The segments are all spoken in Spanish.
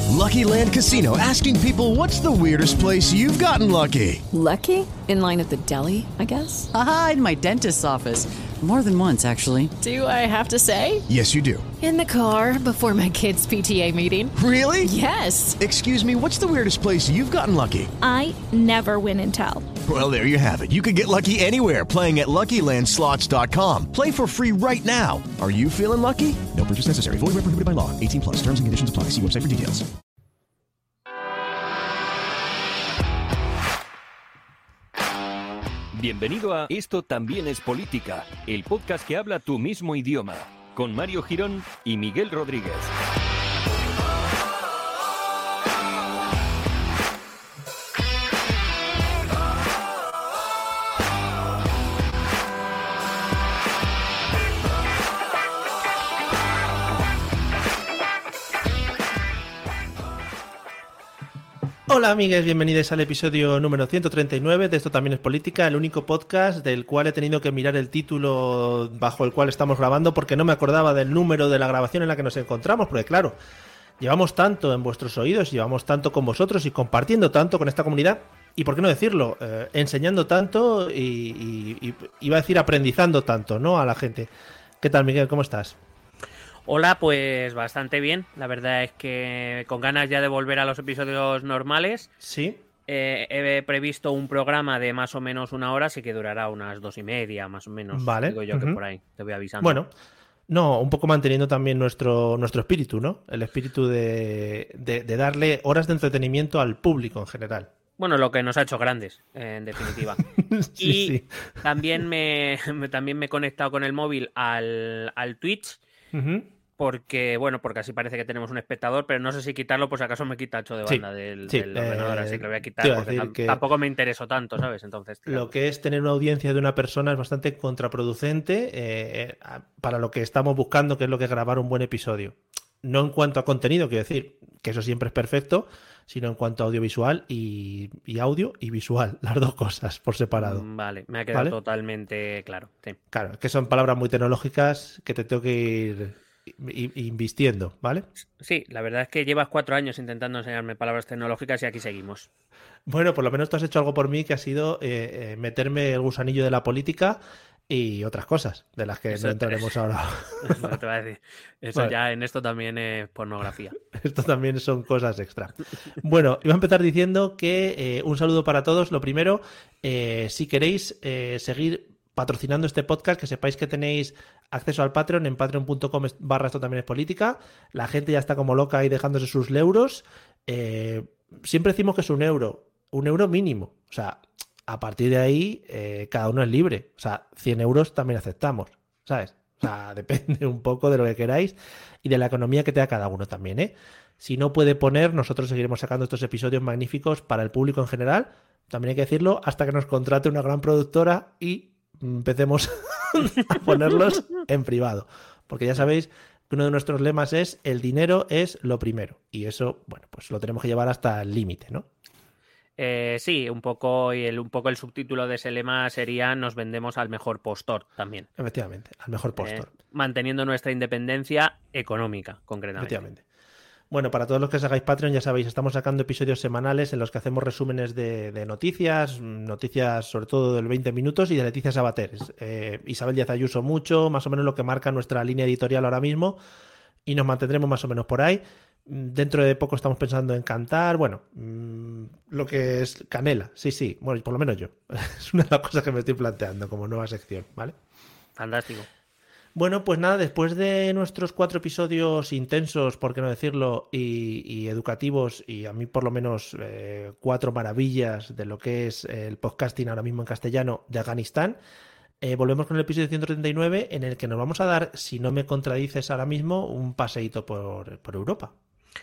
Lucky Land Casino, asking people, what's the weirdest place you've gotten lucky? Lucky? In line at the deli, I guess? Aha, in my dentist's office. More than once, actually. Do I have to say? Yes, you do. In the car before my kids' PTA meeting. Really? Yes. Excuse me, what's the weirdest place you've gotten lucky? I never win and tell. Well, there you have it. You can get lucky anywhere, playing at LuckyLandSlots.com. Play for free right now. Are you feeling lucky? No purchase necessary. Void where prohibited by law. 18 plus. Terms and conditions apply. See website for details. Bienvenido a Esto también es política, el podcast que habla tu mismo idioma, con Mario Girón y Miguel Rodríguez. Hola amigues, bienvenidos al episodio número 139 de Esto también es política, el único podcast del cual he tenido que mirar el título bajo el cual estamos grabando porque no me acordaba del número de la grabación en la que nos encontramos, porque claro, llevamos tanto en vuestros oídos, llevamos tanto con vosotros y compartiendo tanto con esta comunidad y, por qué no decirlo, enseñando tanto y iba a decir aprendizando tanto, ¿no? A la gente. ¿Qué tal, Miguel? ¿Cómo estás? Hola, pues bastante bien. La verdad es que con ganas ya de volver a los episodios normales. Sí. He previsto un programa de más o menos una hora, así que durará unas 2:30, más o menos. Vale. Digo yo que por ahí, te voy avisando. Bueno, no, un poco manteniendo también nuestro espíritu, ¿no? El espíritu de darle horas de entretenimiento al público en general. Bueno, lo que nos ha hecho grandes, en definitiva. Sí, y sí. también me he conectado con el móvil al Twitch. Uh-huh. Porque así parece que tenemos un espectador, pero no sé si quitarlo, por si acaso me quita ancho de banda del ordenador, así que lo voy a quitar porque tampoco me interesó tanto, ¿sabes? Entonces, lo que es tener una audiencia de una persona es bastante contraproducente para lo que estamos buscando, que es lo que es grabar un buen episodio. No en cuanto a contenido, quiero decir, que eso siempre es perfecto, sino en cuanto a audiovisual y audio y visual, las dos cosas por separado. Vale, me ha quedado totalmente claro. Sí. Claro, que son palabras muy tecnológicas que te tengo que ir invistiendo, ¿vale? Sí, la verdad es que llevas 4 años intentando enseñarme palabras tecnológicas y aquí seguimos. Bueno, por lo menos tú has hecho algo por mí, que ha sido meterme el gusanillo de la política y otras cosas, de las que no entraremos ahora. Eso te voy a decir. Eso vale. Ya en esto también es pornografía. Esto también son cosas extra. Bueno, iba a empezar diciendo que un saludo para todos. Lo primero, si queréis seguir patrocinando este podcast, que sepáis que tenéis acceso al Patreon en patreon.com/esto también es política. La gente ya está como loca ahí dejándose sus euros. Siempre decimos que es un euro mínimo. O sea, a partir de ahí cada uno es libre. O sea, 100 euros también aceptamos, ¿sabes? O sea, depende un poco de lo que queráis y de la economía que tenga cada uno también, ¿eh? Si no puede poner, nosotros seguiremos sacando estos episodios magníficos para el público en general. También hay que decirlo, hasta que nos contrate una gran productora y empecemos a ponerlos en privado. Porque ya sabéis que uno de nuestros lemas es el dinero es lo primero. Y eso, bueno, pues lo tenemos que llevar hasta el límite, ¿no? Sí, un poco el subtítulo de ese lema sería nos vendemos al mejor postor también. Efectivamente, al mejor postor. Manteniendo nuestra independencia económica, concretamente. Efectivamente. Bueno, para todos los que os hagáis Patreon, ya sabéis, estamos sacando episodios semanales en los que hacemos resúmenes de noticias sobre todo del 20 minutos y de Leticia Sabater. Isabel Díaz Ayuso mucho, más o menos lo que marca nuestra línea editorial ahora mismo y nos mantendremos más o menos por ahí. Dentro de poco estamos pensando en cantar, bueno, lo que es Canela, sí, bueno, por lo menos yo. Es una de las cosas que me estoy planteando como nueva sección, ¿vale? Fantástico. Bueno, pues nada, después de nuestros 4 episodios intensos, por qué no decirlo, y educativos, y a mí por lo menos 4 maravillas de lo que es el podcasting ahora mismo en castellano de Afganistán, volvemos con el episodio 139 en el que nos vamos a dar, si no me contradices ahora mismo, un paseíto por Europa.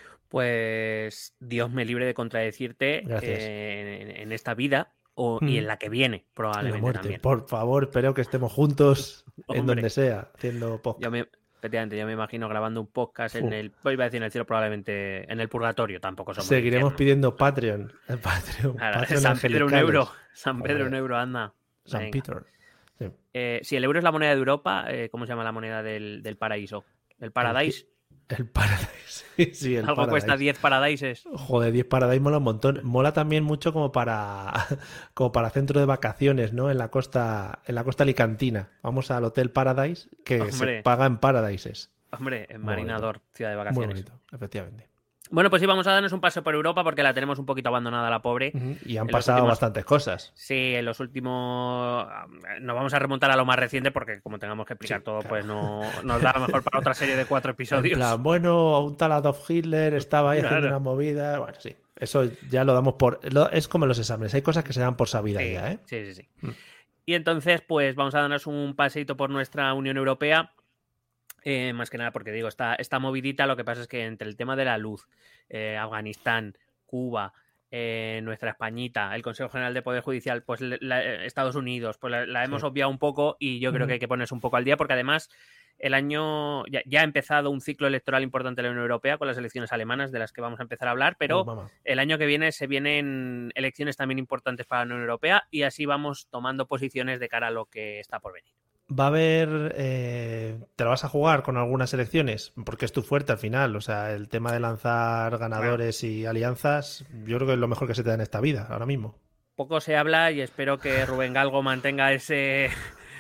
Pues Dios me libre de contradecirte en esta vida y en la que viene, probablemente muerte, también. Por favor, espero que estemos juntos en donde sea, haciendo podcast. Efectivamente, yo me imagino grabando un podcast iba a decir en el cielo, probablemente en el purgatorio, tampoco somos. Seguiremos pidiendo Patreon. Patreon San Pedro un euro. San Pedro un euro, anda. San Peter. Sí. Si el euro es la moneda de Europa, ¿cómo se llama la moneda del paraíso? ¿El Paradise? El Paradise. Sí, el Algo Paradise. cuesta 10 Paradises. Joder, 10 Paradise mola un montón. Mola también mucho como para centro de vacaciones, ¿no? En la costa alicantina. Vamos al Hotel Paradise, que se paga en Paradises. Hombre, en Marinador, ciudad de vacaciones. Muy bonito, efectivamente. Bueno, pues sí, vamos a darnos un paseo por Europa porque la tenemos un poquito abandonada, la pobre. Y han pasado bastantes cosas. Sí, en los últimos... Nos vamos a remontar a lo más reciente porque como tengamos que explicar todo, claro, pues no nos da mejor para otra serie de 4 episodios. En plan, bueno, un tal Adolf Hitler estaba ahí haciendo una movida... Bueno, sí, eso ya lo damos por... Es como en los exámenes, hay cosas que se dan por sabidas ya, ¿eh? Sí. Y entonces, pues vamos a darnos un paseíto por nuestra Unión Europea. Más que nada porque digo, está movidita. Lo que pasa es que entre el tema de la luz, Afganistán, Cuba, nuestra Españita, el Consejo General de Poder Judicial, pues Estados Unidos, pues la hemos obviado un poco y yo creo que hay que ponerse un poco al día porque además el año ya ha empezado un ciclo electoral importante en la Unión Europea con las elecciones alemanas de las que vamos a empezar a hablar, pero el año que viene se vienen elecciones también importantes para la Unión Europea y así vamos tomando posiciones de cara a lo que está por venir. Va a haber... ¿te lo vas a jugar con algunas elecciones? Porque es tu fuerte al final. O sea, el tema de lanzar ganadores y alianzas, yo creo que es lo mejor que se te da en esta vida, ahora mismo. Poco se habla y espero que Rubén Galgo mantenga ese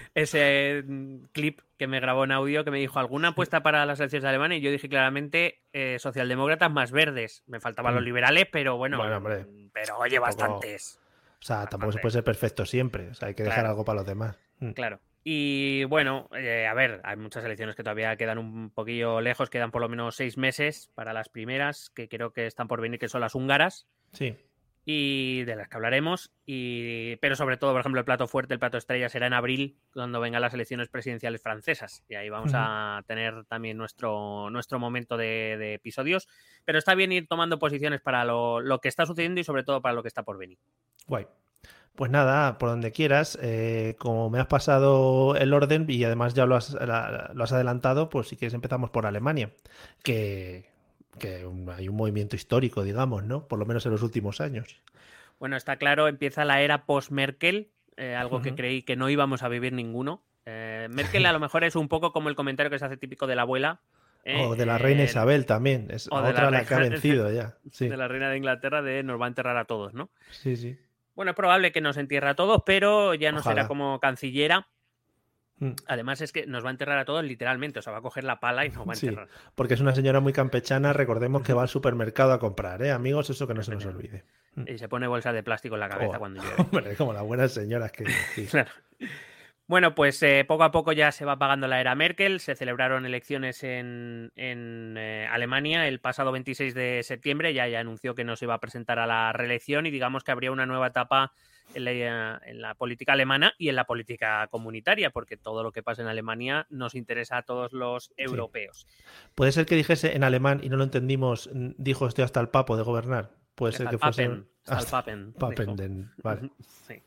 clip que me grabó en audio que me dijo ¿alguna apuesta para las elecciones de Alemania? Y yo dije claramente socialdemócratas más verdes. Me faltaban los liberales, pero bueno hombre, pero oye, bastantes. O sea, tampoco se puede ser perfecto siempre. O sea, hay que dejar algo para los demás. Claro. Y bueno, a ver, hay muchas elecciones que todavía quedan un poquillo lejos, quedan por lo menos 6 meses para las primeras, que creo que están por venir, que son las húngaras. Sí. Y de las que hablaremos. Pero sobre todo, por ejemplo, el plato fuerte, el plato estrella será en abril, cuando vengan las elecciones presidenciales francesas. Y ahí vamos a tener también nuestro momento de episodios. Pero está bien ir tomando posiciones para lo que está sucediendo y sobre todo para lo que está por venir. Guay. Pues nada, por donde quieras, como me has pasado el orden y además ya lo has adelantado, pues si quieres empezamos por Alemania, que hay un movimiento histórico, digamos, ¿no? Por lo menos en los últimos años. Bueno, está claro, empieza la era post-Merkel, algo que creí que no íbamos a vivir ninguno. Merkel a lo mejor es un poco como el comentario que se hace típico de la abuela. O de la reina Isabel también, es otra la que ha vencido ya. Sí. De la reina de Inglaterra nos va a enterrar a todos, ¿no? Sí. Bueno, es probable que nos entierre a todos, pero ya no será como cancillera. Además es que nos va a enterrar a todos literalmente, o sea, va a coger la pala y nos va a enterrar. Sí, porque es una señora muy campechana, recordemos que va al supermercado a comprar, amigos, eso que no se nos olvide. Y se pone bolsas de plástico en la cabeza cuando llueve. Hombre, como las buenas señoras que... Sí. Claro. Bueno, pues poco a poco ya se va apagando la era Merkel, se celebraron elecciones en Alemania el pasado 26 de septiembre, ya anunció que no se iba a presentar a la reelección y digamos que habría una nueva etapa en la política alemana y en la política comunitaria, porque todo lo que pasa en Alemania nos interesa a todos los europeos. Puede ser que dijese en alemán y no lo entendimos, dijo estoy hasta el papo de gobernar. Puede ser que fuese... Hasta el Papen, vale. Sí.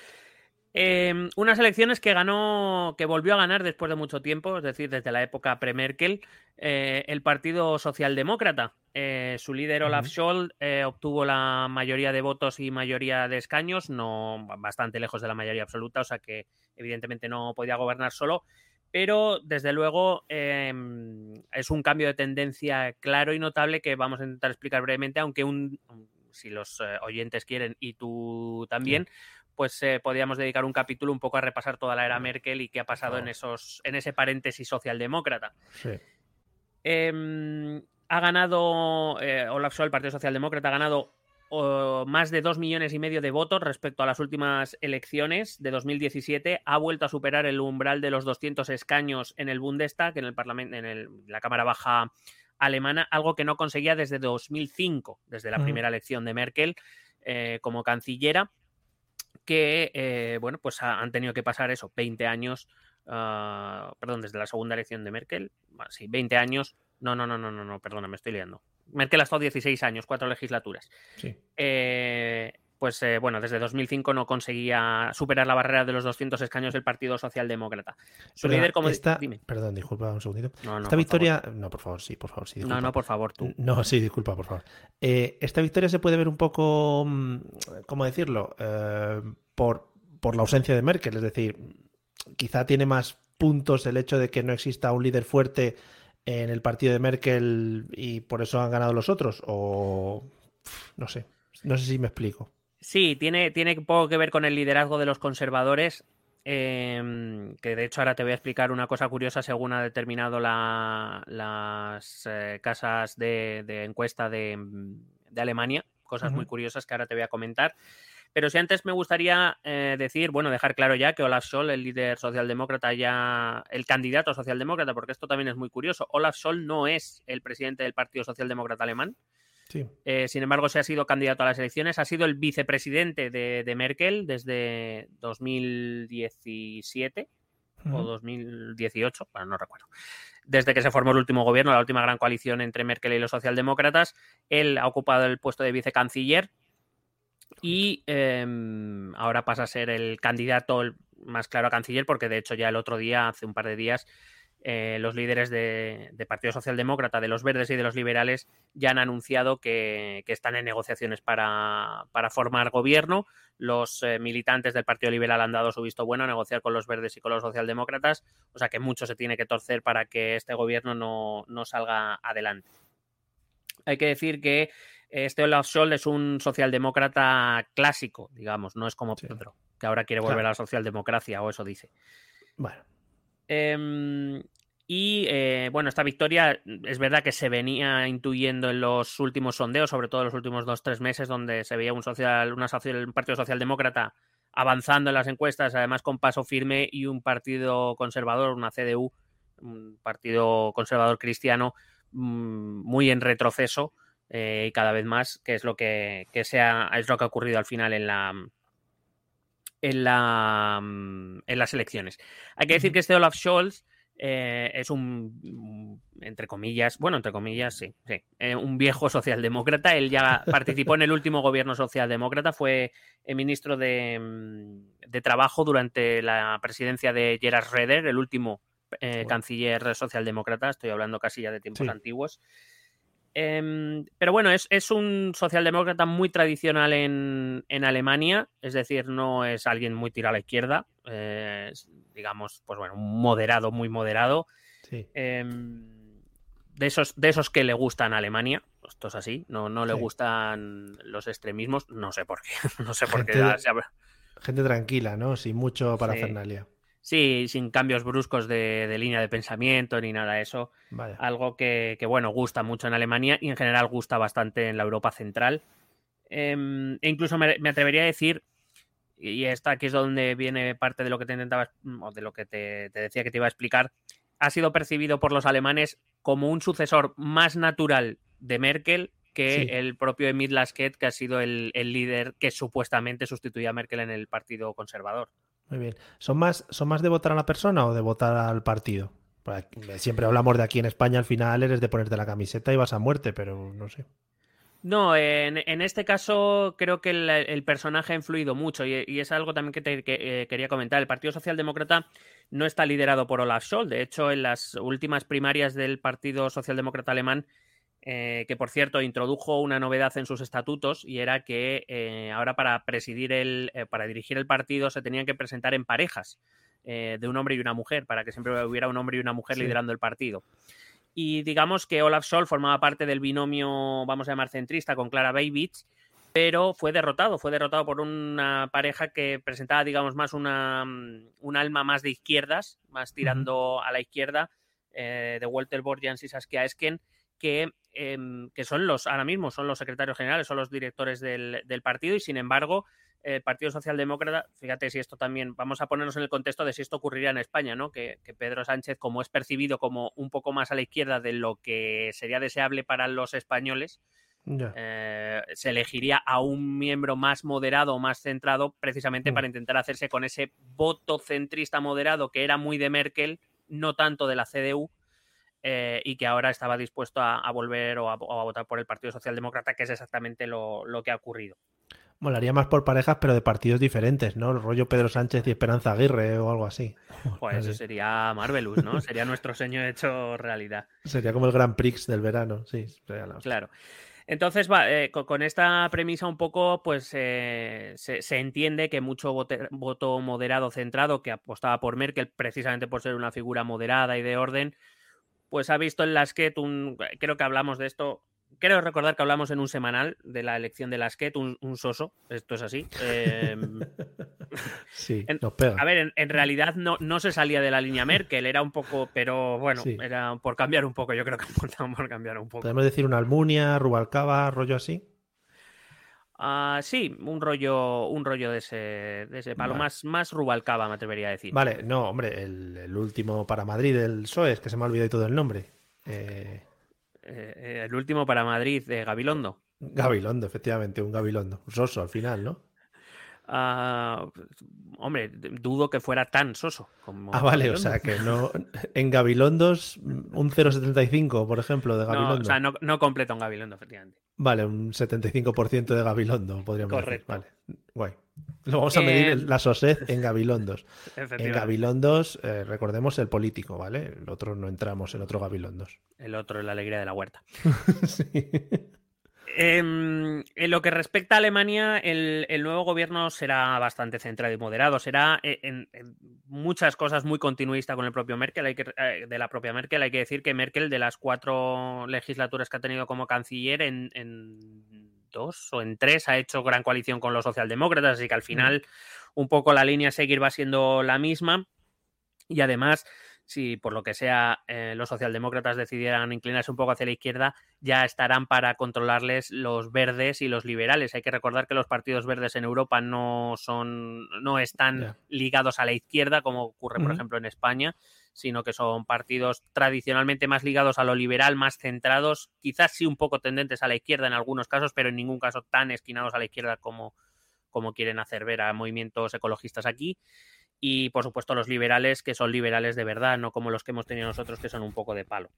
Unas elecciones que volvió a ganar después de mucho tiempo, es decir, desde la época pre-Merkel, el Partido Socialdemócrata. Su líder Olaf Scholz obtuvo la mayoría de votos y mayoría de escaños, no bastante lejos de la mayoría absoluta, o sea que evidentemente no podía gobernar solo, pero desde luego es un cambio de tendencia claro y notable que vamos a intentar explicar brevemente, aunque si los oyentes quieren y tú también, pues podríamos dedicar un capítulo un poco a repasar toda la era Merkel y qué ha pasado en ese paréntesis socialdemócrata. Sí. Ha ganado Olaf Scholz, el Partido Socialdemócrata, ha ganado más de 2,5 millones de votos respecto a las últimas elecciones de 2017. Ha vuelto a superar el umbral de los 200 escaños en el Bundestag, en el Parlamento, la Cámara Baja alemana, algo que no conseguía desde 2005, desde la primera elección de Merkel como cancillera, que pues han tenido que pasar 20 años, desde la segunda elección de Merkel, 20 años, no, perdona, me estoy liando. Merkel ha estado 16 años, 4 legislaturas. Sí. Desde 2005 no conseguía superar la barrera de los 200 escaños del Partido Socialdemócrata. Su líder, como... Dime. Perdón, disculpa un segundito. No, esta victoria... Favor. No, por favor, sí, disculpa. No, por favor, tú. No, sí, disculpa, por favor. Esta victoria se puede ver un poco, ¿cómo decirlo? Por la ausencia de Merkel, es decir, quizá tiene más puntos el hecho de que no exista un líder fuerte en el partido de Merkel y por eso han ganado los otros, o no sé si me explico. Sí, tiene poco que ver con el liderazgo de los conservadores, que de hecho ahora te voy a explicar una cosa curiosa según ha determinado las casas de encuesta de Alemania, cosas muy curiosas que ahora te voy a comentar. Pero si antes me gustaría dejar claro ya que Olaf Scholz, el líder socialdemócrata, el candidato socialdemócrata, porque esto también es muy curioso, Olaf Scholz no es el presidente del Partido Socialdemócrata Alemán. Sí. Sin embargo, se ha sido candidato a las elecciones, ha sido el vicepresidente de Merkel desde 2017 o 2018, bueno, no recuerdo. Desde que se formó el último gobierno, la última gran coalición entre Merkel y los socialdemócratas, él ha ocupado el puesto de vicecanciller y ahora pasa a ser el candidato más claro a canciller, porque de hecho ya el otro día, hace un par de días, los líderes de Partido Socialdemócrata, de los Verdes y de los Liberales ya han anunciado que están en negociaciones para formar gobierno. Los militantes del Partido Liberal han dado su visto bueno a negociar con los Verdes y con los Socialdemócratas, o sea que mucho se tiene que torcer para que este gobierno no salga adelante. Hay que decir que este Olaf Scholz es un socialdemócrata clásico, digamos, no es como Pedro, que ahora quiere volver a la socialdemocracia, o eso dice. Bueno. Esta victoria es verdad que se venía intuyendo en los últimos sondeos, sobre todo en los últimos 2-3 meses, donde se veía un partido socialdemócrata avanzando en las encuestas, además con paso firme, y un partido conservador, una CDU, un partido conservador cristiano, muy en retroceso, y cada vez más, que es lo que ha ocurrido al final en las elecciones. Hay que decir que este Olaf Scholz es entre comillas, sí, un viejo socialdemócrata. Él ya participó en el último gobierno socialdemócrata, fue ministro de Trabajo durante la presidencia de Gerhard Schröder, el último canciller socialdemócrata. Estoy hablando casi ya de tiempos antiguos. Pero bueno, es un socialdemócrata muy tradicional en Alemania, es decir, no es alguien muy tirado a la izquierda, digamos, pues bueno, un moderado, muy moderado. Sí. De esos que le gustan a Alemania, esto es así, no le gustan los extremismos, no sé por qué. Gente tranquila, ¿no? Sin mucho parafernalia. Sí, sin cambios bruscos de línea de pensamiento ni nada de eso. Vaya. Algo que gusta mucho en Alemania y en general gusta bastante en la Europa central. E incluso me atrevería a decir, y aquí es donde viene parte de lo que te intentaba, o de lo que te decía que te iba a explicar, ha sido percibido por los alemanes como un sucesor más natural de Merkel que el propio Emil Laschet, que ha sido el líder que supuestamente sustituía a Merkel en el Partido Conservador. Muy bien. ¿Son más de votar a la persona o de votar al partido? Siempre hablamos de aquí en España, al final eres de ponerte la camiseta y vas a muerte, pero no sé. No, en este caso creo que el personaje ha influido mucho y es algo también que quería comentar. El Partido Socialdemócrata no está liderado por Olaf Scholz. De hecho, en las últimas primarias del Partido Socialdemócrata Alemán, que por cierto introdujo una novedad en sus estatutos, y era que ahora para dirigir el partido se tenían que presentar en parejas de un hombre y una mujer, para que siempre hubiera un hombre y una mujer liderando el partido. Y digamos que Olaf Scholz formaba parte del binomio, vamos a llamar centrista, con Clara Babiš, pero fue derrotado por una pareja que presentaba, digamos, más un alma más de izquierdas, más tirando a la izquierda, de Walter Borjans y Saskia Esken, que son ahora mismo son los secretarios generales, son los directores del partido, y sin embargo el Partido Socialdemócrata, fíjate si esto también, vamos a ponernos en el contexto de si esto ocurriría en España, ¿no? Que Pedro Sánchez, como es percibido como un poco más a la izquierda de lo que sería deseable para los españoles, se elegiría a un miembro más moderado, más centrado, precisamente para intentar hacerse con ese voto centrista moderado que era muy de Merkel, no tanto de la CDU, y que ahora estaba dispuesto a volver o a votar por el Partido Socialdemócrata, que es exactamente lo que ha ocurrido. Molaría más por parejas, pero de partidos diferentes, ¿no? El rollo Pedro Sánchez y Esperanza Aguirre o algo así. Pues eso sería Marvelous, ¿no? Sería nuestro sueño hecho realidad. Sería como el Grand Prix del verano, sí. Claro. Entonces, con esta premisa un poco, pues se entiende que mucho voto moderado centrado que apostaba por Merkel, precisamente por ser una figura moderada y de orden, pues ha visto en Lasquet creo que hablamos de esto, creo recordar que hablamos en un semanal de la elección de Lasquet, un soso, esto es así. Sí, nos pega. A ver, en realidad no se salía de la línea Merkel, era un poco, pero bueno, Sí. era por cambiar un poco, yo creo que por cambiar un poco. ¿Podemos decir una Almunia, Rubalcaba, rollo así? Sí, un rollo de ese palo, Vale. más Rubalcaba, me atrevería a decir. Vale, no, hombre, el último para Madrid, el PSOE, es que se me ha olvidado todo el nombre. El último para Madrid, Gabilondo. Gabilondo, efectivamente, un Gabilondo. Un soso al final, ¿no? Hombre, dudo que fuera tan soso como Vale, Gabilondo. o sea que no. En Gabilondos, un 0,75, por ejemplo, de No, Gabilondo. o sea, no completa un Gabilondo, efectivamente. Vale, un 75% de Gabilondo, podríamos Correcto. decir. Vale, guay. Lo vamos a medir la SOSEZ en Gabilondos. En Efectivamente. Gabilondos, recordemos el político, ¿vale? El otro no entramos en otro Gabilondos. El otro es la alegría de la huerta. Sí. En lo que respecta a Alemania, el nuevo gobierno será bastante centrado y moderado. Será en muchas cosas muy continuista con el propio Merkel. De la propia Merkel. Hay que decir que Merkel, de las 4 legislaturas que ha tenido como canciller, en 2 o en 3 ha hecho gran coalición con los socialdemócratas. Así que al final, un poco la línea a seguir va siendo la misma. Y además, si por lo que sea los socialdemócratas decidieran inclinarse un poco hacia la izquierda, ya estarán para controlarles los verdes y los liberales. Hay que recordar que los partidos verdes en Europa no están ligados a la izquierda, como ocurre, por ejemplo, en España, sino que son partidos tradicionalmente más ligados a lo liberal, más centrados, quizás sí un poco tendentes a la izquierda en algunos casos, pero en ningún caso tan esquinados a la izquierda como quieren hacer ver a movimientos ecologistas aquí. Y, por supuesto, los liberales, que son liberales de verdad, no como los que hemos tenido nosotros, que son un poco de palo.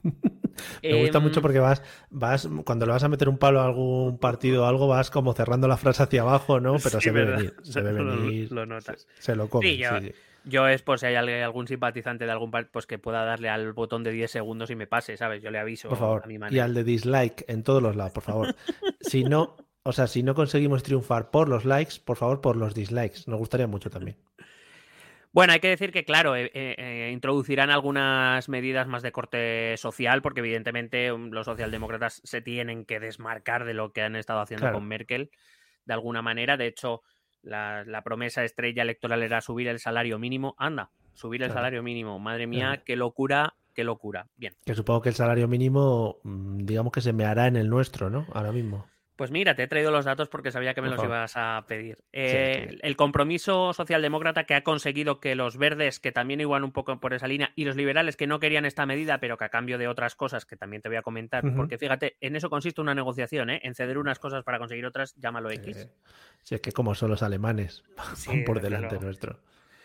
Me gusta mucho porque vas, cuando le vas a meter un palo a algún partido o algo, vas como cerrando la frase hacia abajo, ¿no? Pero Sí, se ve ¿verdad? venir, se ve venir. Lo notas. Se lo come. Sí, yo es por si hay algún simpatizante de algún partido, pues que pueda darle al botón de 10 segundos y me pase, ¿sabes? Yo le aviso por favor. a mi manera. Y al de dislike en todos los lados, por favor. Si no conseguimos triunfar por los likes, por favor, por los dislikes. Nos gustaría mucho también. Bueno, hay que decir que, claro, introducirán algunas medidas más de corte social, porque evidentemente los socialdemócratas se tienen que desmarcar de lo que han estado haciendo con Merkel, de alguna manera. De hecho, la promesa estrella electoral era subir el salario mínimo. Anda, subir el salario mínimo. Madre mía, qué locura, qué locura. Bien. Que supongo que el salario mínimo, digamos que se me hará en el nuestro, ¿no? Ahora mismo. Pues mira, te he traído los datos porque sabía que me los ibas a pedir. El compromiso socialdemócrata que ha conseguido que los verdes, que también iban un poco por esa línea, y los liberales que no querían esta medida, pero que a cambio de otras cosas que también te voy a comentar, porque fíjate, en eso consiste una negociación, en ceder unas cosas para conseguir otras, llámalo X. Sí, es que como son los alemanes, van por delante nuestro.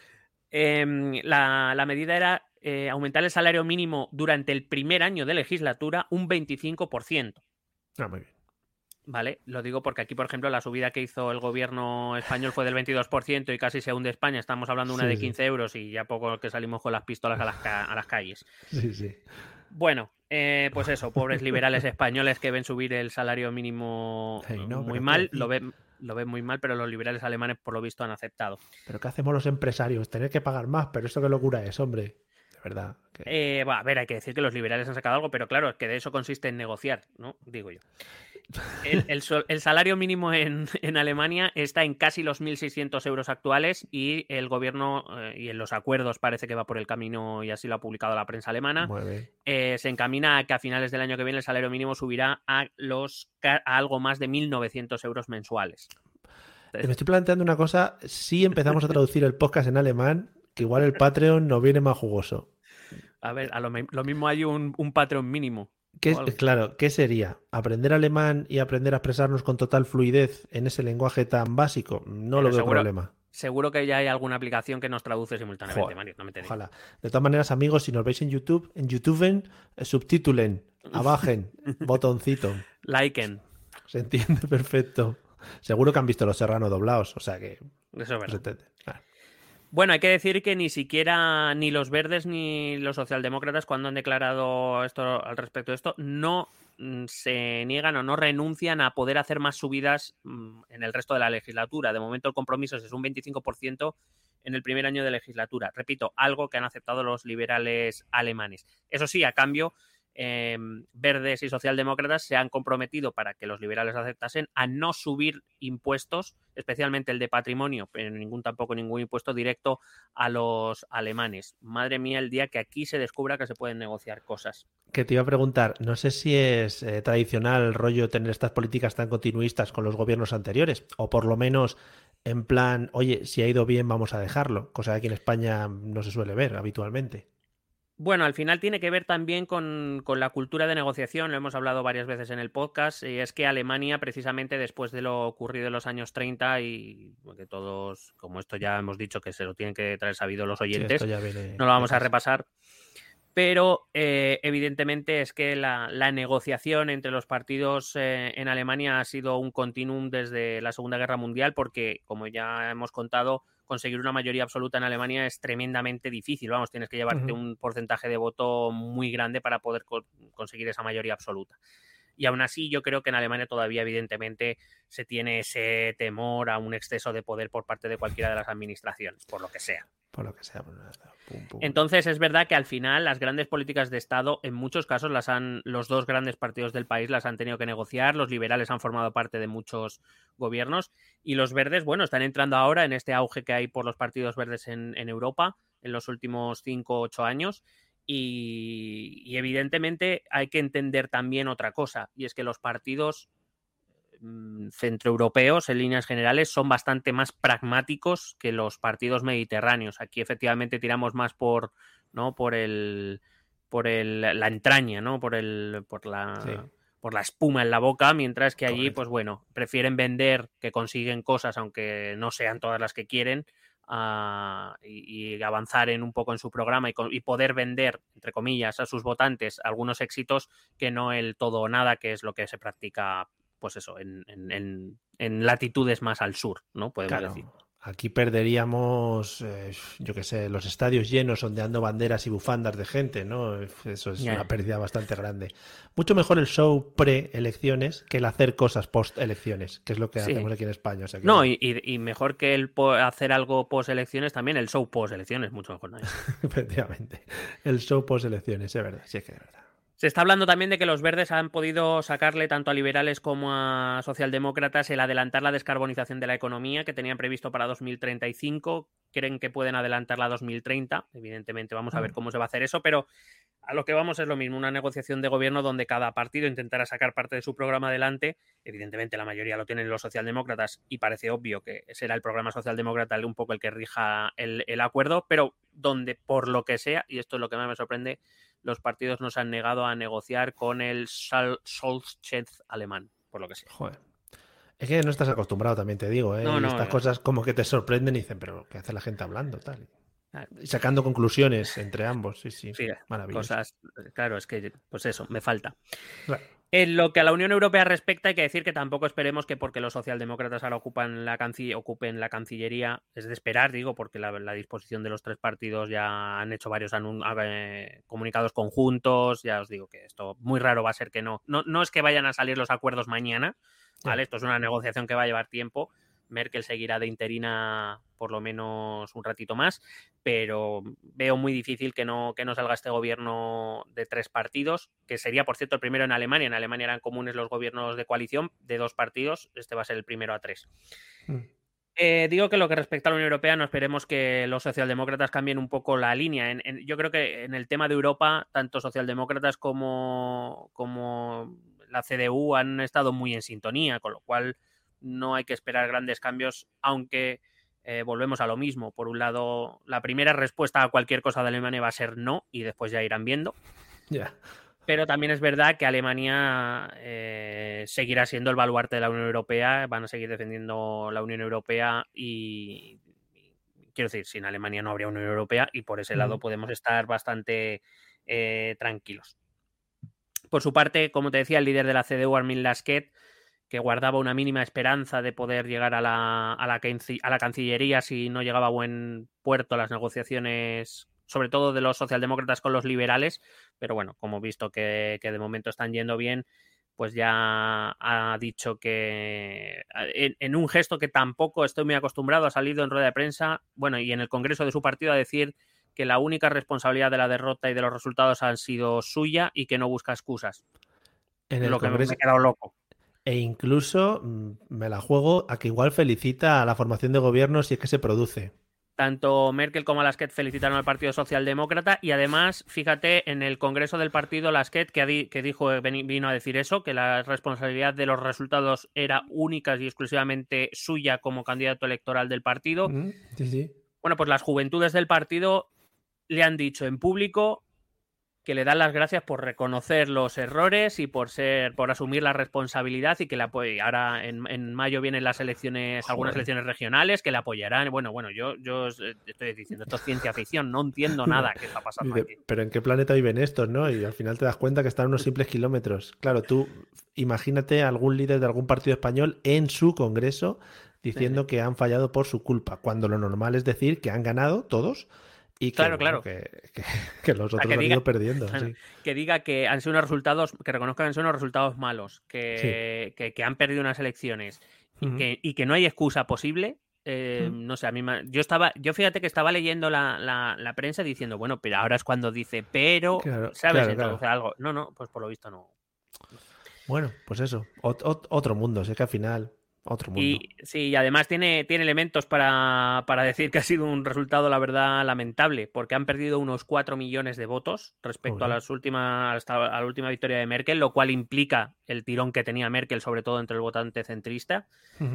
La medida era aumentar el salario mínimo durante el primer año de legislatura un 25%. Muy bien. Vale, lo digo porque aquí, por ejemplo, la subida que hizo el gobierno español fue del 22% y casi se hunde España. Estamos hablando de una de 15 euros y ya poco que salimos con las pistolas a las calles. Sí. Bueno, pues eso, pobres liberales españoles que ven subir el salario mínimo muy mal, lo ven muy mal, pero los liberales alemanes, por lo visto, han aceptado. ¿Pero qué hacemos los empresarios? Tener que pagar más, pero eso qué locura es, hombre. De verdad. A ver, hay que decir que los liberales han sacado algo, pero claro, es que de eso consiste en negociar, ¿no? Digo yo. El salario mínimo en Alemania está en casi los 1.600 euros actuales y el gobierno, y en los acuerdos parece que va por el camino y así lo ha publicado la prensa alemana, se encamina a que a finales del año que viene el salario mínimo subirá a algo más de 1.900 euros mensuales. Me estoy planteando una cosa, si empezamos a traducir el podcast en alemán, que igual el Patreon nos viene más jugoso. A ver, lo mismo hay un Patreon mínimo. Claro, ¿qué sería? ¿Aprender alemán y aprender a expresarnos con total fluidez en ese lenguaje tan básico? No lo veo problema. Seguro que ya hay alguna aplicación que nos traduce simultáneamente, Joder, Mario, no me te digo. Ojalá. De todas maneras, amigos, si nos veis en YouTube, subtitulen, abajen, botoncito. Liken. Se entiende perfecto. Seguro que han visto Los Serrano doblados, o sea que... Eso es verdad. Claro. Bueno, hay que decir que ni siquiera ni los verdes ni los socialdemócratas, cuando han declarado esto al respecto de esto, no se niegan o no renuncian a poder hacer más subidas en el resto de la legislatura. De momento el compromiso es un 25%, en el primer año de legislatura. Repito, algo que han aceptado los liberales alemanes. Eso sí, a cambio, verdes y socialdemócratas se han comprometido, para que los liberales aceptasen, a no subir impuestos, especialmente el de patrimonio, pero tampoco ningún impuesto directo a los alemanes. Madre mía, el día que aquí se descubra que se pueden negociar cosas. Que te iba a preguntar, no sé si es tradicional el rollo tener estas políticas tan continuistas con los gobiernos anteriores, o por lo menos en plan, oye, si ha ido bien vamos a dejarlo, cosa que aquí en España no se suele ver habitualmente. Bueno, al final tiene que ver también con la cultura de negociación, lo hemos hablado varias veces en el podcast, y es que Alemania, precisamente después de lo ocurrido en los años 30, y que todos, como esto ya hemos dicho que se lo tienen que traer sabido los oyentes, Sí, no lo vamos a repasar, pero evidentemente es que la negociación entre los partidos en Alemania ha sido un continuum desde la Segunda Guerra Mundial, porque, como ya hemos contado, conseguir una mayoría absoluta en Alemania es tremendamente difícil. Vamos, tienes que llevarte un porcentaje de voto muy grande para poder conseguir esa mayoría absoluta. Y aún así, yo creo que en Alemania todavía, evidentemente, se tiene ese temor a un exceso de poder por parte de cualquiera de las administraciones, por lo que sea. Por lo que sea. Pum. Entonces, es verdad que al final las grandes políticas de Estado, en muchos casos, los dos grandes partidos del país las han tenido que negociar. Los liberales han formado parte de muchos gobiernos y los verdes, bueno, están entrando ahora en este auge que hay por los partidos verdes en Europa en los últimos 5 o 8 años. Y evidentemente hay que entender también otra cosa, y es que los partidos centroeuropeos, en líneas generales, son bastante más pragmáticos que los partidos mediterráneos. Aquí efectivamente tiramos más por la entraña, ¿no? por la espuma en la boca, mientras que allí, Correcto. pues bueno, prefieren vender que consiguen cosas, aunque no sean todas las que quieren, y avanzar un poco en su programa y poder vender, entre comillas, a sus votantes algunos éxitos, que no el todo o nada, que es lo que se practica, pues eso, en latitudes más al sur, ¿no? Podemos decir. Aquí perderíamos, yo qué sé, los estadios llenos ondeando banderas y bufandas de gente, ¿no? Eso es una pérdida bastante grande. Mucho mejor el show pre-elecciones que el hacer cosas post-elecciones, que es lo que hacemos aquí en España. O sea que no, y mejor que el hacer algo post-elecciones, también el show post-elecciones, mucho mejor, ¿no? Efectivamente, el show post-elecciones, es verdad, sí que es verdad. Se está hablando también de que los verdes han podido sacarle tanto a liberales como a socialdemócratas el adelantar la descarbonización de la economía que tenían previsto para 2035. Creen que pueden adelantarla a 2030. Evidentemente vamos a ver cómo se va a hacer eso, pero a lo que vamos es lo mismo, una negociación de gobierno donde cada partido intentará sacar parte de su programa adelante. Evidentemente la mayoría lo tienen los socialdemócratas y parece obvio que será el programa socialdemócrata un poco el que rija el acuerdo, pero donde, por lo que sea, y esto es lo que más me sorprende, los partidos nos han negado a negociar con el Scholz alemán, por lo que sea. Joder. Es que no estás acostumbrado, también te digo, ¿eh? No, estas cosas como que te sorprenden y dicen, pero ¿qué hace la gente hablando? Tal. Y sacando conclusiones entre ambos, sí. Maravilloso. Cosas, claro, es que, pues eso, me falta. Claro. En lo que a la Unión Europea respecta, hay que decir que tampoco esperemos que porque los socialdemócratas ahora ocupen la Cancillería, es de esperar, digo, porque la disposición de los tres partidos ya han hecho varios comunicados conjuntos, ya os digo que esto muy raro va a ser que no es que vayan a salir los acuerdos mañana, ¿vale? Esto es una negociación que va a llevar tiempo. Merkel seguirá de interina por lo menos un ratito más, pero veo muy difícil que no salga este gobierno de tres partidos, que sería, por cierto, el primero en Alemania. En Alemania eran comunes los gobiernos de coalición de dos partidos, este va a ser el primero a tres. Digo que lo que respecta a la Unión Europea, no esperemos que los socialdemócratas cambien un poco la línea. Yo creo que en el tema de Europa, tanto socialdemócratas como la CDU han estado muy en sintonía, con lo cual no hay que esperar grandes cambios, aunque volvemos a lo mismo. Por un lado, la primera respuesta a cualquier cosa de Alemania va a ser no, y después ya irán viendo. Pero también es verdad que Alemania seguirá siendo el baluarte de la Unión Europea, van a seguir defendiendo la Unión Europea y quiero decir, sin Alemania no habría Unión Europea, y por ese lado podemos estar bastante tranquilos. Por su parte, como te decía, el líder de la CDU, Armin Laschet, que guardaba una mínima esperanza de poder llegar a la Cancillería si no llegaba a buen puerto las negociaciones, sobre todo de los socialdemócratas con los liberales, pero bueno, como he visto que de momento están yendo bien, pues ya ha dicho que en un gesto que tampoco estoy muy acostumbrado, ha salido en rueda de prensa, bueno, y en el congreso de su partido a decir que la única responsabilidad de la derrota y de los resultados han sido suya y que no busca excusas. En el Lo que Congreso... me he quedado loco. E incluso me la juego a que igual felicita a la formación de gobierno si es que se produce. Tanto Merkel como Laschet felicitaron al Partido Socialdemócrata y además, fíjate, en el Congreso del partido Laschet vino a decir eso, que la responsabilidad de los resultados era única y exclusivamente suya como candidato electoral del partido. Sí, sí. Bueno, pues las juventudes del partido le han dicho en público que le dan las gracias por reconocer los errores y por asumir la responsabilidad y que le apoye. Ahora en mayo vienen las elecciones, algunas elecciones regionales que le apoyarán. Bueno, yo estoy diciendo, esto es ciencia ficción, no entiendo nada que está pasando aquí. Pero ¿en qué planeta viven estos, no? Y al final te das cuenta que están unos simples kilómetros. Claro, tú imagínate a algún líder de algún partido español en su congreso diciendo que han fallado por su culpa, cuando lo normal es decir que han ganado todos. Y que, claro. Que los otros han ido perdiendo. Sí. Que diga que han sido unos resultados, que reconozcan que han sido unos resultados malos, que han perdido unas elecciones y que no hay excusa posible. No sé, yo fíjate que estaba leyendo la prensa diciendo, bueno, pero ahora es cuando dice, pero, ¿sabes? Entonces algo. No, pues por lo visto no. Bueno, pues eso, otro mundo, sé que al final... Otro mundo. Y además tiene elementos para decir que ha sido un resultado, la verdad, lamentable, porque han perdido unos 4 millones de votos respecto a la última victoria de Merkel, lo cual implica el tirón que tenía Merkel, sobre todo entre el votante centrista.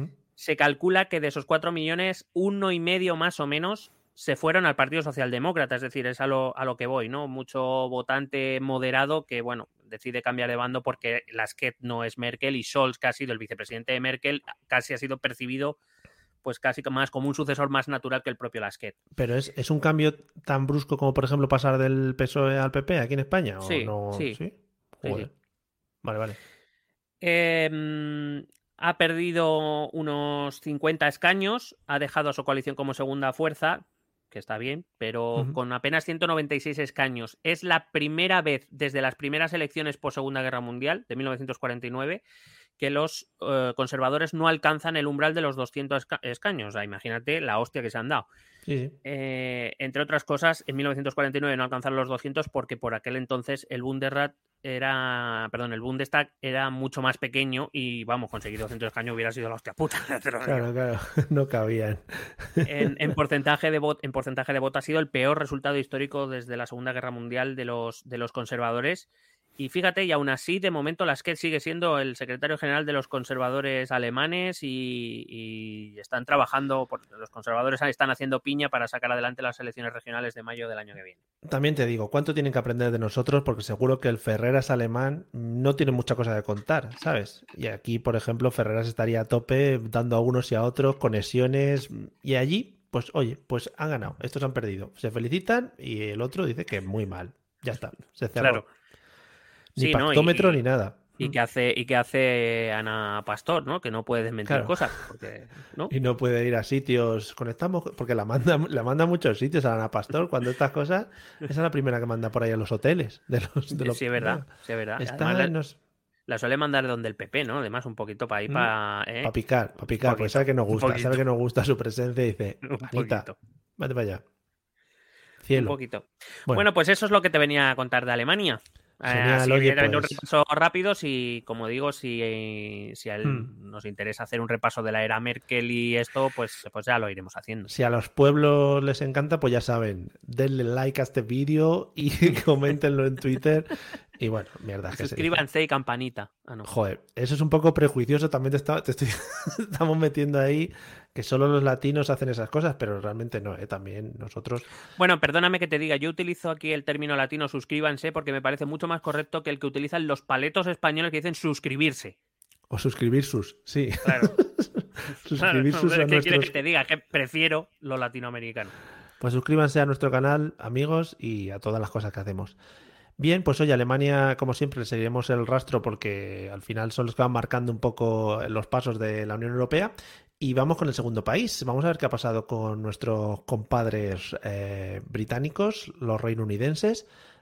Se calcula que de esos 4 millones, 1,5 más o menos se fueron al Partido Socialdemócrata, es decir, es a lo que voy, ¿no? Mucho votante moderado que, bueno, decide cambiar de bando porque Laschet no es Merkel y Scholz, que ha sido el vicepresidente de Merkel, casi ha sido percibido pues casi más como un sucesor más natural que el propio Laschet. ¿Pero es un cambio tan brusco como, por ejemplo, pasar del PSOE al PP aquí en España? ¿O sí, no? Sí. Joder. Sí. Vale. Ha perdido unos 50 escaños, ha dejado a su coalición como segunda fuerza, que está bien, pero con apenas 196 escaños. Es la primera vez desde las primeras elecciones post Segunda Guerra Mundial, de 1949, que los conservadores no alcanzan el umbral de los 200 escaños. O sea, imagínate la hostia que se han dado. Sí. Entre otras cosas, en 1949 no alcanzaron los 200 porque por aquel entonces el Bundestag era mucho más pequeño y, vamos, conseguir 200 escaños hubiera sido la hostia puta. Claro, no cabían. En porcentaje de voto ha sido el peor resultado histórico desde la Segunda Guerra Mundial de los conservadores. Y fíjate, y aún así, de momento, Laschet sigue siendo el secretario general de los conservadores alemanes y están trabajando, los conservadores están haciendo piña para sacar adelante las elecciones regionales de mayo del año que viene. También te digo, ¿cuánto tienen que aprender de nosotros? Porque seguro que el Ferreras alemán no tiene mucha cosa de contar, ¿sabes? Y aquí, por ejemplo, Ferreras estaría a tope dando a unos y a otros conexiones y allí, pues oye, pues han ganado, estos han perdido. Se felicitan y el otro dice que muy mal. Ya está, se cerró. Claro. Ni pactómetro ni nada. ¿Y qué hace Ana Pastor, ¿no? Que no puede desmentir cosas. Porque, ¿no? Y no puede ir a sitios, conectamos, porque la manda a muchos sitios a Ana Pastor cuando estas cosas. Esa es la primera que manda por ahí a los hoteles. Sí, es verdad. Además, la suele mandar donde el PP, ¿no? Además, un poquito para ir para picar, porque sabe que nos gusta su presencia y dice, Anita, vete para allá. Cielo. Un poquito. Bueno, pues eso es lo que te venía a contar de Alemania. Genial, un repaso rápido, como digo, si a él nos interesa hacer un repaso de la era Merkel y esto, pues ya lo iremos haciendo. Si a los pueblos les encanta, pues ya saben, denle like a este vídeo y coméntenlo en Twitter. Y bueno, mierda. Suscríbanse y campanita. No. Joder, eso es un poco prejuicioso. También estamos metiendo ahí que solo los latinos hacen esas cosas, pero realmente no, también nosotros... Bueno, perdóname que te diga, yo utilizo aquí el término latino suscríbanse porque me parece mucho más correcto que el que utilizan los paletos españoles que dicen suscribirse. O suscribir sus, sí. Claro. Suscribir sus a ¿Qué nuestros... quieres que te diga? Que prefiero lo latinoamericano. Pues suscríbanse a nuestro canal, amigos, y a todas las cosas que hacemos. Bien, pues hoy Alemania, como siempre, seguiremos el rastro porque al final son los que van marcando un poco los pasos de la Unión Europea. Y vamos con el segundo país. Vamos a ver qué ha pasado con nuestros compadres británicos, los reinounidenses.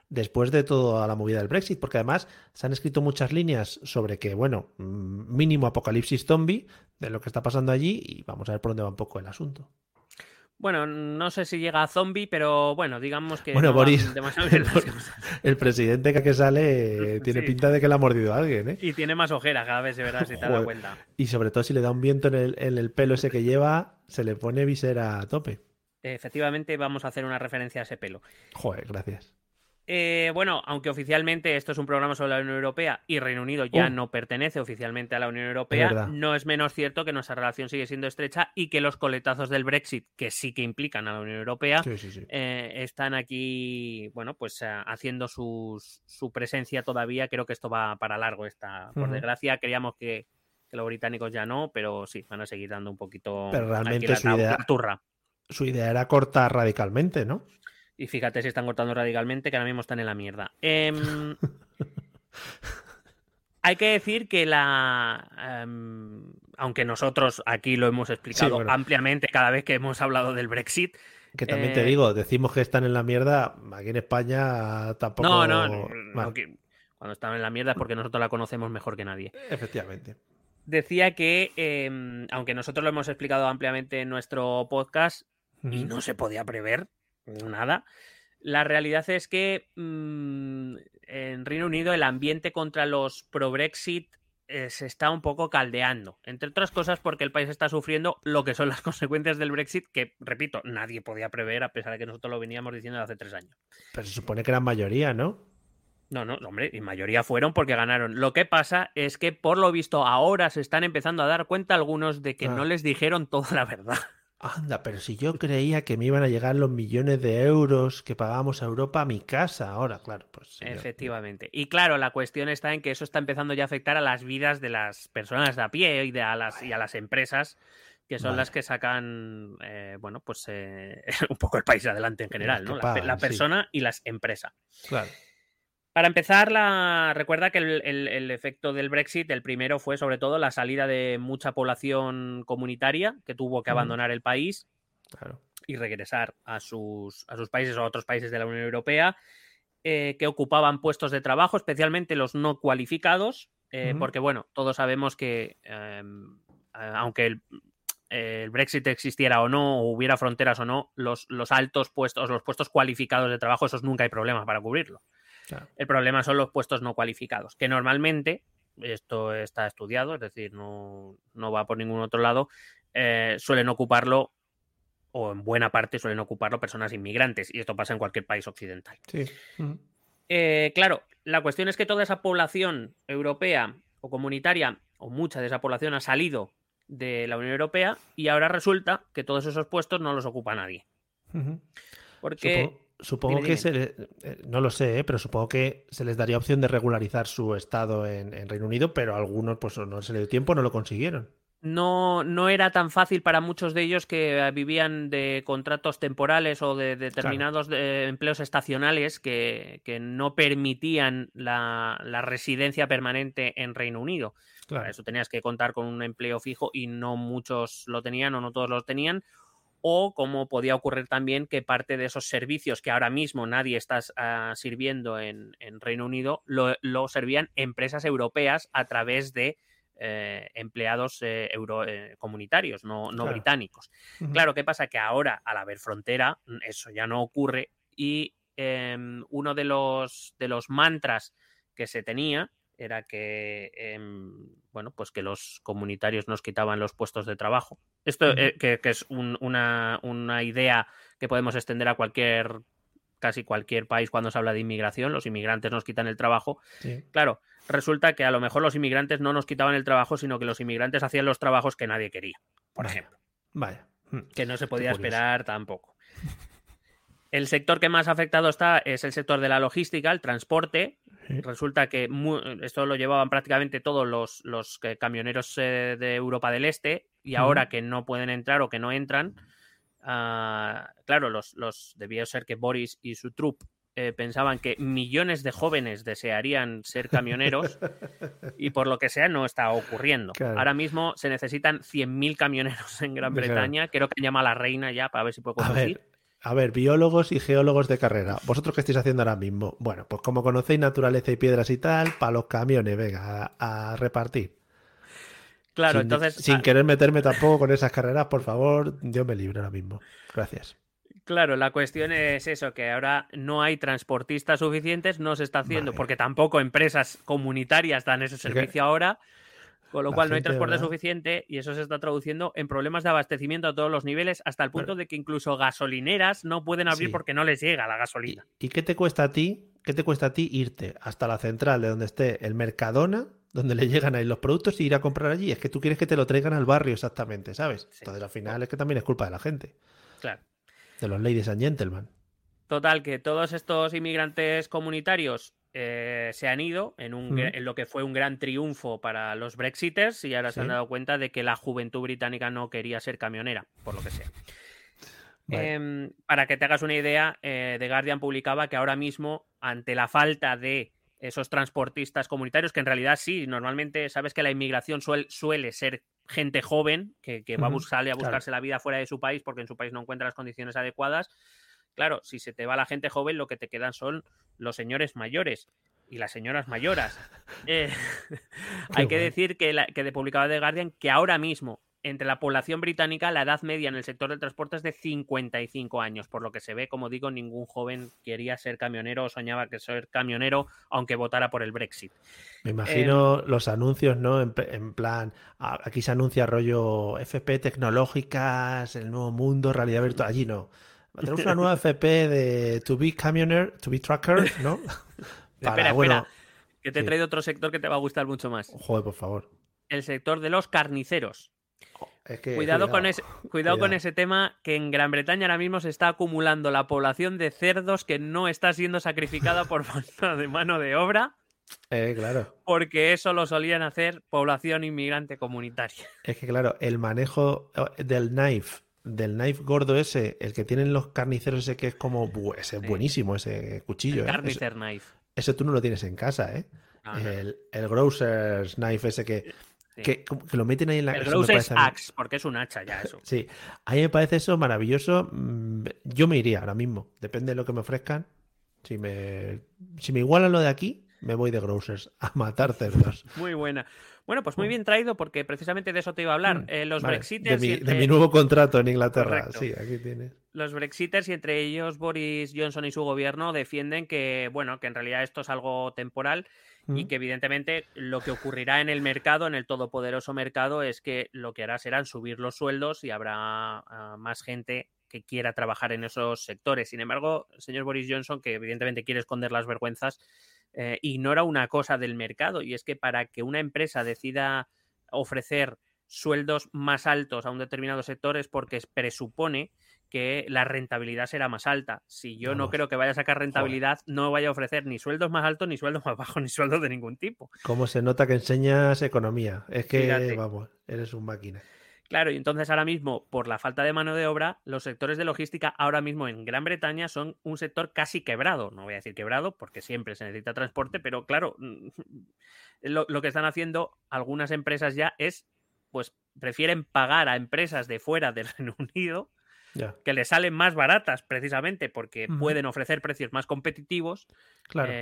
después de toda la movida del Brexit, porque además se han escrito muchas líneas sobre que, bueno, mínimo apocalipsis zombie de lo que está pasando allí y vamos a ver por dónde va un poco el asunto. Bueno, no sé si llega a zombie, pero bueno, digamos que... Bueno, no Boris, demasiado bien las cosas. el presidente que sale tiene Sí. pinta de que le ha mordido a alguien, ¿eh? Y tiene más ojeras cada vez, se verá si te das Joder. cuenta. Y sobre todo si le da un viento en el pelo ese que lleva, se le pone visera a tope. Efectivamente, vamos a hacer una referencia a ese pelo. Joder, gracias. Bueno, aunque oficialmente esto es un programa sobre la Unión Europea y Reino Unido ya no pertenece oficialmente a la Unión Europea, verdad. no es menos cierto que nuestra relación sigue siendo estrecha y que los coletazos del Brexit, que sí que implican a la Unión Europea, Sí. están aquí, bueno, pues haciendo su presencia todavía. Creo que esto va para largo. Por Ujú. desgracia, creíamos que los británicos ya no, pero sí, van a seguir dando un poquito Pero realmente aquí la turra. su idea era cortar radicalmente, ¿no? Y fíjate si están cortando radicalmente, que ahora mismo están en la mierda. Hay que decir que aunque nosotros aquí lo hemos explicado ampliamente cada vez que hemos hablado del Brexit. Que también te digo, decimos que están en la mierda, aquí en España tampoco... No, Vale. cuando están en la mierda es porque nosotros la conocemos mejor que nadie. Efectivamente. Decía que, aunque nosotros lo hemos explicado ampliamente en nuestro podcast y no se podía prever nada, la realidad es que en Reino Unido el ambiente contra los pro-Brexit se está un poco caldeando, entre otras cosas porque el país está sufriendo lo que son las consecuencias del Brexit, que, repito, nadie podía prever, a pesar de que nosotros lo veníamos diciendo desde hace 3 años. Pero se supone que eran mayoría, ¿no? No, hombre, y mayoría fueron porque ganaron. Lo que pasa es que, por lo visto, ahora se están empezando a dar cuenta algunos de que no les dijeron toda la verdad. Anda, pero si yo creía que me iban a llegar los millones de euros que pagábamos a Europa a mi casa ahora, claro, pues... Señor. Efectivamente. Y claro, la cuestión está en que eso está empezando ya a afectar a las vidas de las personas de a pie y a las empresas, que son las que sacan, un poco el país adelante en general, ¿no? Pagan, la persona y las empresas. Claro. Para empezar, recuerda que el efecto del Brexit, el primero fue sobre todo la salida de mucha población comunitaria que tuvo que abandonar el país y regresar a sus países o a otros países de la Unión Europea, que ocupaban puestos de trabajo, especialmente los no cualificados, porque, bueno, todos sabemos que aunque el Brexit existiera o no, o hubiera fronteras o no, los altos puestos, los puestos cualificados de trabajo, esos nunca hay problemas para cubrirlo. Claro. El problema son los puestos no cualificados, que normalmente, esto está estudiado, es decir, no va por ningún otro lado, suelen ocuparlo, o en buena parte suelen ocuparlo personas inmigrantes, y esto pasa en cualquier país occidental. Sí. Claro, la cuestión es que toda esa población europea o comunitaria, o mucha de esa población ha salido de la Unión Europea, y ahora resulta que todos esos puestos no los ocupa nadie. Porque... Supongo que no lo sé, pero supongo que se les daría opción de regularizar su estado en Reino Unido, pero a algunos pues no se les dio tiempo, no lo consiguieron. No era tan fácil para muchos de ellos que vivían de contratos temporales o de determinados empleos estacionales que no permitían la residencia permanente en Reino Unido. Claro. Para eso tenías que contar con un empleo fijo y no muchos lo tenían o no todos lo tenían. O como podía ocurrir también que parte de esos servicios que ahora mismo nadie está sirviendo en Reino Unido lo servían empresas europeas a través de empleados comunitarios, no británicos. Claro, ¿qué pasa? Que ahora, al haber frontera, eso ya no ocurre y uno de los mantras que se tenía era que, pues que los comunitarios nos quitaban los puestos de trabajo. Esto que es una idea que podemos extender a casi cualquier país cuando se habla de inmigración. Los inmigrantes nos quitan el trabajo. Sí. Claro, resulta que a lo mejor los inmigrantes no nos quitaban el trabajo, sino que los inmigrantes hacían los trabajos que nadie quería, por ejemplo. Vaya. Que no se podía esperar tampoco. El sector que más afectado está es el sector de la logística, el transporte. Resulta que esto lo llevaban prácticamente todos los camioneros de Europa del Este y ahora que no pueden entrar o que no entran, claro, debió ser que Boris y su troupe pensaban que millones de jóvenes desearían ser camioneros y por lo que sea no está ocurriendo. Claro. Ahora mismo se necesitan 100.000 camioneros en Gran Bretaña. Creo que llama a la reina ya para ver si puede conducir. A ver, biólogos y geólogos de carrera, ¿vosotros qué estáis haciendo ahora mismo? Bueno, pues como conocéis naturaleza y piedras y tal, para los camiones, venga, a repartir. Claro, Sin, entonces... sin querer meterme tampoco con esas carreras, por favor, Dios me libre ahora mismo. Gracias. Claro, la cuestión es eso, que ahora no hay transportistas suficientes, no se está haciendo, Vale. porque tampoco empresas comunitarias dan ese servicio ahora, con lo La cual no hay gente, transporte ¿verdad? suficiente y eso se está traduciendo en problemas de abastecimiento a todos los niveles, hasta el punto de que incluso gasolineras no pueden abrir Sí. porque no les llega la gasolina. ¿Y qué te cuesta a ti? ¿Qué te cuesta a ti irte hasta la central de donde esté el Mercadona, donde le llegan ahí los productos y ir a comprar allí? Es que tú quieres que te lo traigan al barrio exactamente, ¿sabes? Sí. Entonces al final es que también es culpa de la gente, Claro. de los ladies and gentlemen. Total, que todos estos inmigrantes comunitarios se han ido en lo que fue un gran triunfo para los Brexiters y ahora se han Sí. dado cuenta de que la juventud británica no quería ser camionera, por lo que sea. Vale. Para que te hagas una idea, The Guardian publicaba que ahora mismo, ante la falta de esos transportistas comunitarios, que en realidad sí, normalmente sabes que la inmigración suele ser gente joven que va a sale a buscarse la vida fuera de su país porque en su país no encuentra las condiciones adecuadas. Claro, si se te va la gente joven, lo que te quedan son los señores mayores y las señoras mayoras. Hay que decir que publicaba The Guardian que ahora mismo, entre la población británica, la edad media en el sector del transporte es de 55 años, por lo que se ve, como digo, ningún joven quería ser camionero o soñaba que ser camionero, aunque votara por el Brexit. Me imagino los anuncios, ¿no? En plan, aquí se anuncia rollo FP tecnológicas, el nuevo mundo, realidad virtual. Allí no. Tenemos una nueva FP de To Be Camioner, To Be Trucker, ¿no? Espera, que te he sí. traído otro sector que te va a gustar mucho más. Joder, por favor. El sector de los carniceros. Es que, Cuidado con ese tema, que en Gran Bretaña ahora mismo se está acumulando la población de cerdos que no está siendo sacrificada por falta de mano de obra, Claro. porque eso lo solían hacer población inmigrante comunitaria. Es que, claro, el manejo del knife gordo ese, el que tienen los carniceros ese que es como... ese es buenísimo, ese cuchillo. Carnicer knife. Eso tú no lo tienes en casa, ¿eh? No. El grocer's knife ese que lo meten ahí en la... El eso me grocer's parece a mí- axe, porque es un hacha ya eso. Sí, a mí me parece eso maravilloso. Yo me iría ahora mismo, depende de lo que me ofrezcan. Si me igualan lo de aquí, me voy de grocers a matar cerdos. Muy buena. Bueno, pues muy bien traído porque precisamente de eso te iba a hablar. Los Vale, Brexiters... de mi nuevo contrato en Inglaterra. Correcto. Sí, aquí tienes. Los Brexiters y entre ellos Boris Johnson y su gobierno defienden que, bueno, que en realidad esto es algo temporal y que evidentemente lo que ocurrirá en el mercado, en el todopoderoso mercado, es que lo que hará serán subir los sueldos y habrá más gente que quiera trabajar en esos sectores. Sin embargo, el señor Boris Johnson, que evidentemente quiere esconder las vergüenzas, ignora una cosa del mercado y es que para que una empresa decida ofrecer sueldos más altos a un determinado sector es porque presupone que la rentabilidad será más alta. Si yo no creo que vaya a sacar rentabilidad, no vaya a ofrecer ni sueldos más altos, ni sueldos más bajos, ni sueldos de ningún tipo. ¿Cómo se nota que enseñas economía? Es que, Fíjate. vamos, eres un máquina. Claro, y entonces ahora mismo, por la falta de mano de obra, los sectores de logística ahora mismo en Gran Bretaña son un sector casi quebrado. No voy a decir quebrado porque siempre se necesita transporte, pero claro, lo que están haciendo algunas empresas ya es, pues prefieren pagar a empresas de fuera del Reino Unido Ya, que les salen más baratas precisamente porque pueden ofrecer precios más competitivos, claro.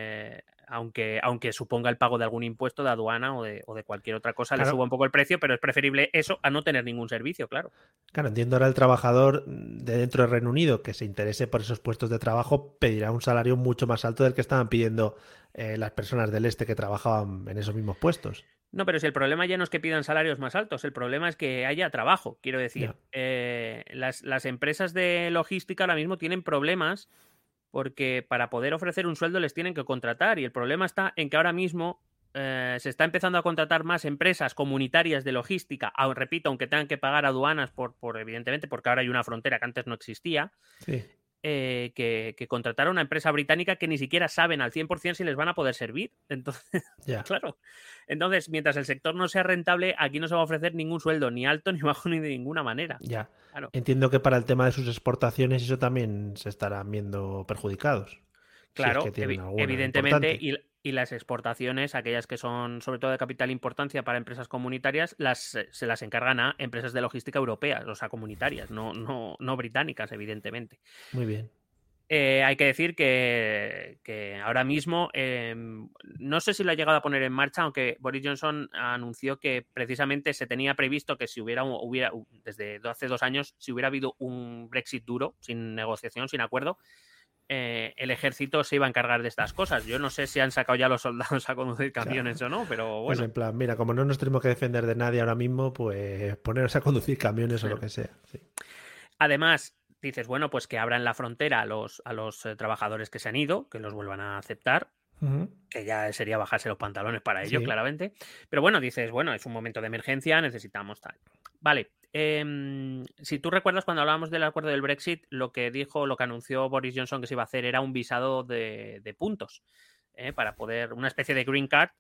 aunque suponga el pago de algún impuesto de aduana o de cualquier otra cosa, Claro. le suba un poco el precio, pero es preferible eso a no tener ningún servicio, claro. Claro, entiendo ahora el trabajador de dentro del Reino Unido que se interese por esos puestos de trabajo pedirá un salario mucho más alto del que estaban pidiendo las personas del este que trabajaban en esos mismos puestos. No, pero si el problema ya no es que pidan salarios más altos, el problema es que haya trabajo, quiero decir. Las empresas de logística ahora mismo tienen problemas porque para poder ofrecer un sueldo les tienen que contratar y el problema está en que ahora mismo se está empezando a contratar más empresas comunitarias de logística, repito, aunque tengan que pagar aduanas por evidentemente, porque ahora hay una frontera que antes no existía, Sí. que contratar a una empresa británica que ni siquiera saben al 100% si les van a poder servir. Entonces, Ya. claro. Entonces, mientras el sector no sea rentable, aquí no se va a ofrecer ningún sueldo, ni alto, ni bajo, ni de ninguna manera. Ya. Claro. Entiendo que para el tema de sus exportaciones eso también se estarán viendo perjudicados. Claro, Si es que tienen alguna evidentemente, importante. y las exportaciones, aquellas que son sobre todo de capital importancia para empresas comunitarias, se las encargan a empresas de logística europeas, o sea, comunitarias, no británicas, evidentemente. Muy bien. Hay que decir que ahora mismo, no sé si lo ha llegado a poner en marcha, aunque Boris Johnson anunció que precisamente se tenía previsto que si hubiera desde hace 2 años, si hubiera habido un Brexit duro, sin negociación, sin acuerdo, el ejército se iba a encargar de estas cosas. Yo no sé si han sacado ya los soldados a conducir camiones o no, pero bueno. Pues en plan, mira, como no nos tenemos que defender de nadie ahora mismo, pues poneros a conducir camiones o lo que sea. Sí. Además, dices, bueno, pues que abran la frontera a los trabajadores que se han ido, que los vuelvan a aceptar, que ya sería bajarse los pantalones para ello, claramente. Pero bueno, dices, bueno, es un momento de emergencia, necesitamos tal. Vale, si tú recuerdas cuando hablábamos del acuerdo del Brexit, lo que anunció Boris Johnson que se iba a hacer era un visado de puntos, para poder, una especie de green card,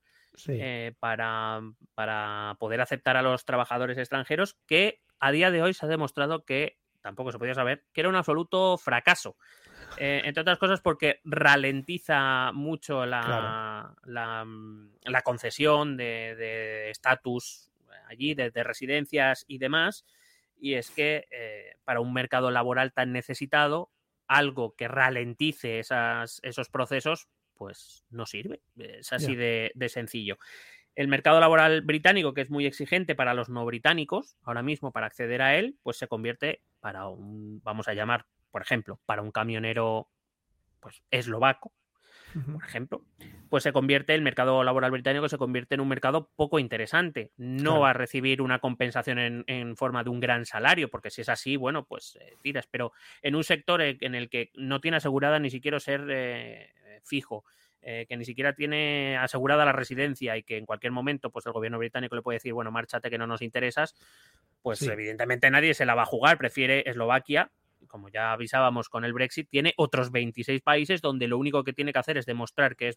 para poder aceptar a los trabajadores extranjeros, que a día de hoy se ha demostrado que tampoco se podía saber, que era un absoluto fracaso. Entre otras cosas porque ralentiza mucho la concesión de estatus allí, de residencias y demás, y es que para un mercado laboral tan necesitado, algo que ralentice esos procesos, pues no sirve. Es así de sencillo. El mercado laboral británico, que es muy exigente para los no británicos, ahora mismo para acceder a él, pues se convierte vamos a llamar, por ejemplo, para un camionero pues eslovaco, por ejemplo, pues el mercado laboral británico se convierte en un mercado poco interesante. No va a recibir una compensación en forma de un gran salario, porque si es así, bueno, pues tiras. Pero en un sector en el que no tiene asegurada ni siquiera ser fijo, que ni siquiera tiene asegurada la residencia y que en cualquier momento pues el gobierno británico le puede decir, bueno, márchate que no nos interesas, pues evidentemente nadie se la va a jugar, prefiere Eslovaquia. Como ya avisábamos con el Brexit, tiene otros 26 países donde lo único que tiene que hacer es demostrar que es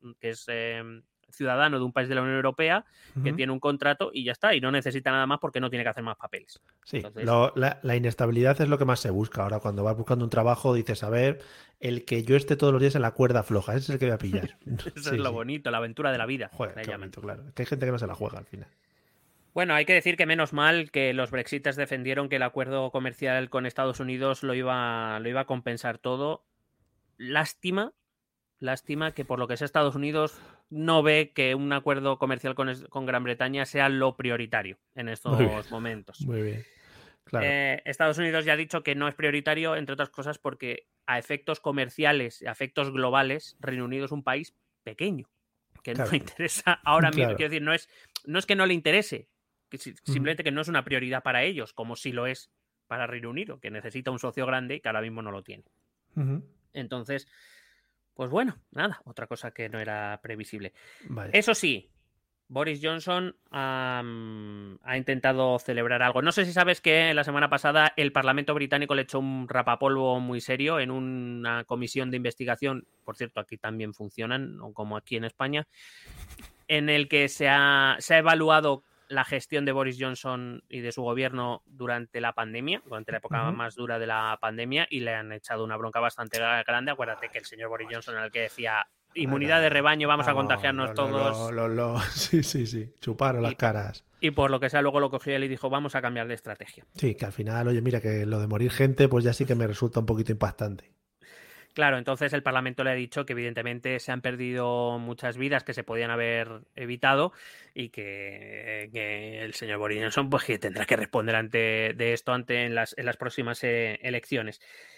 ciudadano de un país de la Unión Europea, que tiene un contrato y ya está, y no necesita nada más porque no tiene que hacer más papeles. Sí, entonces, la inestabilidad es lo que más se busca. Ahora cuando vas buscando un trabajo dices, a ver, el que yo esté todos los días en la cuerda floja, ese es el que voy a pillar. Eso es lo bonito, la aventura de la vida. Joder, qué bonito, claro. Que hay gente que no se la juega al final. Bueno, hay que decir que menos mal que los brexitas defendieron que el acuerdo comercial con Estados Unidos lo iba a compensar todo. Lástima que por lo que sea Estados Unidos no ve que un acuerdo comercial con Gran Bretaña sea lo prioritario en estos momentos. Muy bien. Claro. Estados Unidos ya ha dicho que no es prioritario, entre otras cosas porque a efectos comerciales, a efectos globales, Reino Unido es un país pequeño, que no le interesa ahora mismo. Quiero decir, no es que no le interese, simplemente que no es una prioridad para ellos, como sí lo es para Reino Unido, que necesita un socio grande y que ahora mismo no lo tiene. Entonces, pues bueno, nada, otra cosa que no era previsible. Vale. Eso sí, Boris Johnson ha intentado celebrar algo. No sé si sabes que la semana pasada el Parlamento británico le echó un rapapolvo muy serio en una comisión de investigación, por cierto, aquí también funcionan, como aquí en España, en el que se ha evaluado la gestión de Boris Johnson y de su gobierno durante la pandemia, durante la época más dura de la pandemia, y le han echado una bronca bastante grande. Acuérdate que el señor Boris Johnson era el que decía inmunidad de rebaño, vamos a contagiarnos todos. Sí, chuparon las caras. Y por lo que sea, luego lo cogió él y dijo, vamos a cambiar de estrategia. Sí, que al final, oye, mira, que lo de morir gente, pues ya sí que me resulta un poquito impactante. Claro, entonces el Parlamento le ha dicho que evidentemente se han perdido muchas vidas que se podían haber evitado y que el señor Boris Johnson pues que tendrá que responder de esto en las próximas elecciones.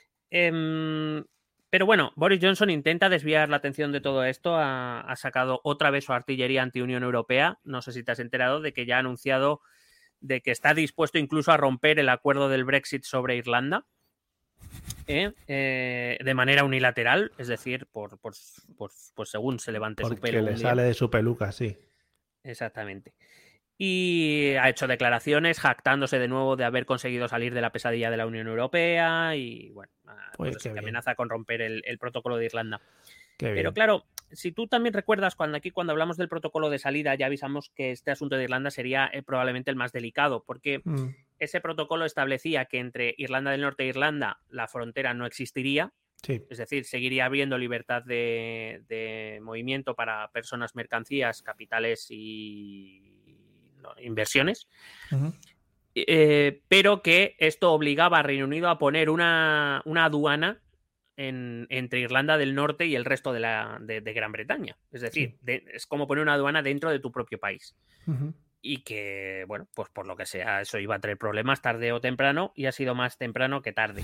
Pero bueno, Boris Johnson intenta desviar la atención de todo esto. Ha sacado otra vez su artillería anti-Unión Europea. No sé si te has enterado de que ya ha anunciado de que está dispuesto incluso a romper el acuerdo del Brexit sobre Irlanda. De manera unilateral, es decir, por según se levante su pelo. Porque le sale de su peluca, sí. Exactamente. Y ha hecho declaraciones jactándose de nuevo de haber conseguido salir de la pesadilla de la Unión Europea y, bueno, pues que amenaza con romper el protocolo de Irlanda. Pero claro, si tú también recuerdas cuando hablamos del protocolo de salida ya avisamos que este asunto de Irlanda sería probablemente el más delicado, porque ese protocolo establecía que entre Irlanda del Norte e Irlanda la frontera no existiría, Sí. Es decir, seguiría habiendo libertad de movimiento para personas, mercancías, capitales y inversiones. Ujú. Pero que esto obligaba a Reino Unido a poner una aduana entre Irlanda del Norte y el resto de Gran Bretaña. Es decir, es como poner una aduana dentro de tu propio país. Ujú. Y que, bueno, pues por lo que sea, eso iba a traer problemas tarde o temprano, y ha sido más temprano que tarde.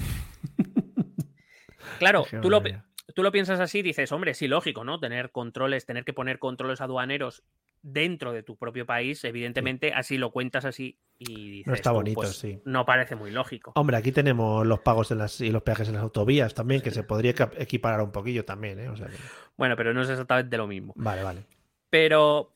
Claro, Qué tú lo maravilla. piensas así y dices, hombre, sí, lógico, ¿no? Tener que poner controles aduaneros dentro de tu propio país, evidentemente, así lo cuentas así y dices, No está tú, bonito, pues sí. no parece muy lógico. Hombre, aquí tenemos los pagos y los peajes en las autovías también, que se podría equiparar un poquillo también, ¿eh? O sea que... Bueno, pero no es exactamente lo mismo. Vale. Pero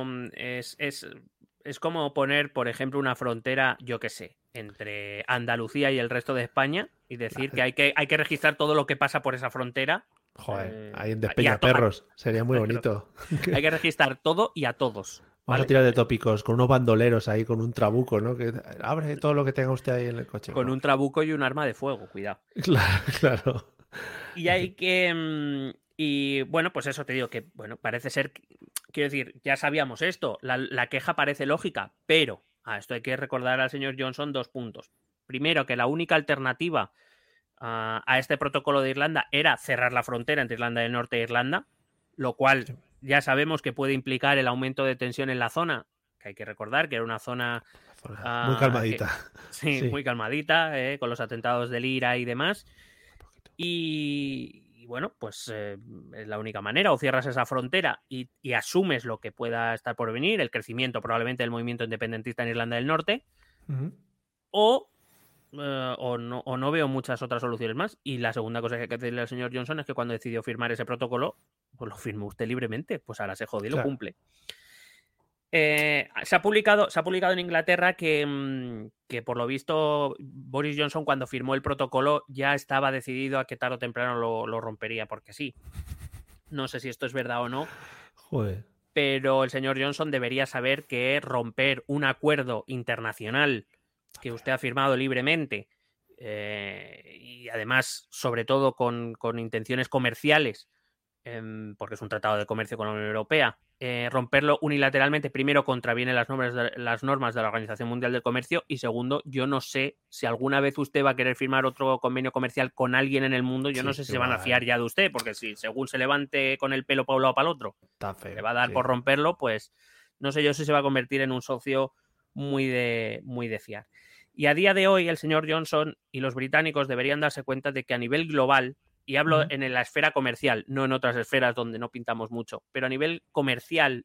es como poner, por ejemplo, una frontera, yo qué sé, entre Andalucía y el resto de España y decir que hay que registrar todo lo que pasa por esa frontera. Joder, ahí en y a Despeñaperros sería muy bonito. Hay que registrar todo y a todos. Vamos ¿vale? a tirar de tópicos con unos bandoleros ahí, con un trabuco, ¿no? Que abre todo lo que tenga usted ahí en el coche. Con un trabuco y un arma de fuego, cuidado. Claro. Y hay que... y bueno, pues eso te digo que, bueno, parece ser... Quiero decir, ya sabíamos esto, la queja parece lógica, pero a esto hay que recordar al señor Johnson 2 puntos. Primero, que la única alternativa a este protocolo de Irlanda era cerrar la frontera entre Irlanda del Norte e Irlanda, lo cual ya sabemos que puede implicar el aumento de tensión en la zona, que hay que recordar que era una zona... Muy calmadita. Sí, muy calmadita, con los atentados del IRA y demás. Y bueno, pues es la única manera. O cierras esa frontera y asumes lo que pueda estar por venir, el crecimiento probablemente del movimiento independentista en Irlanda del Norte, o no veo muchas otras soluciones más. Y la segunda cosa que hay que decirle al señor Johnson es que cuando decidió firmar ese protocolo, pues lo firmó usted libremente. Pues ahora se jode y lo cumple. Se ha publicado en Inglaterra que por lo visto Boris Johnson, cuando firmó el protocolo, ya estaba decidido a que tarde o temprano lo rompería, porque sí. No sé si esto es verdad o no. Joder. Pero el señor Johnson debería saber que romper un acuerdo internacional que usted ha firmado libremente, y además, sobre todo con intenciones comerciales, porque es un tratado de comercio con la Unión Europea, romperlo unilateralmente, primero contraviene las normas de la Organización Mundial del Comercio, y segundo, yo no sé si alguna vez usted va a querer firmar otro convenio comercial con alguien en el mundo. Yo no sé si se van a fiar ya de usted, porque si según se levante con el pelo para un lado o para el otro, le va a dar por romperlo, pues no sé yo si se va a convertir en un socio muy de fiar. Y a día de hoy el señor Johnson y los británicos deberían darse cuenta de que a nivel global, y hablo en la esfera comercial, no en otras esferas donde no pintamos mucho, pero a nivel comercial,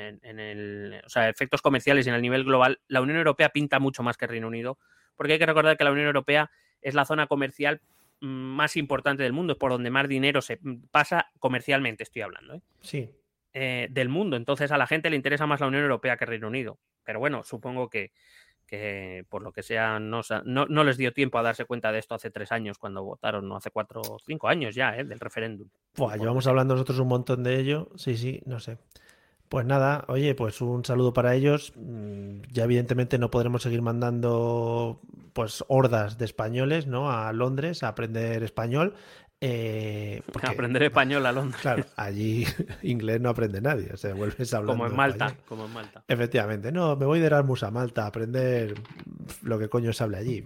o sea, efectos comerciales y en el nivel global, la Unión Europea pinta mucho más que el Reino Unido, porque hay que recordar que la Unión Europea es la zona comercial más importante del mundo, es por donde más dinero se pasa comercialmente, estoy hablando, Sí. Del mundo. Entonces a la gente le interesa más la Unión Europea que el Reino Unido. Pero bueno, supongo que por lo que sea no les dio tiempo a darse cuenta de esto hace 3 años cuando votaron, no hace 4 o 5 años ya, del referéndum. Llevamos hablando nosotros un montón de ello. Sí, no sé. Pues nada, oye, pues un saludo para ellos. Ya evidentemente no podremos seguir mandando pues hordas de españoles, ¿no?, a Londres a aprender español. Porque, aprender español a Londres. Claro, allí inglés no aprende nadie, o sea, vuelves hablando como en Malta, español. como en Malta. Efectivamente, no, me voy de Erasmus a Malta a aprender lo que coño se hable allí.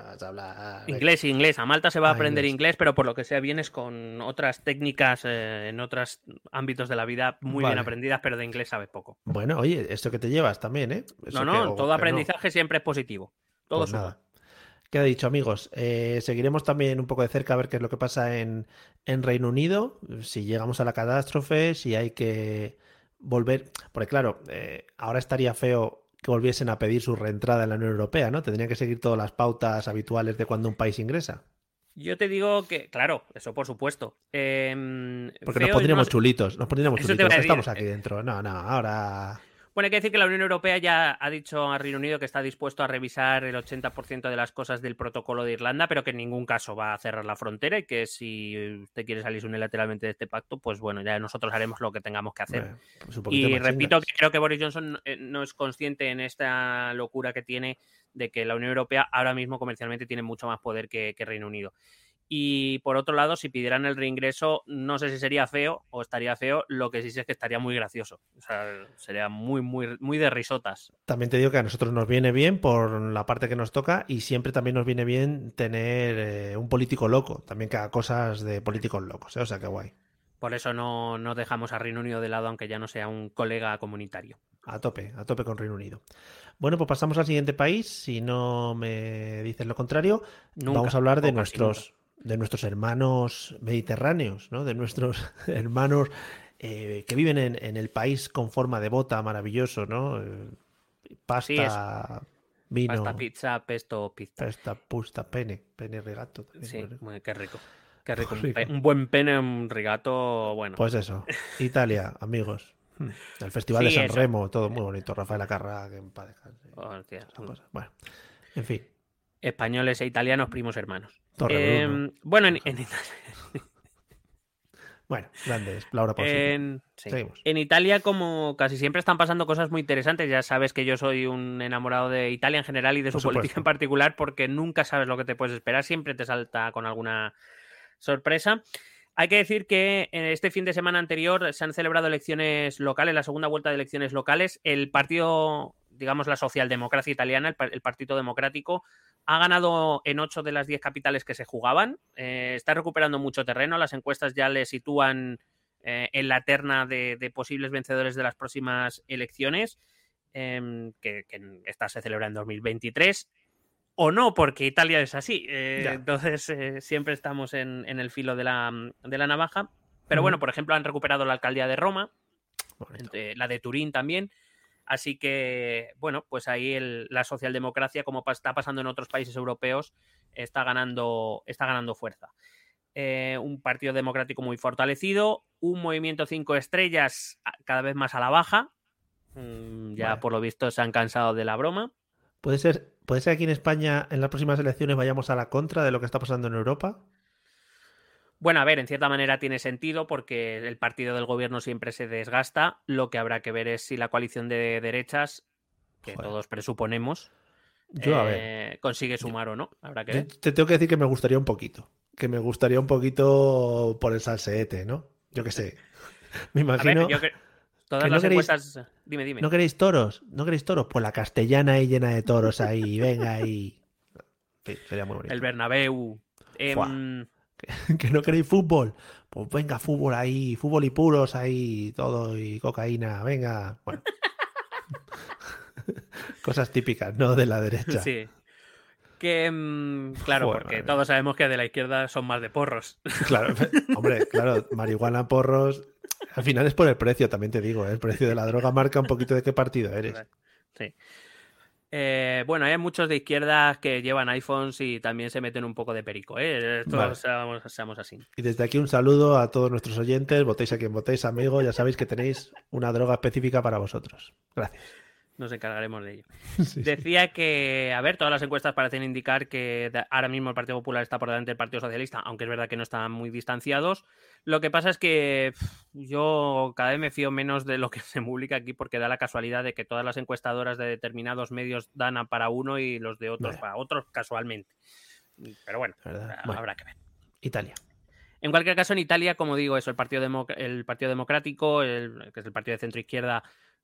Inglés. A Malta se va a aprender inglés, pero por lo que sea vienes con otras técnicas en otros ámbitos de la vida muy bien aprendidas, pero de inglés sabes poco. Bueno, oye, esto que te llevas también, ¿eh? Eso todo aprendizaje siempre es positivo. Todo pues suma. Nada. Queda dicho, amigos. Seguiremos también un poco de cerca a ver qué es lo que pasa en Reino Unido, si llegamos a la catástrofe, si hay que volver... Porque claro, ahora estaría feo que volviesen a pedir su reentrada en la Unión Europea, ¿no? Tendrían que seguir todas las pautas habituales de cuando un país ingresa. Yo te digo que, claro, eso por supuesto. Porque nos pondríamos chulitos, estamos aquí dentro. No, ahora... Bueno, hay que decir que la Unión Europea ya ha dicho a Reino Unido que está dispuesto a revisar el 80% de las cosas del protocolo de Irlanda, pero que en ningún caso va a cerrar la frontera, y que si usted quiere salirse unilateralmente de este pacto, pues bueno, ya nosotros haremos lo que tengamos que hacer. Y repito que creo que Boris Johnson no es consciente en esta locura que tiene de que la Unión Europea ahora mismo comercialmente tiene mucho más poder que Reino Unido. Y por otro lado, si pidieran el reingreso, no sé si sería feo o estaría feo, lo que sí sé es que estaría muy gracioso. O sea, sería muy, muy, muy de risotas. También te digo que a nosotros nos viene bien por la parte que nos toca y siempre también nos viene bien tener un político loco, también que haga cosas de políticos locos, ¿eh? O sea, qué guay. Por eso no dejamos a Reino Unido de lado, aunque ya no sea un colega comunitario. A tope con Reino Unido. Bueno, pues pasamos al siguiente país. Si no me dices lo contrario, Nunca, vamos a hablar de o casi nunca. de nuestros hermanos mediterráneos, ¿no? De nuestros hermanos que viven en el país con forma de bota maravilloso, ¿no? Pasta, vino, Pasta, pizza, pesto, pizza. pasta, pusta, pene regato. También, Sí, muy rico. qué rico. Qué rico. Rico. Un buen pene, un regato, bueno. Pues eso, Italia, amigos. El Festival Sí, de San eso. Remo, todo muy bonito. Rafael Acarrá, que en paz descanse. Hostia. Esas cosas. Bueno, en fin. Españoles e italianos, primos hermanos. Torrebruno. Bueno, en Italia. Bueno, grandes, Laura Pausini. Sí. Seguimos. En Italia, como casi siempre están pasando cosas muy interesantes, ya sabes que yo soy un enamorado de Italia en general y de su Por supuesto. política en particular, porque nunca sabes lo que te puedes esperar, siempre te salta con alguna sorpresa. Hay que decir que este fin de semana anterior se han celebrado elecciones locales, la segunda vuelta de elecciones locales. El partido, digamos, la socialdemocracia italiana, el Partido Democrático, ha ganado en 8 de las 10 capitales que se jugaban. Está recuperando mucho terreno. Las encuestas ya le sitúan en la terna de posibles vencedores de las próximas elecciones, que esta se celebra en 2023. O no, porque Italia es así. Entonces siempre estamos en el filo de la navaja. Pero bueno, por ejemplo, han recuperado la alcaldía de Roma, la de Turín también. Así que, bueno, pues ahí la socialdemocracia, como está pasando en otros países europeos, está ganando fuerza. Un partido democrático muy fortalecido, un movimiento 5 estrellas cada vez más a la baja. Ya por lo visto se han cansado de la broma. ¿Puede ser aquí en España en las próximas elecciones vayamos a la contra de lo que está pasando en Europa? Bueno, a ver, en cierta manera tiene sentido porque el partido del gobierno siempre se desgasta. Lo que habrá que ver es si la coalición de derechas, que todos presuponemos, consigue sumar o no. Habrá que ver. Te tengo que decir que me gustaría un poquito. Que me gustaría un poquito por el salseete, ¿no? Yo qué sé. Me imagino... A ver, todas ¿Que las no queréis- encuestas... Dime. ¿No queréis toros? ¿No queréis toros? Pues la castellana ahí llena de toros ahí. Venga ahí. Sí, sería muy bonito. El Bernabéu. ¿Que no queréis fútbol? Pues venga, fútbol ahí. Fútbol y puros ahí. Todo y cocaína. Venga. Bueno. Cosas típicas, ¿no? De la derecha. Sí. Que, claro, Joder, porque madre todos sabemos que de la izquierda son más de porros. Claro, hombre, claro, marihuana, porros. Al final es por el precio, también te digo, ¿eh? El precio de la droga marca un poquito de qué partido eres. Sí. Bueno, hay muchos de izquierdas que llevan iPhones y también se meten un poco de perico, ¿eh? Vale. Seamos así. Y desde aquí un saludo a todos nuestros oyentes, votéis a quien votéis, amigo, ya sabéis que tenéis una droga específica para vosotros. Gracias. Nos encargaremos de ello. Sí. Decía que, a ver, todas las encuestas parecen indicar que ahora mismo el Partido Popular está por delante del Partido Socialista, aunque es verdad que no están muy distanciados. Lo que pasa es que yo cada vez me fío menos de lo que se publica aquí porque da la casualidad de que todas las encuestadoras de determinados medios dan para uno y los de otros para otros casualmente. Pero bueno, habrá que ver. Italia. En cualquier caso, en Italia, como digo, eso, el Partido Democrático, que es el partido de centro-izquierda,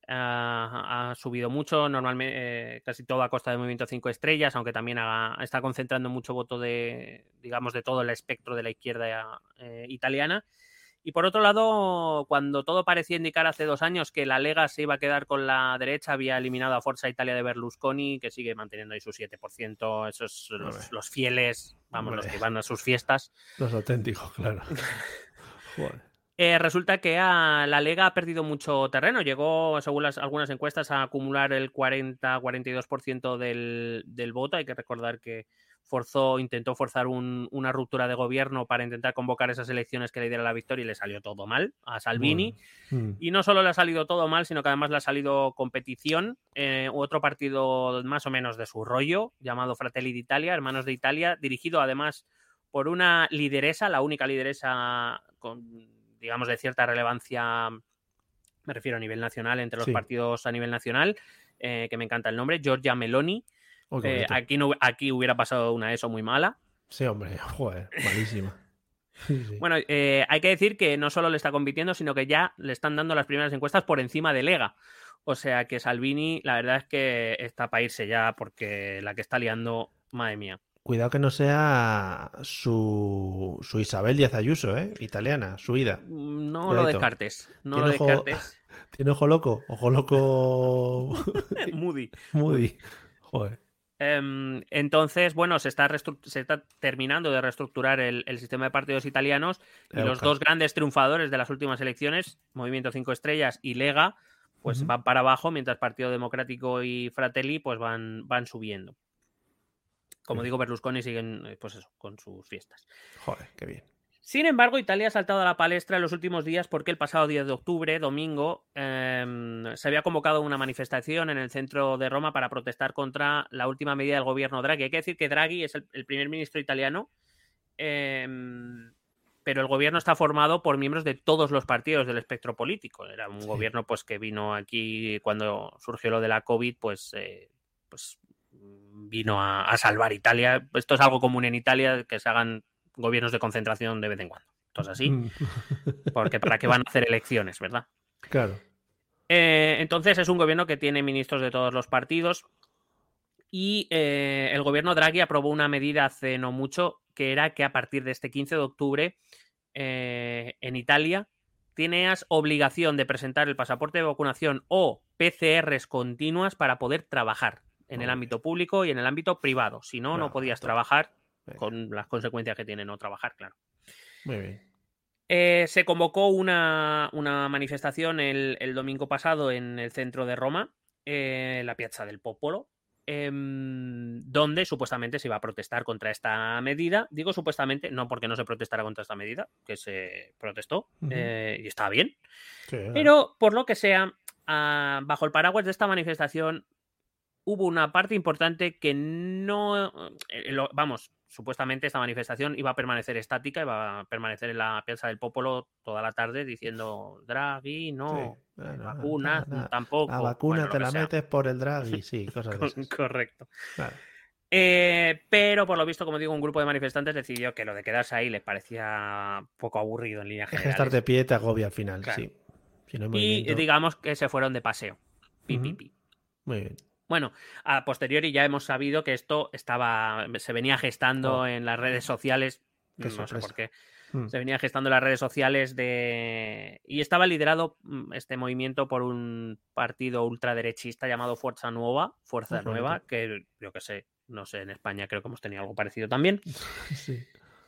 ha subido mucho, normalmente casi todo a costa del movimiento 5 estrellas, aunque también está concentrando mucho voto de todo el espectro de la izquierda italiana. Y por otro lado, cuando todo parecía indicar hace 2 años que la Lega se iba a quedar con la derecha, había eliminado a Forza Italia de Berlusconi, que sigue manteniendo ahí su 7%, esos los fieles, los que van a sus fiestas. Los auténticos, claro. Joder. Resulta que la Lega ha perdido mucho terreno. Llegó, según algunas encuestas, a acumular el 40-42% del voto. Hay que recordar que intentó forzar una ruptura de gobierno para intentar convocar esas elecciones que le diera la victoria y le salió todo mal a Salvini. Y no solo le ha salido todo mal, sino que además le ha salido competición. Otro partido más o menos de su rollo, llamado Fratelli d'Italia, Hermanos de Italia, dirigido además por una lideresa, la única lideresa digamos, de cierta relevancia, me refiero a nivel nacional, entre los partidos a nivel nacional, que me encanta el nombre, Giorgia Meloni. Aquí hubiera pasado una ESO muy mala. Sí, hombre, joder, malísima. Sí. Bueno, hay que decir que no solo le está compitiendo, sino que ya le están dando las primeras encuestas por encima de Lega. O sea que Salvini, la verdad es que está para irse ya, porque la que está liando, madre mía. Cuidado que no sea su Isabel Díaz Ayuso, italiana, su ida. No Cuidadito. lo descartes, no lo descartes. ¿Tiene ojo loco? Ojo loco. Moody. Joder. Entonces, bueno, se está terminando de reestructurar el sistema de partidos italianos y los dos grandes triunfadores de las últimas elecciones, Movimiento 5 Estrellas y Lega, pues van para abajo, mientras Partido Democrático y Fratelli pues van subiendo. Como digo, Berlusconi siguen pues eso, con sus fiestas. Joder, qué bien. Sin embargo, Italia ha saltado a la palestra en los últimos días porque el pasado 10 de octubre, domingo, se había convocado una manifestación en el centro de Roma para protestar contra la última medida del gobierno Draghi. Hay que decir que Draghi es el primer ministro italiano, pero el gobierno está formado por miembros de todos los partidos del espectro político. Era un gobierno pues que vino aquí cuando surgió lo de la COVID, pues vino a salvar Italia. Esto es algo común en Italia, que se hagan gobiernos de concentración de vez en cuando. Entonces así, porque ¿para qué van a hacer elecciones, verdad? Claro. Entonces es un gobierno que tiene ministros de todos los partidos y el gobierno Draghi aprobó una medida hace no mucho, que era que a partir de este 15 de octubre en Italia tienes obligación de presentar el pasaporte de vacunación o PCRs continuas para poder trabajar en el ámbito público y en el ámbito privado. Si no, no podías trabajar, con las consecuencias que tiene no trabajar, claro. Muy bien. Se convocó una manifestación el domingo pasado en el centro de Roma, la Piazza del Popolo, donde supuestamente se iba a protestar contra esta medida. Digo supuestamente, no porque no se protestara contra esta medida, que se protestó, y estaba bien. Sí, pero por lo que sea, bajo el paraguas de esta manifestación hubo una parte importante que no... supuestamente esta manifestación iba a permanecer estática, iba a permanecer en la Piazza del Popolo toda la tarde diciendo Draghi, no, vacuna, tampoco. La vacuna te la metes por el Draghi, sí, cosas de esas. Correcto. Claro. Pero por lo visto, como digo, un grupo de manifestantes decidió que lo de quedarse ahí les parecía poco aburrido en líneas generales. Es que estar de pie te agobia al final, claro. Sí. Si no hay y movimiento... digamos que se fueron de paseo. Muy bien. Bueno, a posteriori ya hemos sabido que esto se venía gestando en las redes sociales, no sé por qué, se venía gestando en las redes sociales y estaba liderado este movimiento por un partido ultraderechista llamado Fuerza Nueva, que yo que sé, no sé, en España creo que hemos tenido algo parecido también, sí.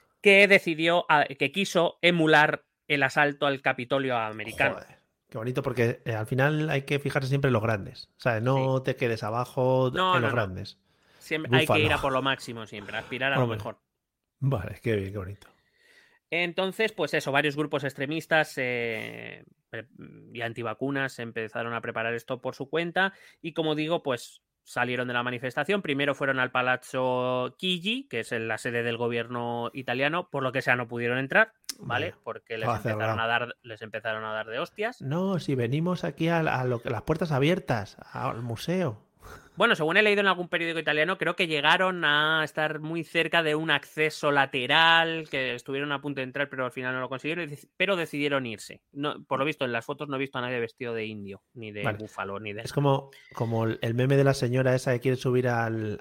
que quiso emular el asalto al Capitolio americano. Joder. Qué bonito, porque al final hay que fijarse siempre en los grandes. O sea, no te quedes abajo en los grandes. Siempre hay que ir a por lo máximo, siempre, aspirar a lo mejor. Vale, qué bien, qué bonito. Entonces, pues eso, varios grupos extremistas y antivacunas empezaron a preparar esto por su cuenta y, como digo, pues salieron de la manifestación. Primero fueron al Palazzo Chigi, que es la sede del gobierno italiano, por lo que sea no pudieron entrar, ¿vale? Porque les empezaron a dar de hostias. No, si venimos aquí a las puertas abiertas, al museo. Bueno, según he leído en algún periódico italiano, creo que llegaron a estar muy cerca de un acceso lateral, que estuvieron a punto de entrar, pero al final no lo consiguieron, pero decidieron irse. No, por lo visto, en las fotos no he visto a nadie vestido de indio, ni de búfalo, ni de... Es como el meme de la señora esa que quiere subir al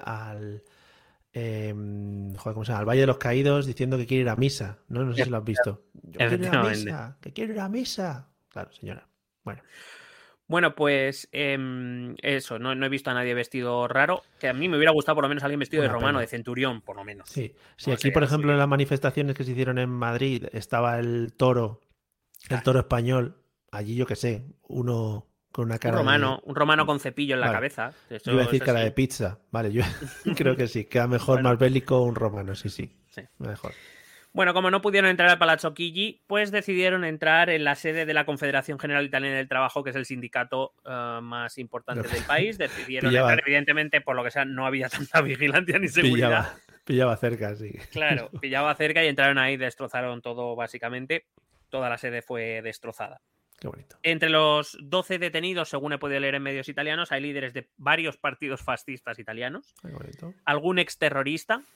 ¿cómo se llama? Al Valle de los Caídos diciendo que quiere ir a misa. No sé si lo has visto. Yo quiero ir a misa, que quiero ir a misa. Claro, señora. Bueno, pues eso, no he visto a nadie vestido raro, que a mí me hubiera gustado por lo menos alguien vestido de romano, de centurión, por lo menos. Sí, aquí, por ejemplo, en las manifestaciones que se hicieron en Madrid, estaba el toro español, allí yo que sé, uno con una cara un romano con cepillo en la cabeza. Yo iba a decir cara de pizza, vale, yo creo que sí, queda mejor, más bélico un romano, sí, mejor. Bueno, como no pudieron entrar al Palazzo Chigi, pues decidieron entrar en la sede de la Confederación General Italiana del Trabajo, que es el sindicato más importante del país. Decidieron entrar, evidentemente, por lo que sea, no había tanta vigilancia ni seguridad. Pillaba cerca, sí. Claro, pillaba cerca y entraron ahí, destrozaron todo, básicamente. Toda la sede fue destrozada. Qué bonito. Entre los 12 detenidos, según he podido leer en medios italianos, hay líderes de varios partidos fascistas italianos, algún exterrorista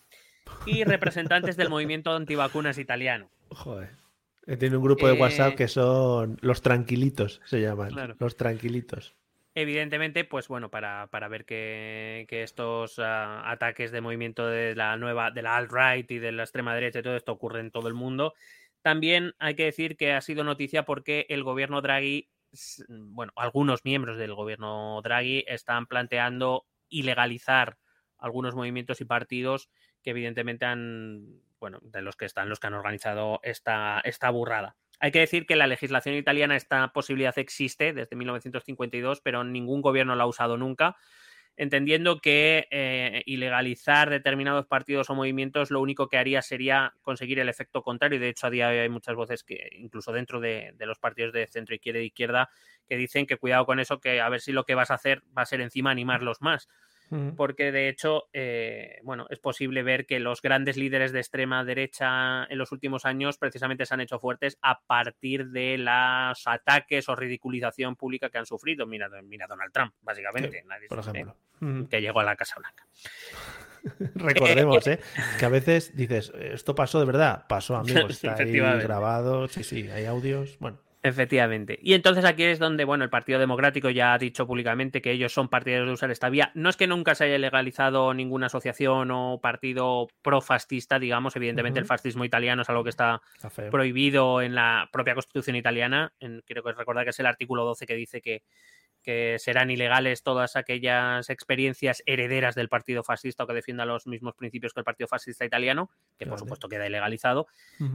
y representantes del movimiento antivacunas italiano. Joder. Tiene un grupo de WhatsApp que son los tranquilitos, se llaman. Claro. Los tranquilitos. Evidentemente, pues bueno, para ver que estos ataques de movimiento de la alt-right y de la extrema derecha y todo esto ocurre en todo el mundo. También hay que decir que ha sido noticia porque el gobierno Draghi, bueno, algunos miembros del gobierno Draghi están planteando ilegalizar algunos movimientos y partidos que evidentemente de los que han organizado esta burrada. Hay que decir que la legislación italiana, esta posibilidad existe desde 1952, pero ningún gobierno la ha usado nunca, entendiendo que ilegalizar determinados partidos o movimientos lo único que haría sería conseguir el efecto contrario. De hecho, a día de hoy hay muchas voces que, incluso dentro de los partidos de centro izquierda e izquierda, que dicen que cuidado con eso, que a ver si lo que vas a hacer va a ser encima animarlos más. Porque de hecho, es posible ver que los grandes líderes de extrema derecha en los últimos años precisamente se han hecho fuertes a partir de los ataques o ridiculización pública que han sufrido. Mira Donald Trump, básicamente. Sí, por ejemplo. Que llegó a la Casa Blanca. Recordemos, que a veces dices, esto pasó de verdad. Pasó, amigos, está ahí grabado. Sí, hay audios. Bueno. Efectivamente. Y entonces aquí es donde, el Partido Democrático ya ha dicho públicamente que ellos son partidarios de usar esta vía. No es que nunca se haya legalizado ninguna asociación o partido pro-fascista, digamos. Evidentemente el fascismo italiano es algo que está prohibido en la propia Constitución italiana. Creo que recordar que es el artículo 12 que dice que serán ilegales todas aquellas experiencias herederas del partido fascista o que defiendan los mismos principios que el partido fascista italiano, que por supuesto queda ilegalizado.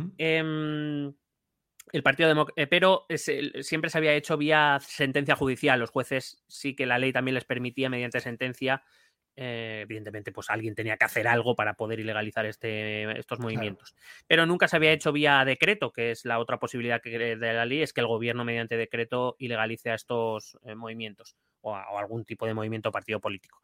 El partido pero siempre se había hecho vía sentencia judicial. Los jueces sí que la ley también les permitía mediante sentencia. Evidentemente, pues alguien tenía que hacer algo para poder ilegalizar estos movimientos. Claro. Pero nunca se había hecho vía decreto, que es la otra posibilidad de la ley, es que el gobierno mediante decreto ilegalice a estos movimientos o algún tipo de movimiento o partido político.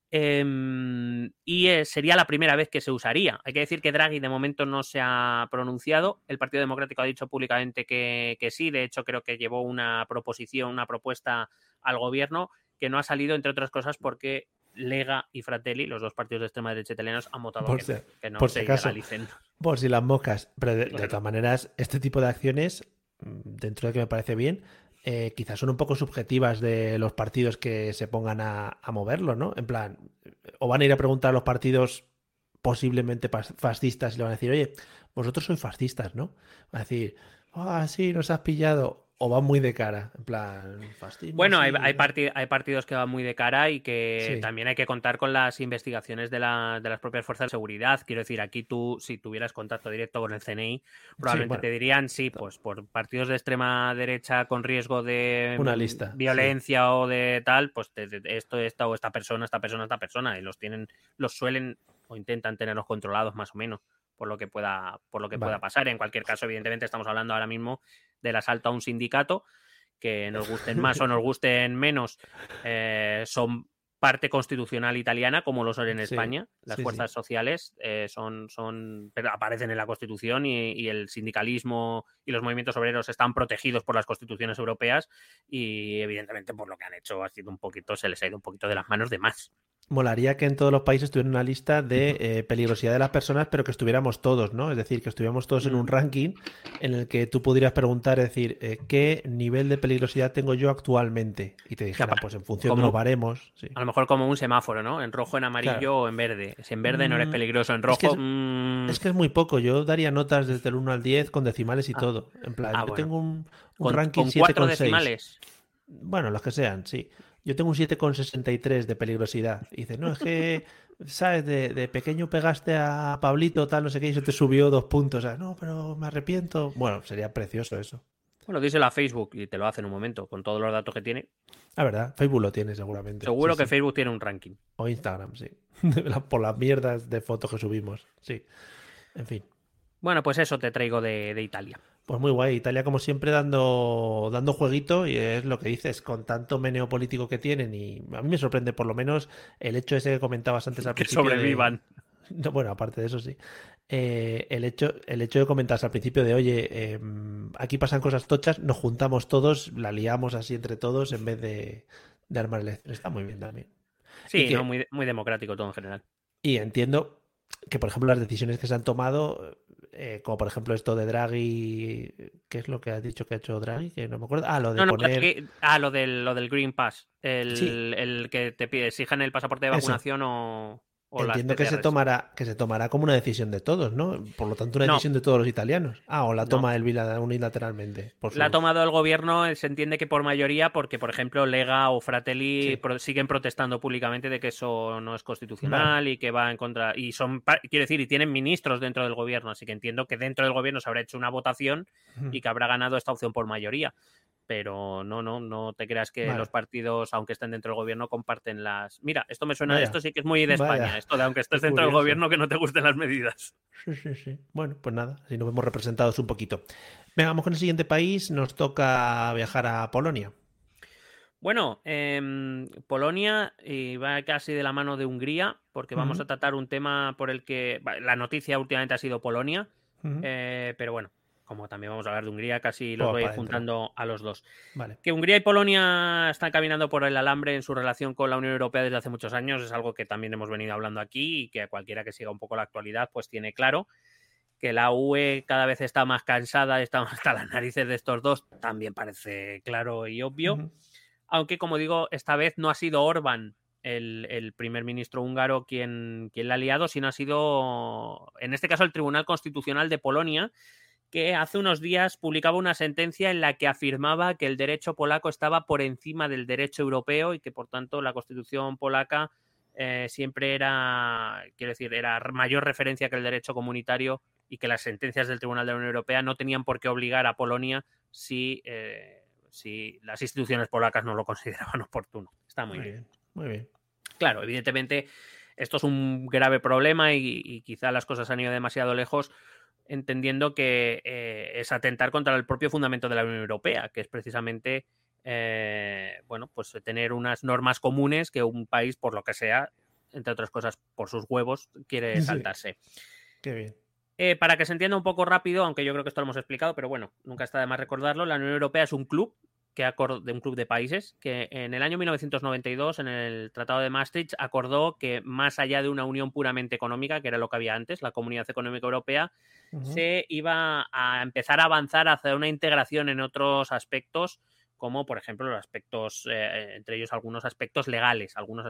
Sería la primera vez que se usaría. Hay que decir que Draghi de momento no se ha pronunciado. El Partido Democrático ha dicho públicamente que sí. De hecho, creo que llevó una propuesta al gobierno que no ha salido, entre otras cosas, porque Lega y Fratelli, los dos partidos de extrema derecha italianos, han votado que no se ilegalicen. Por si las moscas. Pero de todas maneras, este tipo de acciones, dentro de que me parece bien, quizás son un poco subjetivas de los partidos que se pongan a moverlo, ¿no? En plan, o van a ir a preguntar a los partidos posiblemente fascistas y le van a decir, oye, vosotros sois fascistas, ¿no? Van a decir, sí, nos has pillado. O van muy de cara, en plan, fascismo. Bueno, sí. hay partidos que van muy de cara y que también hay que contar con las investigaciones de las propias fuerzas de seguridad. Quiero decir, aquí tú, si tuvieras contacto directo con el CNI, probablemente te dirían, pues por partidos de extrema derecha con riesgo de una lista, violencia o de tal, pues esta persona, y los suelen o intentan tenerlos controlados más o menos por lo que pueda pasar. En cualquier caso, evidentemente, estamos hablando ahora mismo del asalto a un sindicato, que nos gusten más o nos gusten menos, son parte constitucional italiana, como lo son en España. Las fuerzas sociales pero aparecen en la Constitución y el sindicalismo y los movimientos obreros están protegidos por las constituciones europeas y, evidentemente, por lo que han hecho se les ha ido un poquito de las manos de más. Molaría que en todos los países tuviera una lista de peligrosidad de las personas, pero que estuviéramos todos, ¿no? Es decir, que estuviéramos todos en un ranking en el que tú pudieras preguntar, es decir, ¿qué nivel de peligrosidad tengo yo actualmente? Y te dijeran, pues en función de los baremos. Sí. A lo mejor como un semáforo, ¿no? En rojo, en amarillo o en verde. Si en verde no eres peligroso, en rojo... Es que es muy poco. Yo daría notas desde el 1 al 10 con decimales y todo. En plan, yo tengo un ranking 7,6. ¿Con 4 decimales? Bueno, los que sean, sí. Yo tengo un 7,63 de peligrosidad. Y dices, no, es que, ¿sabes? De pequeño pegaste a Pablito, tal, no sé qué, y se te subió 2 puntos. O sea, no, pero me arrepiento. Bueno, sería precioso eso. Bueno, díselo a Facebook y te lo hace en un momento, con todos los datos que tiene. La verdad, Facebook lo tiene seguramente. Seguro que Facebook tiene un ranking. O Instagram, sí. Por las mierdas de fotos que subimos. Sí. En fin. Bueno, pues eso te traigo de Italia. Pues muy guay, Italia como siempre dando jueguito, y es lo que dices, con tanto meneo político que tienen, y a mí me sorprende por lo menos el hecho ese que comentabas antes al principio. Que sobrevivan. No, bueno, aparte de eso sí. El hecho de comentar al principio de, oye, aquí pasan cosas tochas, nos juntamos todos, la liamos así entre todos en vez de armar elecciones. Está muy bien también. Sí, muy democrático todo en general. Y entiendo que, por ejemplo, las decisiones que se han tomado, como por ejemplo esto de Draghi, ¿qué es lo que has dicho que ha hecho Draghi? Que no me acuerdo. Lo de poner... lo del Green Pass, el que te exijan el pasaporte de vacunación o entiendo que se tomará como una decisión de todos, ¿no? Por lo tanto, una decisión de todos los italianos. O la toma él unilateralmente. La ha tomado el gobierno, se entiende que por mayoría, porque, por ejemplo, Lega o Fratelli siguen protestando públicamente de que eso no es constitucional y que va en contra. Y quiero decir, y tienen ministros dentro del gobierno, así que entiendo que dentro del gobierno se habrá hecho una votación y que habrá ganado esta opción por mayoría. Pero no te creas que los partidos, aunque estén dentro del gobierno, comparten las... Mira, esto me suena, esto sí que es muy de España, esto de aunque estés dentro del gobierno que no te gusten las medidas. Sí. Bueno, pues nada, así nos vemos representados un poquito. Venga, vamos con el siguiente país, nos toca viajar a Polonia. Bueno, Polonia va casi de la mano de Hungría, porque vamos a tratar un tema por el que la noticia últimamente ha sido Polonia, pero bueno, como también vamos a hablar de Hungría, casi los voy juntando a los dos. Vale. Que Hungría y Polonia están caminando por el alambre en su relación con la Unión Europea desde hace muchos años, es algo que también hemos venido hablando aquí y que a cualquiera que siga un poco la actualidad pues tiene claro. Que la UE cada vez está más cansada, está hasta las narices de estos dos, también parece claro y obvio. Aunque, como digo, esta vez no ha sido Orbán el primer ministro húngaro quien la ha liado, sino ha sido, en este caso, el Tribunal Constitucional de Polonia, que hace unos días publicaba una sentencia en la que afirmaba que el derecho polaco estaba por encima del derecho europeo y que, por tanto, la Constitución polaca siempre era mayor referencia que el derecho comunitario y que las sentencias del Tribunal de la Unión Europea no tenían por qué obligar a Polonia si las instituciones polacas no lo consideraban oportuno. Está muy bien. Muy bien. Claro, evidentemente esto es un grave problema y quizá las cosas han ido demasiado lejos, entendiendo que es atentar contra el propio fundamento de la Unión Europea, que es precisamente pues tener unas normas comunes que un país, por lo que sea, entre otras cosas por sus huevos, quiere saltarse. Qué bien. Para que se entienda un poco rápido, aunque yo creo que esto lo hemos explicado, pero bueno, nunca está de más recordarlo, la Unión Europea es un club un club de países que en el año 1992, en el Tratado de Maastricht, acordó que más allá de una unión puramente económica, que era lo que había antes, la Comunidad Económica Europea, se iba a empezar a avanzar hacia una integración en otros aspectos, como por ejemplo los aspectos, entre ellos algunos aspectos legales, algunos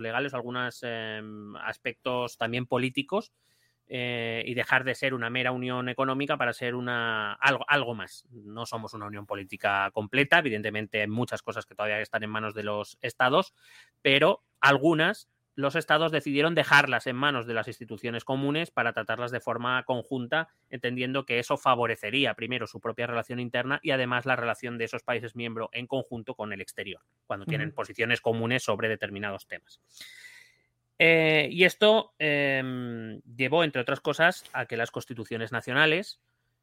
aspectos también políticos, y dejar de ser una mera unión económica para ser algo más. No somos una unión política completa, evidentemente hay muchas cosas que todavía están en manos de los estados, pero los estados decidieron dejarlas en manos de las instituciones comunes para tratarlas de forma conjunta, entendiendo que eso favorecería primero su propia relación interna y además la relación de esos países miembros en conjunto con el exterior, cuando tienen posiciones comunes sobre determinados temas. Y esto llevó, entre otras cosas, a que las constituciones nacionales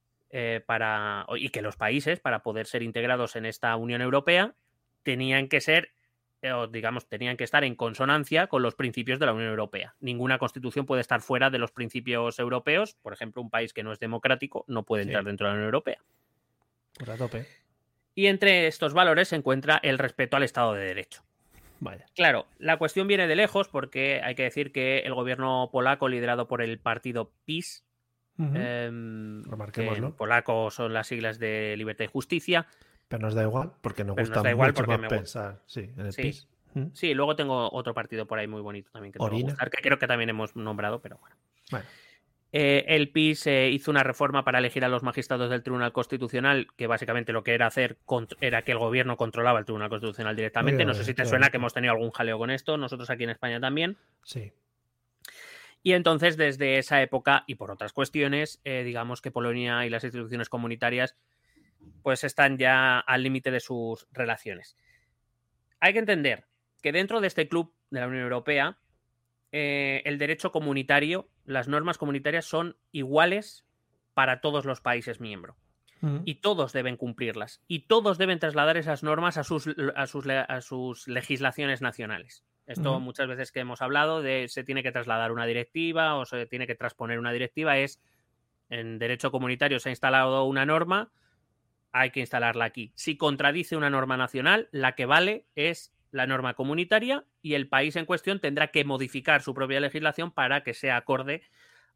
y que los países, para poder ser integrados en esta Unión Europea, tenían que estar en consonancia con los principios de la Unión Europea. Ninguna constitución puede estar fuera de los principios europeos. Por ejemplo, un país que no es democrático no puede entrar dentro de la Unión Europea. Pues a tope. Y entre estos valores se encuentra el respeto al Estado de Derecho. Vaya. Claro, la cuestión viene de lejos porque hay que decir que el gobierno polaco, liderado por el partido PiS, que en polaco son las siglas de Libertad y Justicia. Pero nos da igual, porque nos gusta mucho más pensar en el PiS. Sí, luego tengo otro partido por ahí muy bonito también que te va a gustar, que creo que también hemos nombrado, pero bueno. El PiS hizo una reforma para elegir a los magistrados del Tribunal Constitucional, que básicamente lo que era hacer era que el gobierno controlaba el Tribunal Constitucional directamente. No sé si te suena que hemos tenido algún jaleo con esto, nosotros aquí en España también. Sí. Y entonces, desde esa época y por otras cuestiones, digamos que Polonia y las instituciones comunitarias pues están ya al límite de sus relaciones. Hay que entender que dentro de este club de la Unión Europea, el derecho comunitario, las normas comunitarias son iguales para todos los países miembros. Y todos deben cumplirlas. Y todos deben trasladar esas normas a sus legislaciones nacionales. Esto muchas veces que hemos hablado de se tiene que trasladar una directiva o se tiene que transponer una directiva, en derecho comunitario se ha instalado una norma, hay que instalarla aquí. Si contradice una norma nacional, la que vale es la norma comunitaria y el país en cuestión tendrá que modificar su propia legislación para que sea acorde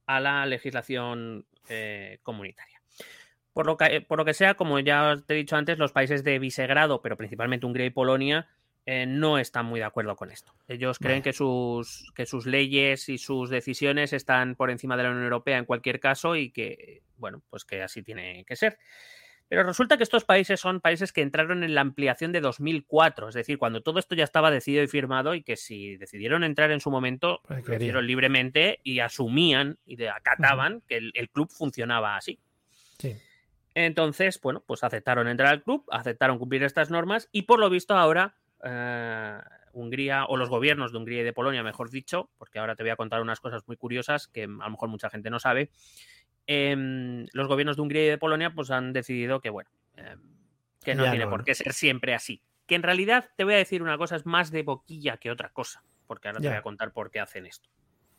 a la legislación comunitaria. Por lo que sea, como ya te he dicho antes, los países de Visegrado, pero principalmente Hungría y Polonia, no están muy de acuerdo con esto. Ellos creen que sus leyes y sus decisiones están por encima de la Unión Europea en cualquier caso y que, bueno, pues que así tiene que ser. Pero resulta que estos países son países que entraron en la ampliación de 2004, es decir, cuando todo esto ya estaba decidido y firmado y que si decidieron entrar en su momento, lo hicieron libremente y asumían y acataban que el club funcionaba así. Sí. Entonces, bueno, pues aceptaron entrar al club, aceptaron cumplir estas normas y por lo visto ahora Hungría, o los gobiernos de Hungría y de Polonia, mejor dicho, porque ahora te voy a contar unas cosas muy curiosas que a lo mejor mucha gente no sabe, los gobiernos de Hungría y de Polonia pues han decidido que, bueno, que no tiene por qué ser siempre así. Que en realidad, te voy a decir una cosa, es más de boquilla que otra cosa, porque ahora te voy a contar por qué hacen esto.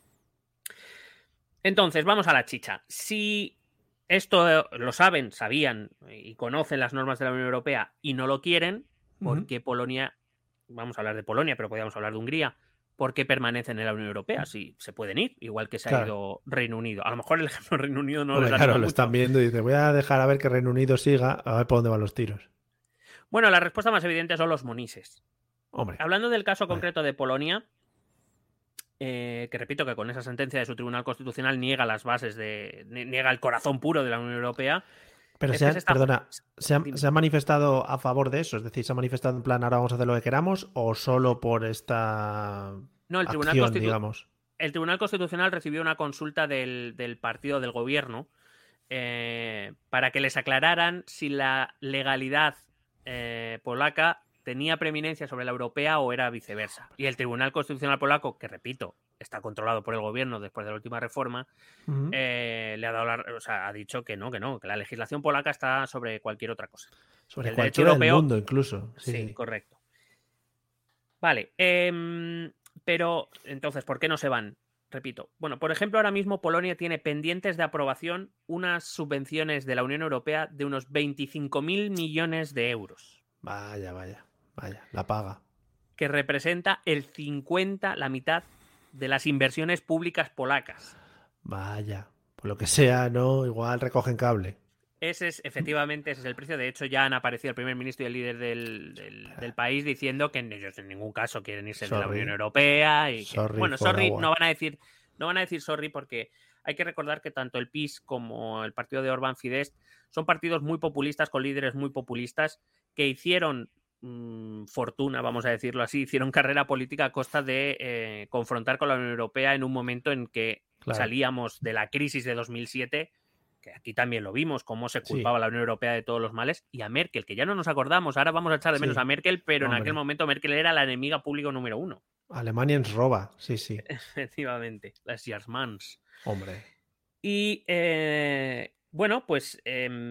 Entonces, vamos a la chicha. Si esto lo sabían y conocen las normas de la Unión Europea y no lo quieren, ¿por qué Polonia, vamos a hablar de Polonia, pero podríamos hablar de Hungría, por qué permanecen en la Unión Europea? Si se pueden ir, igual que se ha ido Reino Unido. A lo mejor el ejemplo de Reino Unido no les da lo están viendo y dicen, voy a dejar a ver que Reino Unido siga, a ver por dónde van los tiros. Bueno, la respuesta más evidente son los monises. Hombre. Hablando del caso concreto de Polonia, que repito que con esa sentencia de su Tribunal Constitucional niega las bases niega el corazón puro de la Unión Europea. Pero se ha manifestado a favor de eso, es decir, se ha manifestado en plan ahora vamos a hacer lo que queramos o solo por esta acción, digamos. El Tribunal Constitucional recibió una consulta del partido del gobierno para que les aclararan si la legalidad polaca tenía preeminencia sobre la europea o era viceversa. Y el Tribunal Constitucional polaco, que repito, está controlado por el gobierno después de la última reforma, le ha dado ha dicho que no, que la legislación polaca está sobre cualquier otra cosa. Sobre el cualquiera del mundo, incluso. Sí, correcto. Vale, pero entonces, ¿por qué no se van? Repito, bueno, por ejemplo, ahora mismo Polonia tiene pendientes de aprobación unas subvenciones de la Unión Europea de unos 25.000 millones de euros. Vaya, la paga. Que representa la mitad de las inversiones públicas polacas. Vaya, por lo que sea, ¿no? Igual recogen cable. Efectivamente, ese es el precio. De hecho, ya han aparecido el primer ministro y el líder del país diciendo que ellos en ningún caso quieren irse de la Unión Europea. Y sorry, no van a decir sorry porque hay que recordar que tanto el PiS como el partido de Orbán Fidesz son partidos muy populistas, con líderes muy populistas, que hicieron fortuna, vamos a decirlo así, hicieron carrera política a costa de confrontar con la Unión Europea en un momento en que salíamos de la crisis de 2007, que aquí también lo vimos, cómo se culpaba a la Unión Europea de todos los males, y a Merkel, que ya no nos acordamos, ahora vamos a echar de menos a Merkel, pero en aquel momento Merkel era la enemiga pública número 1. Alemania ens roba, sí. Efectivamente, las Jarsmans. Hombre. Y bueno, pues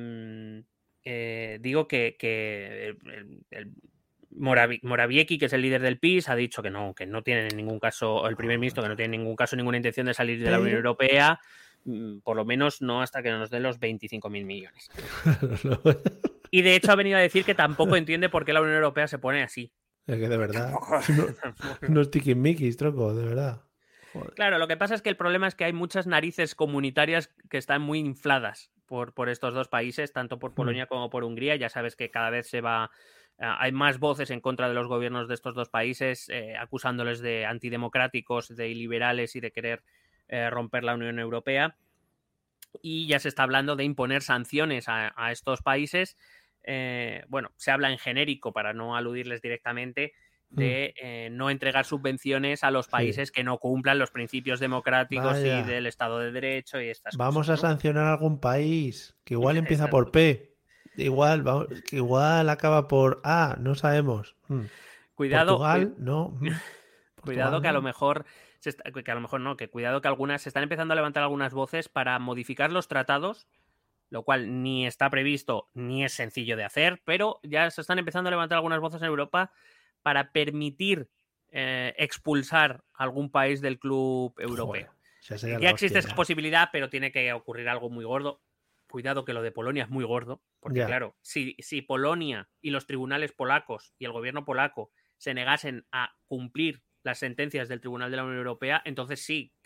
digo que el Morawiecki, que es el líder del PiS, ha dicho que no tiene en ningún caso, el primer ministro, que no tiene en ningún caso ninguna intención de salir de la Unión Europea, por lo menos no hasta que nos den los 25.000 millones. Y de hecho ha venido a decir que tampoco entiende por qué la Unión Europea se pone así. Es que de verdad, unos tiquismiquis, tronco, de verdad. Joder. Claro, lo que pasa es que el problema es que hay muchas narices comunitarias que están muy infladas por estos dos países, tanto por Polonia como por Hungría. Ya sabes que cada vez hay más voces en contra de los gobiernos de estos dos países, acusándoles de antidemocráticos, de iliberales y de querer romper la Unión Europea. Y ya se está hablando de imponer sanciones a estos países. Bueno, se habla en genérico para no aludirles directamente de no entregar subvenciones a los países que no cumplan los principios democráticos y del Estado de Derecho y estas Vamos cosas. Vamos a sancionar a algún país que igual empieza por P. Que igual acaba por A, no sabemos. Cuidado. Portugal, no. Cuidado que a lo mejor cuidado que algunas se están empezando a levantar algunas voces para modificar los tratados, lo cual ni está previsto ni es sencillo de hacer, pero ya se están empezando a levantar algunas voces en Europa para permitir expulsar a algún país del club europeo. Joder, ya existe esa posibilidad, pero tiene que ocurrir algo muy gordo. Cuidado que lo de Polonia es muy gordo, porque claro, si Polonia y los tribunales polacos y el gobierno polaco se negasen a cumplir las sentencias del Tribunal de la Unión Europea, entonces sí que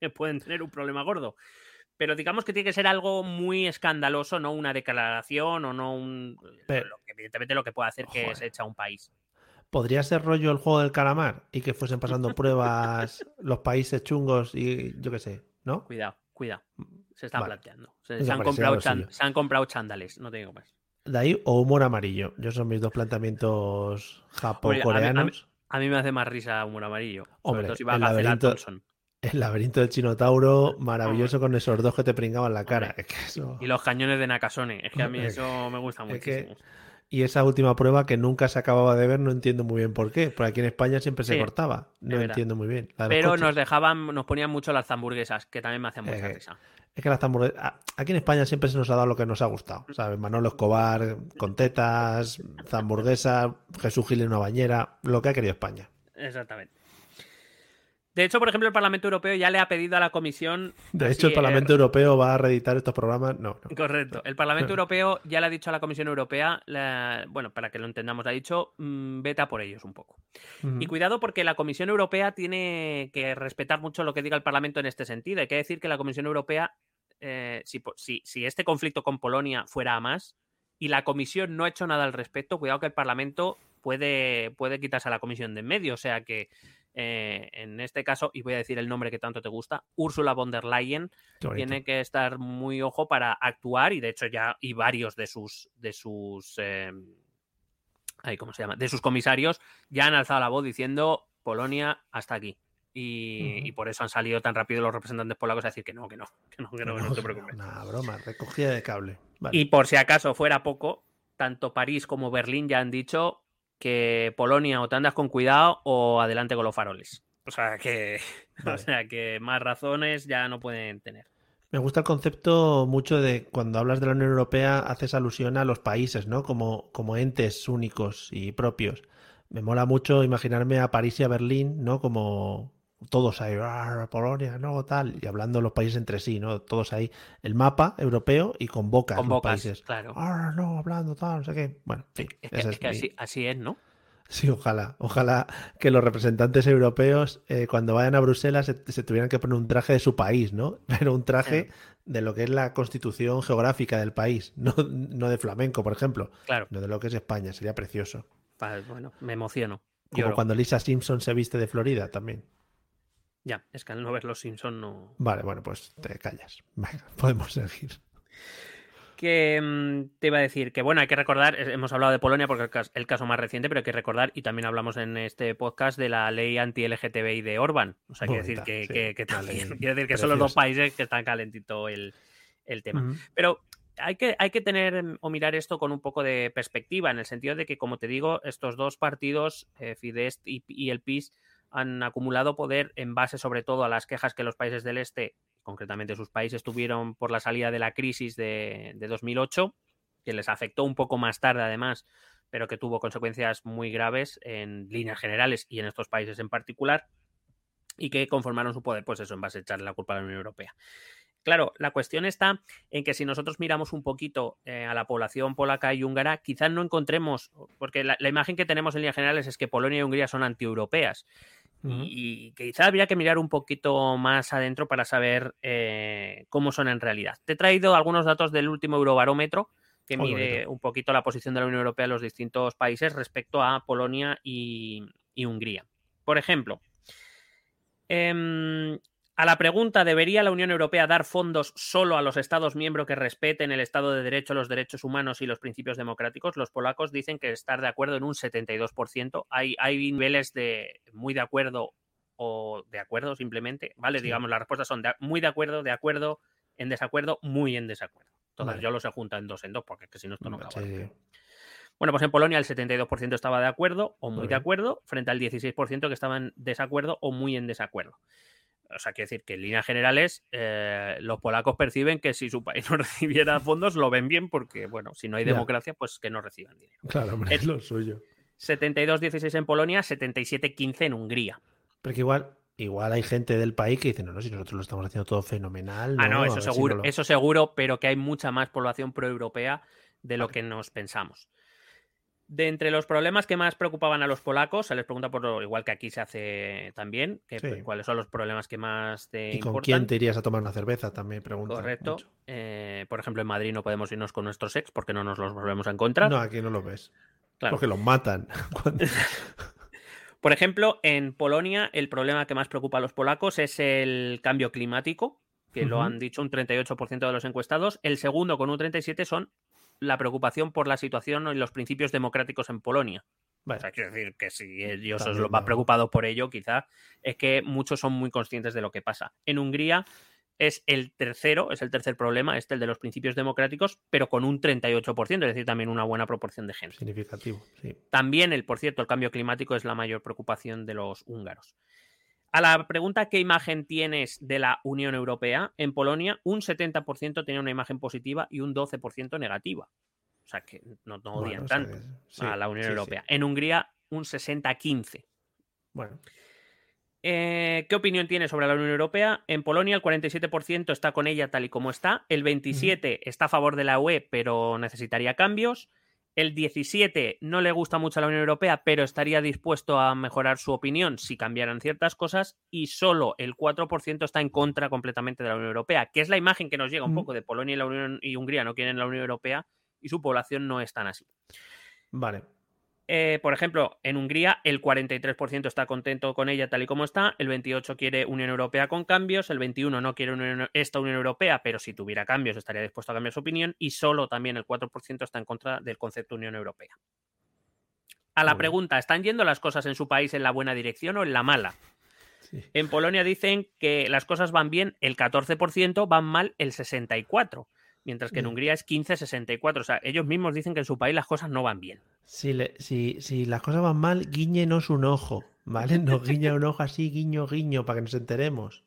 pueden tener un problema gordo. Pero digamos que tiene que ser algo muy escandaloso, no una declaración o no evidentemente lo que puede hacer que se eche a un país. ¿Podría ser rollo el juego del calamar y que fuesen pasando pruebas los países chungos y yo qué sé, ¿no? Cuidado. Se están planteando. Se han comprado chándales, no te digo más. De ahí o humor amarillo. Yo son mis dos planteamientos japo-coreanos. A mí me hace más risa humor amarillo. Hombre, sobre todo si va a Gacela Thompson. El laberinto del Chinotauro, maravilloso con esos dos que te pringaban la cara. Es que eso... Y los cañones de Nakasone. Es que a mí eso me gusta muchísimo. Y esa última prueba que nunca se acababa de ver, no entiendo muy bien por qué. Porque aquí en España siempre se cortaba. No entiendo muy bien. Pero nos ponían mucho las hamburguesas, que también me hacían mucha risa. Es que las hamburguesas... Aquí en España siempre se nos ha dado lo que nos ha gustado. ¿Sabes? Manolo Escobar con tetas, hamburguesas, Jesús Gil en una bañera, lo que ha querido España. Exactamente. De hecho, por ejemplo, el Parlamento Europeo ya le ha pedido a la Comisión... De hecho, el Parlamento Europeo va a reeditar estos programas. No. Correcto. El Parlamento Europeo ya le ha dicho a la Comisión Europea, bueno, para que lo entendamos, ha dicho, vete a por ellos un poco. Y cuidado porque la Comisión Europea tiene que respetar mucho lo que diga el Parlamento en este sentido. Hay que decir que la Comisión Europea, si este conflicto con Polonia fuera a más y la Comisión no ha hecho nada al respecto, cuidado que el Parlamento puede quitarse a la Comisión de en medio. O sea que... en este caso, y voy a decir el nombre que tanto te gusta, Ursula von der Leyen tiene que estar muy ojo para actuar, y de hecho ya varios de sus ¿cómo se llama? De sus comisarios ya han alzado la voz diciendo Polonia hasta aquí. Y por eso han salido tan rápido los representantes polacos a decir que no te preocupes. Una broma, recogida de cable. Vale. Y por si acaso fuera poco, tanto París como Berlín ya han dicho que Polonia o te andas con cuidado o adelante con los faroles. O sea que más razones ya no pueden tener. Me gusta el concepto mucho de cuando hablas de la Unión Europea haces alusión a los países, ¿no? Como entes únicos y propios. Me mola mucho imaginarme a París y a Berlín, ¿no? Como todos ahí, Polonia, no, tal, y hablando los países entre sí, ¿no? Todos ahí, el mapa europeo y con bocas los países. Claro. No, hablando tal, no sé qué. Bueno, sí. Es que así es, ¿no? Sí, ojalá que los representantes europeos cuando vayan a Bruselas se tuvieran que poner un traje de su país, ¿no? Pero un traje de lo que es la constitución geográfica del país, no de flamenco, por ejemplo. Claro. No de lo que es España, sería precioso. Bueno, me emociono. Como cuando Lisa Simpson se viste de Florida también. Ya, es que al no ver los Simpsons no... Vale, bueno, pues te callas. Venga, podemos seguir. Que te iba a decir que, bueno, hay que recordar, hemos hablado de Polonia porque es el caso más reciente, pero hay que recordar, y también hablamos en este podcast, de la ley anti-LGTBI de Orbán. O sea, quiere decir que también, quiere decir que son los dos países que están calentito el tema. Pero hay que tener o mirar esto con un poco de perspectiva, en el sentido de que, como te digo, estos dos partidos, Fidesz y el PiS, han acumulado poder en base sobre todo a las quejas que los países del este, concretamente sus países, tuvieron por la salida de la crisis de 2008, que les afectó un poco más tarde además, pero que tuvo consecuencias muy graves en líneas generales y en estos países en particular, y que conformaron su poder, pues eso, en base a echarle la culpa a la Unión Europea. Claro, la cuestión está en que si nosotros miramos un poquito a la población polaca y húngara, quizás no encontremos, porque la imagen que tenemos en líneas generales es que Polonia y Hungría son antieuropeas. Y quizá habría que mirar un poquito más adentro para saber cómo son en realidad. Te he traído algunos datos del último Eurobarómetro que mide un poquito la posición de la Unión Europea en los distintos países respecto a Polonia y Hungría. Por ejemplo, a la pregunta ¿debería la Unión Europea dar fondos solo a los Estados miembros que respeten el Estado de Derecho, los derechos humanos y los principios democráticos? Los polacos dicen que estar de acuerdo en un 72%. Hay niveles de muy de acuerdo o de acuerdo simplemente, ¿vale? Sí. Digamos, las respuestas son muy de acuerdo, en desacuerdo, muy en desacuerdo. Entonces yo los he juntado en dos porque es que si no esto no acaba. Sí. Bueno, pues en Polonia el 72% estaba de acuerdo o muy de acuerdo, frente al 16% que estaba en desacuerdo o muy en desacuerdo. O sea, quiere decir que en líneas generales los polacos perciben que si su país no recibiera fondos lo ven bien porque, bueno, si no hay democracia, pues que no reciban dinero. Claro, hombre, es lo suyo. 72-16 en Polonia, 77-15 en Hungría. Pero que igual hay gente del país que dice, no, si nosotros lo estamos haciendo todo fenomenal. No, eso seguro, si eso seguro, pero que hay mucha más población proeuropea de lo que nos pensamos. De entre los problemas que más preocupaban a los polacos, se les pregunta por igual que aquí se hace también, que Sí. cuáles son los problemas que más te ¿Y con importan. quién te irías a tomar una cerveza? También pregunta. Correcto. mucho. Por ejemplo, en Madrid no podemos irnos con nuestros ex porque no nos los volvemos a encontrar. No, aquí no lo ves. Claro. Porque los matan. Cuando- Por ejemplo, en Polonia el problema que más preocupa a los polacos es el cambio climático, que lo Ujú. han dicho un 38% de los encuestados. El segundo, con un 37%, son la preocupación por la situación y los principios democráticos en Polonia. Vale. O sea, quiero decir que si ellos os También lo van no. preocupados por ello, quizá, es que muchos son muy conscientes de lo que pasa. En Hungría es el tercer problema, el de los principios democráticos, pero con un 38%, es decir, también una buena proporción de gente. Significativo, sí. También, por cierto, el cambio climático es la mayor preocupación de los húngaros. A la pregunta ¿qué imagen tienes de la Unión Europea? En Polonia un 70% tenía una imagen positiva y un 12% negativa. O sea que no odian Bueno, o sea, tanto sí, a la Unión sí, Europea. sí. En Hungría un 60-15. Bueno, ¿Qué opinión tiene sobre la Unión Europea? En Polonia el 47% está con ella tal y como está. El 27% está a favor de la UE, pero necesitaría cambios. El 17% no le gusta mucho a la Unión Europea, pero estaría dispuesto a mejorar su opinión si cambiaran ciertas cosas. Y solo el 4% está en contra completamente de la Unión Europea, que es la imagen que nos llega un poco de Polonia y Hungría no quieren la Unión Europea y su población no es tan así. vale. Por ejemplo, en Hungría el 43% está contento con ella tal y como está, el 28% quiere Unión Europea con cambios, el 21% no quiere esta Unión Europea, pero si tuviera cambios estaría dispuesto a cambiar su opinión, y solo también el 4% está en contra del concepto Unión Europea. A la pregunta, ¿están yendo las cosas en su país en la buena dirección o en la mala? Sí. En Polonia dicen que las cosas van bien el 14%, van mal el 64%. Mientras que en Hungría es 15-64. O sea, ellos mismos dicen que en su país las cosas no van bien. Si las cosas van mal, guíñenos un ojo, ¿vale? Nos guiña un ojo así, guiño, guiño, para que nos enteremos.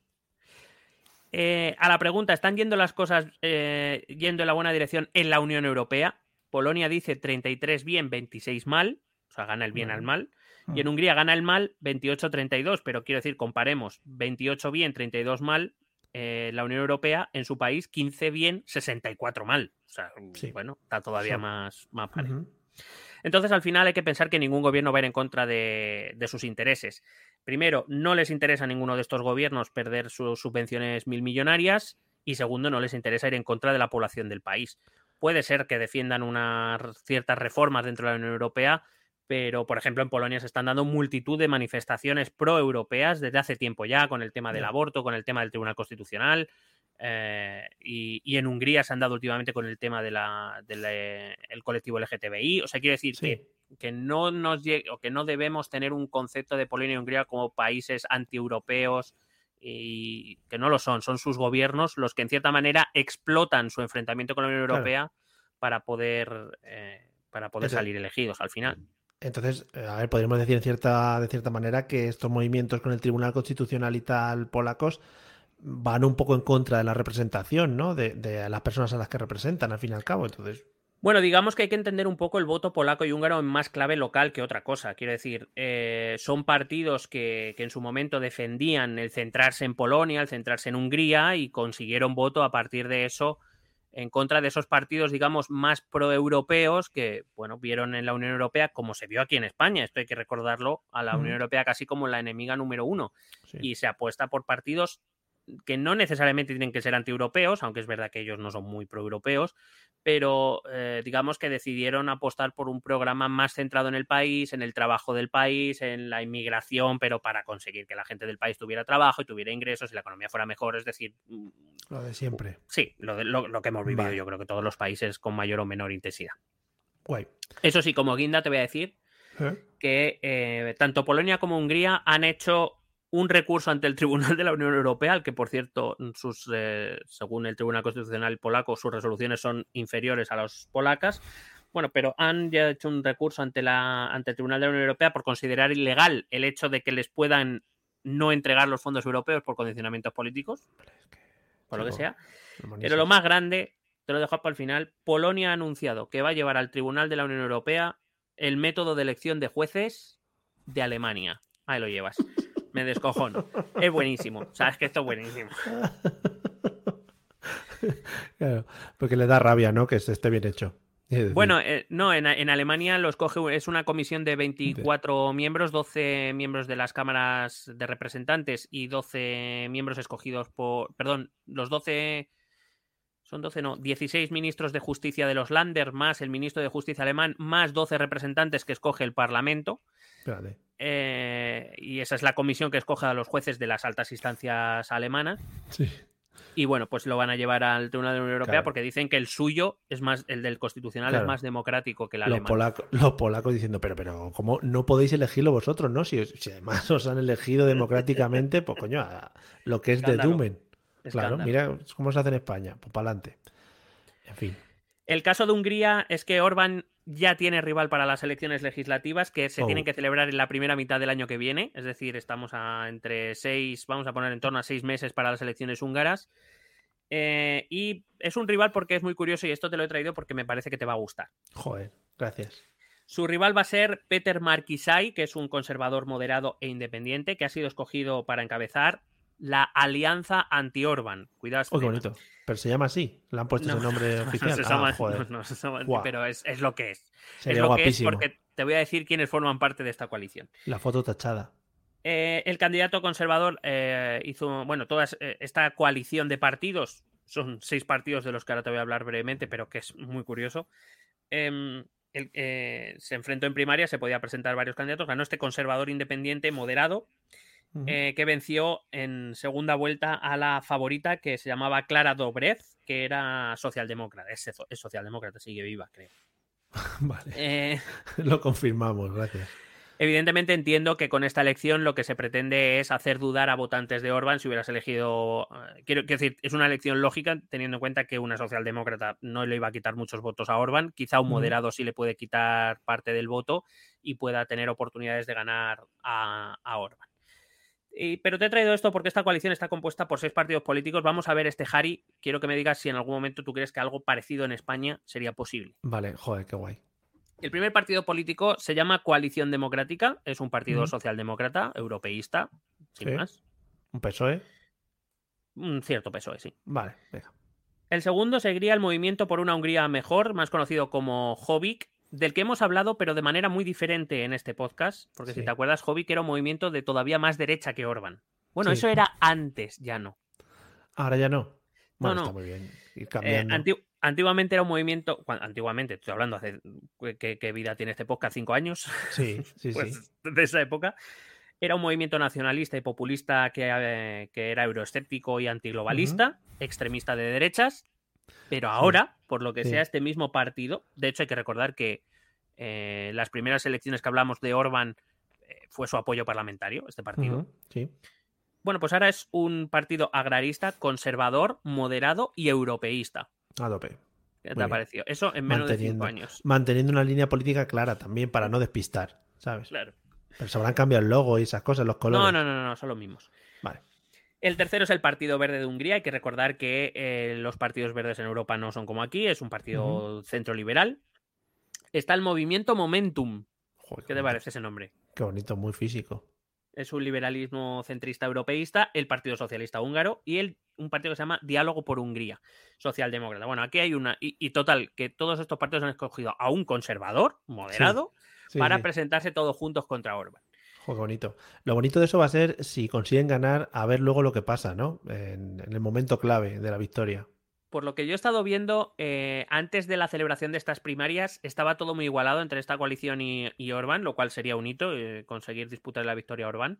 A la pregunta, ¿están yendo las cosas yendo en la buena dirección en la Unión Europea? Polonia dice 33 bien, 26 mal. O sea, gana el bien al mal. Y en Hungría gana el mal 28-32. Pero quiero decir, comparemos 28 bien, 32 mal. La Unión Europea en su país 15 bien, 64 mal. O sea, Sí. bueno, está todavía más parejo. Ujú. Entonces, al final hay que pensar que ningún gobierno va a ir en contra de sus intereses. Primero, no les interesa a ninguno de estos gobiernos perder sus subvenciones milmillonarias. Y segundo, no les interesa ir en contra de la población del país. Puede ser que defiendan unas ciertas reformas dentro de la Unión Europea, pero, por ejemplo, en Polonia se están dando multitud de manifestaciones pro-europeas desde hace tiempo ya, con el tema del aborto, con el tema del Tribunal Constitucional, y en Hungría se han dado últimamente con el tema del colectivo LGTBI. O sea, quiero decir que no debemos tener un concepto de Polonia y Hungría como países antieuropeos, y que no lo son sus gobiernos los que en cierta manera explotan su enfrentamiento con la Unión Europea para poder salir elegidos al final. Entonces, a ver, podríamos decir de cierta manera que estos movimientos con el Tribunal Constitucional y tal polacos van un poco en contra de la representación, ¿no? De las personas a las que representan, al fin y al cabo. Entonces, bueno, digamos que hay que entender un poco el voto polaco y húngaro en más clave local que otra cosa. Quiero decir, son partidos que en su momento defendían el centrarse en Polonia, el centrarse en Hungría, y consiguieron voto a partir de eso en contra de esos partidos, digamos, más proeuropeos que, bueno, vieron en la Unión Europea, como se vio aquí en España, esto hay que recordarlo, a la Unión Europea casi como la enemiga número uno. Sí. Y se apuesta por partidos que no necesariamente tienen que ser antieuropeos, aunque es verdad que ellos no son muy proeuropeos, pero digamos que decidieron apostar por un programa más centrado en el país, en el trabajo del país, en la inmigración, pero para conseguir que la gente del país tuviera trabajo y tuviera ingresos y la economía fuera mejor, es decir... Lo de siempre. Sí, lo que hemos vivido yo creo que todos los países con mayor o menor intensidad. Guay. Eso sí, como guinda te voy a decir que tanto Polonia como Hungría han hecho un recurso ante el Tribunal de la Unión Europea, al que, por cierto, según el Tribunal Constitucional polaco, sus resoluciones son inferiores a las polacas. Bueno, pero han ya hecho un recurso ante el Tribunal de la Unión Europea por considerar ilegal el hecho de que les puedan no entregar los fondos europeos por condicionamientos políticos, por lo que sea. Pero lo más grande, te lo dejo para el final, Polonia ha anunciado que va a llevar al Tribunal de la Unión Europea el método de elección de jueces de Alemania. Ahí lo llevas. Me descojono. Es buenísimo. Sabes que esto es buenísimo. Claro, porque le da rabia, ¿no? Que se esté bien hecho. Es decir, Bueno, no, en Alemania lo escoge, es una comisión de 24 miembros, 12 miembros de las cámaras de representantes y 12 miembros escogidos por... Perdón, los 12... Son 12, no, 16 ministros de justicia de los Länder, más el ministro de justicia alemán, más 12 representantes que escoge el Parlamento. espérate. Y esa es la comisión que escoge a los jueces de las altas instancias alemanas. Sí. Y bueno, pues lo van a llevar al Tribunal de la Unión Europea Claro. porque dicen que el suyo es más, el del Constitucional Claro. es más democrático que el Los alemán. polacos diciendo, pero ¿cómo no podéis elegirlo vosotros, no? Si además os han elegido democráticamente, pues coño, lo que es de Escándalo. Dumen. Claro, Escándalo. mira cómo se hace en España, pues para adelante. En fin. El caso de Hungría es que Orbán ya tiene rival para las elecciones legislativas que se Oh. tienen que celebrar en la primera mitad del año que viene. Es decir, estamos entre 6, vamos a poner en torno a 6 meses para las elecciones húngaras. Y es un rival porque es muy curioso y esto te lo he traído porque me parece que te va a gustar. Joder, gracias. Su rival va a ser Peter Markizai, que es un conservador moderado e independiente que ha sido escogido para encabezar la Alianza Anti-Orban. Cuidado. Oh, qué bonito. Pero se llama así. Le han puesto No, ese nombre oficial. se llama- joder. no se llama- Guau. pero es lo que es. Sería es lo guapísimo. que es porque te voy a decir quiénes forman parte de esta coalición. La foto tachada. El candidato conservador hizo, bueno, toda esta coalición de partidos, son 6 partidos de los que ahora te voy a hablar brevemente, pero que es muy curioso. Se enfrentó en primaria, se podía presentar varios candidatos, ganó este conservador independiente moderado, Ujú. que venció en segunda vuelta a la favorita que se llamaba Clara Dobrev, que era socialdemócrata, es socialdemócrata, sigue viva, creo. Vale. Lo confirmamos, gracias. Evidentemente entiendo que con esta elección lo que se pretende es hacer dudar a votantes de Orbán si hubieras elegido... Quiero decir, es una elección lógica teniendo en cuenta que una socialdemócrata no le iba a quitar muchos votos a Orbán, quizá un moderado sí le puede quitar parte del voto y pueda tener oportunidades de ganar a Orbán. Pero te he traído esto porque esta coalición está compuesta por 6 partidos políticos. Vamos a ver este Jari. Quiero que me digas si en algún momento tú crees que algo parecido en España sería posible. Vale, joder, qué guay. El primer partido político se llama Coalición Democrática. Es un partido socialdemócrata, europeísta, sin Sí. más. ¿Un PSOE? Un cierto PSOE, sí. Vale, venga. El segundo seguiría el Movimiento por una Hungría Mejor, más conocido como Jobbik, del que hemos hablado, pero de manera muy diferente en este podcast. Porque Sí. si te acuerdas, Jobbik era un movimiento de todavía más derecha que Orbán. Bueno, Sí. eso era antes, ya no. Ahora ya no. Bueno, No. está muy bien. Ir cambiando. Antiguamente era un movimiento. Antiguamente, estoy hablando hace. ¿Qué vida tiene este podcast? 5 años. Sí, sí, Pues, sí. de esa época. Era un movimiento nacionalista y populista que era euroescéptico y antiglobalista, extremista de derechas, pero ahora, por lo que Sí. sea, este mismo partido, de hecho hay que recordar que las primeras elecciones que hablamos de Orbán fue su apoyo parlamentario, este partido. Ujú, sí. Bueno, pues ahora es un partido agrarista, conservador, moderado y europeísta. A tope. ¿Qué Muy te ha bien. parecido? Eso en menos de 5 años. Manteniendo una línea política clara también para no despistar, ¿sabes? Claro. Pero se habrán cambiado el logo y esas cosas, los colores. No, son los mismos. Vale. El tercero es el Partido Verde de Hungría. Hay que recordar que los partidos verdes en Europa no son como aquí, es un partido centro-liberal. Está el Movimiento Momentum. Joder, ¿Qué te parece ese nombre? Qué bonito, muy físico. Es un liberalismo centrista europeísta, el Partido Socialista Húngaro y un partido que se llama Diálogo por Hungría, socialdemócrata. Bueno, aquí hay una... Y total, que todos estos partidos han escogido a un conservador, moderado, Sí, para sí. presentarse todos juntos contra Orbán. Joder, qué bonito. Lo bonito de eso va a ser si consiguen ganar, a ver luego lo que pasa, ¿no? En el momento clave de la victoria. Por lo que yo he estado viendo, antes de la celebración de estas primarias, estaba todo muy igualado entre esta coalición y Orbán, lo cual sería un hito, conseguir disputar la victoria a Orbán.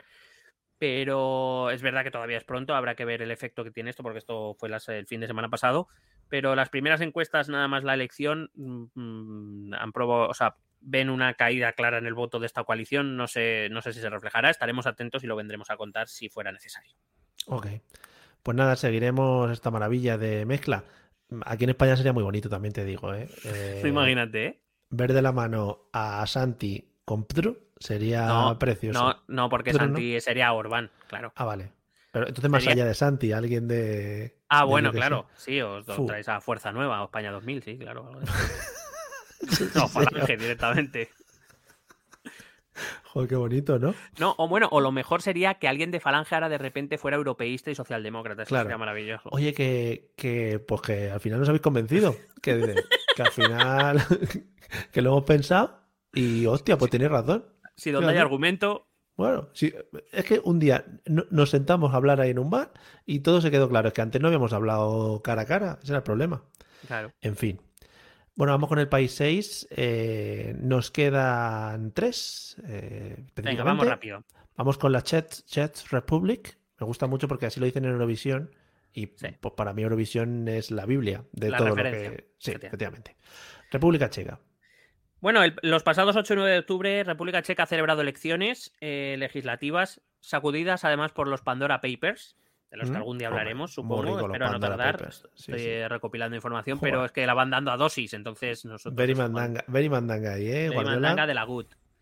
Pero es verdad que todavía es pronto, habrá que ver el efecto que tiene esto, porque esto fue el fin de semana pasado. Pero las primeras encuestas, nada más la elección, han probado, o sea, ven una caída clara en el voto de esta coalición. No sé si se reflejará, estaremos atentos y lo vendremos a contar si fuera necesario. Ok. Pues nada, seguiremos esta maravilla de mezcla. Aquí en España sería muy bonito, también te digo, ¿eh? Imagínate, ¿eh? Ver de la mano a Santi con Ptru sería precioso. No, porque Ptru, Santi sería Orbán, claro. Ah, vale. Pero entonces más Sería- allá de Santi, alguien de... Ah, de bueno, yo qué claro. Sí, os Fu. traéis a Fuerza Nueva o España 2000, sí, claro. algo de eso. No, Falange directamente. sé. Joder, qué bonito, ¿no? No, o lo mejor sería que alguien de Falange ahora de repente fuera europeísta y socialdemócrata. Eso Claro. sería maravilloso. Oye, pues que al final nos habéis convencido. Que Que al final, que lo hemos pensado y, hostia, pues tenéis razón. Si donde hay Fíjate. argumento, Bueno, sí, es que un día nos sentamos a hablar ahí en un bar y todo se quedó claro. Es que antes no habíamos hablado cara a cara. Ese era el problema. claro. En fin. Bueno, vamos con el país 6. Nos quedan 3. Venga, vamos rápido. Vamos con la Czech Republic. Me gusta mucho porque así lo dicen en Eurovisión. Y Sí. pues, para mí Eurovisión es la Biblia de La todo referencia, lo que... Sí, efectivamente. efectivamente. República Checa. Bueno, los pasados 8 y 9 de octubre, República Checa ha celebrado elecciones legislativas sacudidas además por los Pandora Papers, de los que algún día hablaremos, Hombre, muy supongo, rico los espero no Pandora tardar. Papers. Sí, Estoy sí. recopilando información, Joder. pero es que la van dando a dosis, entonces nosotros... Very eso, mandanga ahí, Very Guardiola. mandanga de la Good.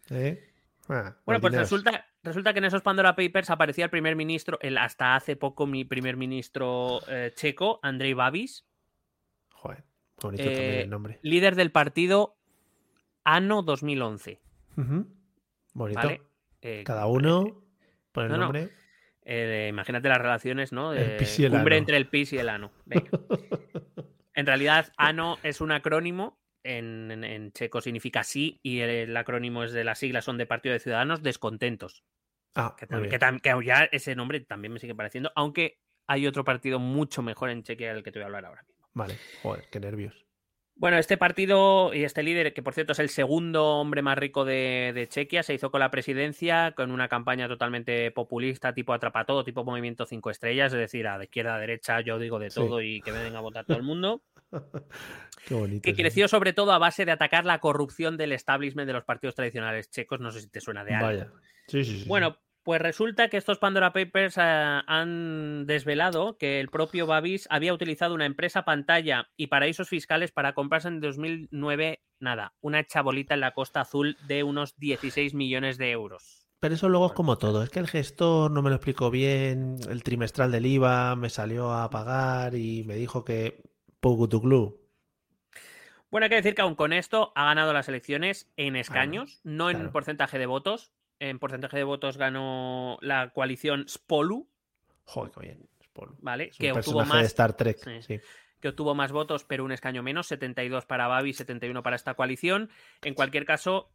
Ah, Bueno, los pues dineros. resulta que en esos Pandora Papers aparecía el primer ministro, el hasta hace poco mi primer ministro checo, Andrej Babis, Joder, qué bonito también el nombre. líder del partido ANO 2011. Ujú. Bonito. ¿Vale? Cada uno por el no, no. nombre. Imagínate las relaciones, ¿no? El pis y el cumbre ano. entre el pis y el ano. Venga. En realidad, ANO es un acrónimo. En checo significa sí y el acrónimo es de las siglas son de Partido de Ciudadanos Descontentos. Ah, Que, muy que bien. ya ese nombre también me sigue pareciendo, aunque hay otro partido mucho mejor en Chequia del que te voy a hablar ahora mismo. Vale, joder, qué nervios. Bueno, este partido y este líder, que por cierto es el segundo hombre más rico de Chequia, se hizo con la presidencia con una campaña totalmente populista, tipo atrapatodo, tipo Movimiento 5 Estrellas, es decir, a de izquierda a derecha yo digo de Sí. todo y que me venga a votar todo el mundo, Qué bonito. que es creció sobre todo a base de atacar la corrupción del establishment de los partidos tradicionales checos, no sé si te suena de eso. algo. Vaya. Sí, sí, sí. Bueno, pues resulta que estos Pandora Papers han desvelado que el propio Babis había utilizado una empresa pantalla y paraísos fiscales para comprarse en 2009, una chabolita en la Costa Azul de unos 16 millones de euros. Pero eso luego es como todo. Es que el gestor no me lo explicó bien. El trimestral del IVA me salió a pagar y me dijo que Pugutuclu. Bueno, hay que decir que aún con esto ha ganado las elecciones en escaños, no en claro. porcentaje de votos. En porcentaje de votos ganó la coalición Spolu, Joder, qué bien. Es ¿vale? un Que obtuvo personaje de más, Star Trek. Sí. Sí. que obtuvo más votos, pero un escaño menos, 72 para Babis, 71 para esta coalición. En cualquier caso,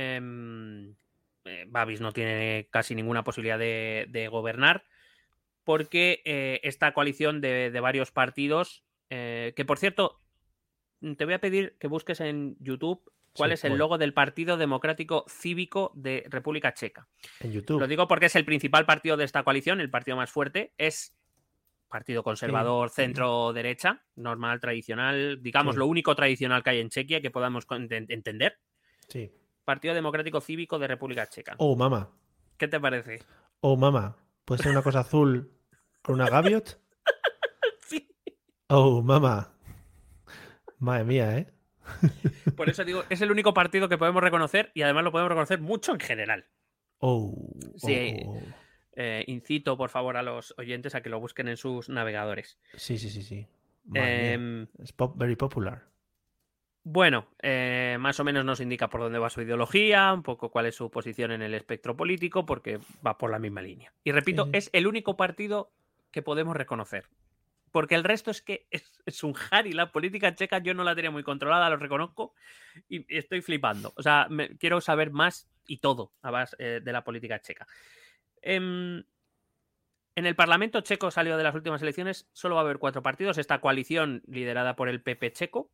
Babis no tiene casi ninguna posibilidad de gobernar, porque esta coalición de varios partidos, que por cierto, te voy a pedir que busques en YouTube cuál Sí, es el bueno. logo del Partido Democrático Cívico de República Checa. En YouTube. Lo digo porque es el principal partido de esta coalición, el partido más fuerte, es partido conservador, Sí. centro-derecha, normal, tradicional, digamos Sí. lo único tradicional que hay en Chequia que podamos entender. Sí. Partido Democrático Cívico de República Checa. Oh, mamá. ¿Qué te parece? Oh, mamá. ¿Puede ser una cosa azul con una gaviot? Sí. Oh, mamá. Madre mía, ¿eh? Por eso digo, es el único partido que podemos reconocer y además lo podemos reconocer mucho en general. Oh. Sí. Oh. Incito, por favor, a los oyentes a que lo busquen en sus navegadores. Sí, sí, sí, sí. Madre mía. Es very popular. Bueno, más o menos nos indica por dónde va su ideología, un poco cuál es su posición en el espectro político, porque va por la misma línea. Y repito, Sí. es el único partido que podemos reconocer. Porque el resto es que es un jari. La política checa yo no la tenía muy controlada, lo reconozco, y estoy flipando. O sea, quiero saber más y todo a base de la política checa. En el Parlamento checo salió de las últimas elecciones, solo va a haber 4 partidos. Esta coalición liderada por el PP checo,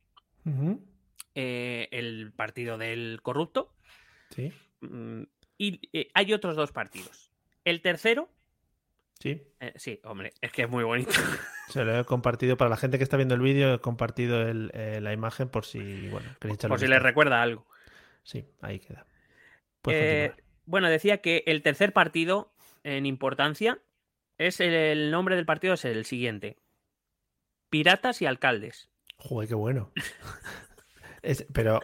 el partido del corrupto, Sí. y hay otros 2 partidos. El tercero, Sí. sí, hombre, es que es muy bonito. Se lo he compartido para la gente que está viendo el vídeo. He compartido la imagen por si, bueno, queréis echarle Por un si les vistazo. recuerda algo. Sí, ahí queda. Puedes continuar. Bueno, decía que el tercer partido en importancia es el nombre del partido es el siguiente: Piratas y Alcaldes. Joder, qué bueno. Pero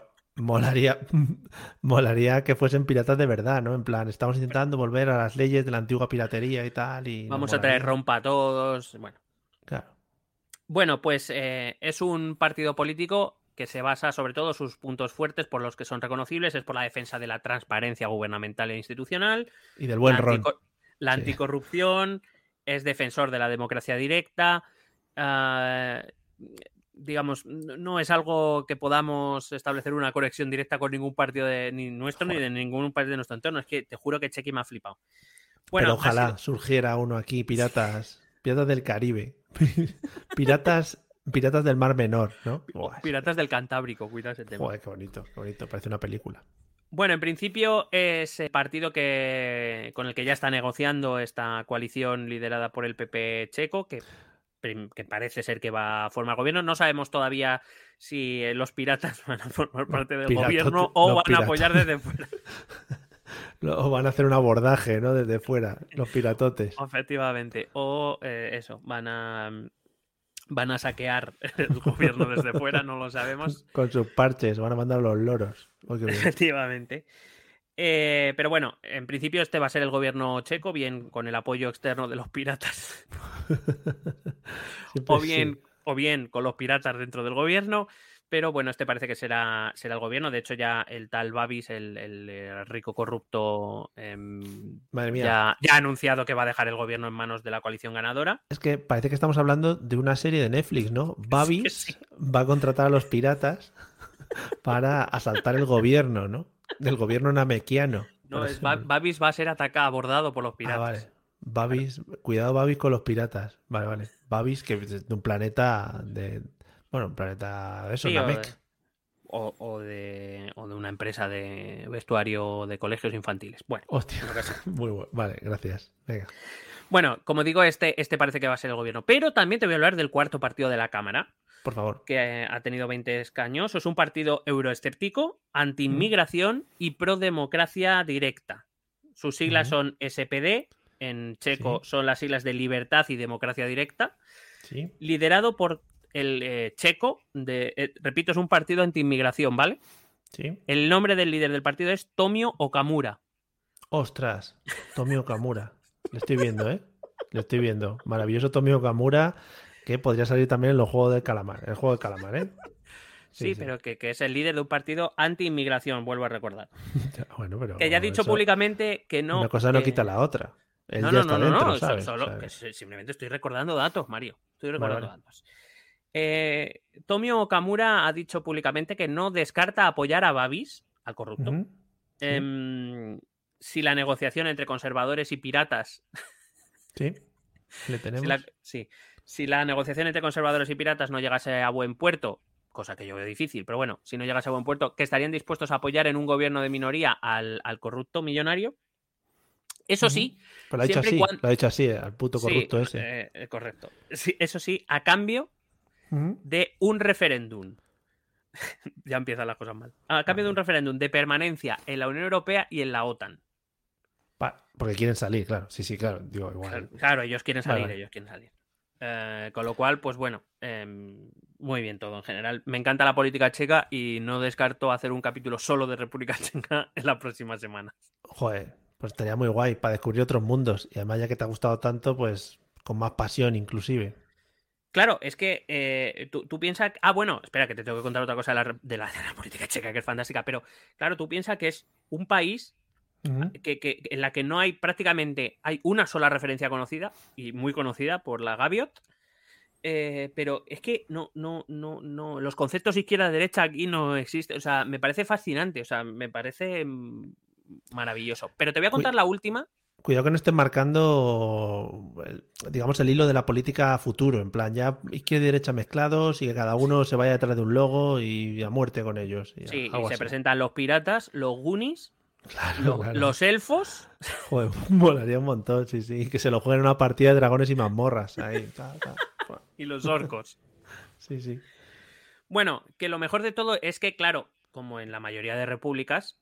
molaría que fuesen piratas de verdad, ¿no? En plan, estamos intentando volver a las leyes de la antigua piratería y tal. Y Vamos a traer rompa a todos. Claro. Bueno, pues es un partido político que se basa sobre todo sus puntos fuertes por los que son reconocibles, es por la defensa de la transparencia gubernamental e institucional, Y del buen ron. la Sí. anticorrupción, es defensor de la democracia directa, digamos, no es algo que podamos establecer una conexión directa con ningún partido ni nuestro ni de ningún país de nuestro entorno. Es que te juro que Chequi me ha flipado. Bueno, pero ojalá surgiera uno aquí, piratas del Caribe, piratas del Mar Menor, ¿no? Piratas del Cantábrico, cuidado ese tema. Joder, qué bonito, parece una película. Bueno, en principio es el partido con el que ya está negociando esta coalición liderada por el PP checo, que parece ser que va a formar gobierno. No sabemos todavía si los piratas van a formar parte del gobierno o van a apoyar desde fuera. O van a hacer un abordaje, ¿no? Desde fuera, los piratotes. Efectivamente. O eso, van a saquear el gobierno desde fuera, no lo sabemos. Con sus parches, van a mandar los loros. Efectivamente. Pero bueno, en principio este va a ser el gobierno checo, bien con el apoyo externo de los piratas. o bien con los piratas dentro del gobierno. Pero bueno, este parece que será el gobierno. De hecho, ya el tal Babis, el rico corrupto, Madre mía. Ya ha anunciado que va a dejar el gobierno en manos de la coalición ganadora. Es que parece que estamos hablando de una serie de Netflix, ¿no? Babis Sí. va a contratar a los piratas para asaltar el gobierno, ¿no? Del gobierno namequiano. No, Babis va a ser abordado por los piratas. Vale. Babis, cuidado Babis con los piratas. Vale. Babis, que es de un planeta un planeta de eso, sí, Namek. O de una empresa de vestuario de colegios infantiles. Bueno, hostia. Muy bueno. Vale, gracias. Venga. Bueno, como digo, este parece que va a ser el gobierno. Pero también te voy a hablar del cuarto partido de la Cámara. Por favor. Que ha tenido 20 escaños. Es un partido euroescéptico, anti-inmigración y pro-democracia directa. Sus siglas son SPD. En checo son las siglas de Libertad y Democracia Directa. Sí. Liderado por el checo, repito, es un partido anti-inmigración, ¿vale? Sí. El nombre del líder del partido es Tomio Okamura. Ostras, Tomio Okamura. Le estoy viendo, ¿eh? Le estoy viendo. Maravilloso Tomio Okamura, que podría salir también en los juegos del calamar. El juego del calamar, ¿eh? Sí, pero que es el líder de un partido anti-inmigración, vuelvo a recordar. Bueno, pero que ya ha dicho públicamente que no... Una cosa no quita la otra. No, simplemente estoy recordando datos, Mario. Estoy recordando datos. Tomio Okamura ha dicho públicamente que no descarta apoyar a Babis, al corrupto, si la negociación entre conservadores y piratas... Sí, le tenemos. Si la negociación entre conservadores y piratas no llegase a buen puerto, cosa que yo veo difícil, pero bueno, si no llegase a buen puerto, que estarían dispuestos a apoyar en un gobierno de minoría al corrupto millonario. Eso sí... Pero lo ha dicho así, al puto corrupto ese. Correcto. Sí, eso sí, a cambio de un referéndum. Ya empiezan las cosas mal. A cambio de un referéndum de permanencia en la Unión Europea y en la OTAN. Porque quieren salir, claro. Sí, claro. Digo, igual. Claro, ellos quieren salir, con lo cual, pues bueno, muy bien todo en general. Me encanta la política checa y no descarto hacer un capítulo solo de República Checa en las próximas semanas. Joder, pues estaría muy guay para descubrir otros mundos. Y además, ya que te ha gustado tanto, pues con más pasión inclusive. Claro, es que tú piensas... bueno, espera, que te tengo que contar otra cosa de la política checa, que es fantástica. Pero claro, tú piensas que es un país en la que no hay prácticamente... Hay una sola referencia conocida, y muy conocida por la Gaviot. Pero es que no, los conceptos izquierda-derecha aquí no existen. O sea, me parece fascinante. O sea, me parece maravilloso. Pero te voy a contar la última. Cuidado que no estés marcando, digamos, el hilo de la política a futuro. En plan, ya izquierda y derecha mezclados y que cada uno se vaya detrás de un logo y a muerte con ellos. Y se presentan los piratas, los Goonies, los elfos. Joder, molaría un montón, sí. Que se lo jueguen en una partida de dragones y mazmorras. Ahí, y los orcos. Sí. Bueno, que lo mejor de todo es que, claro, como en la mayoría de repúblicas,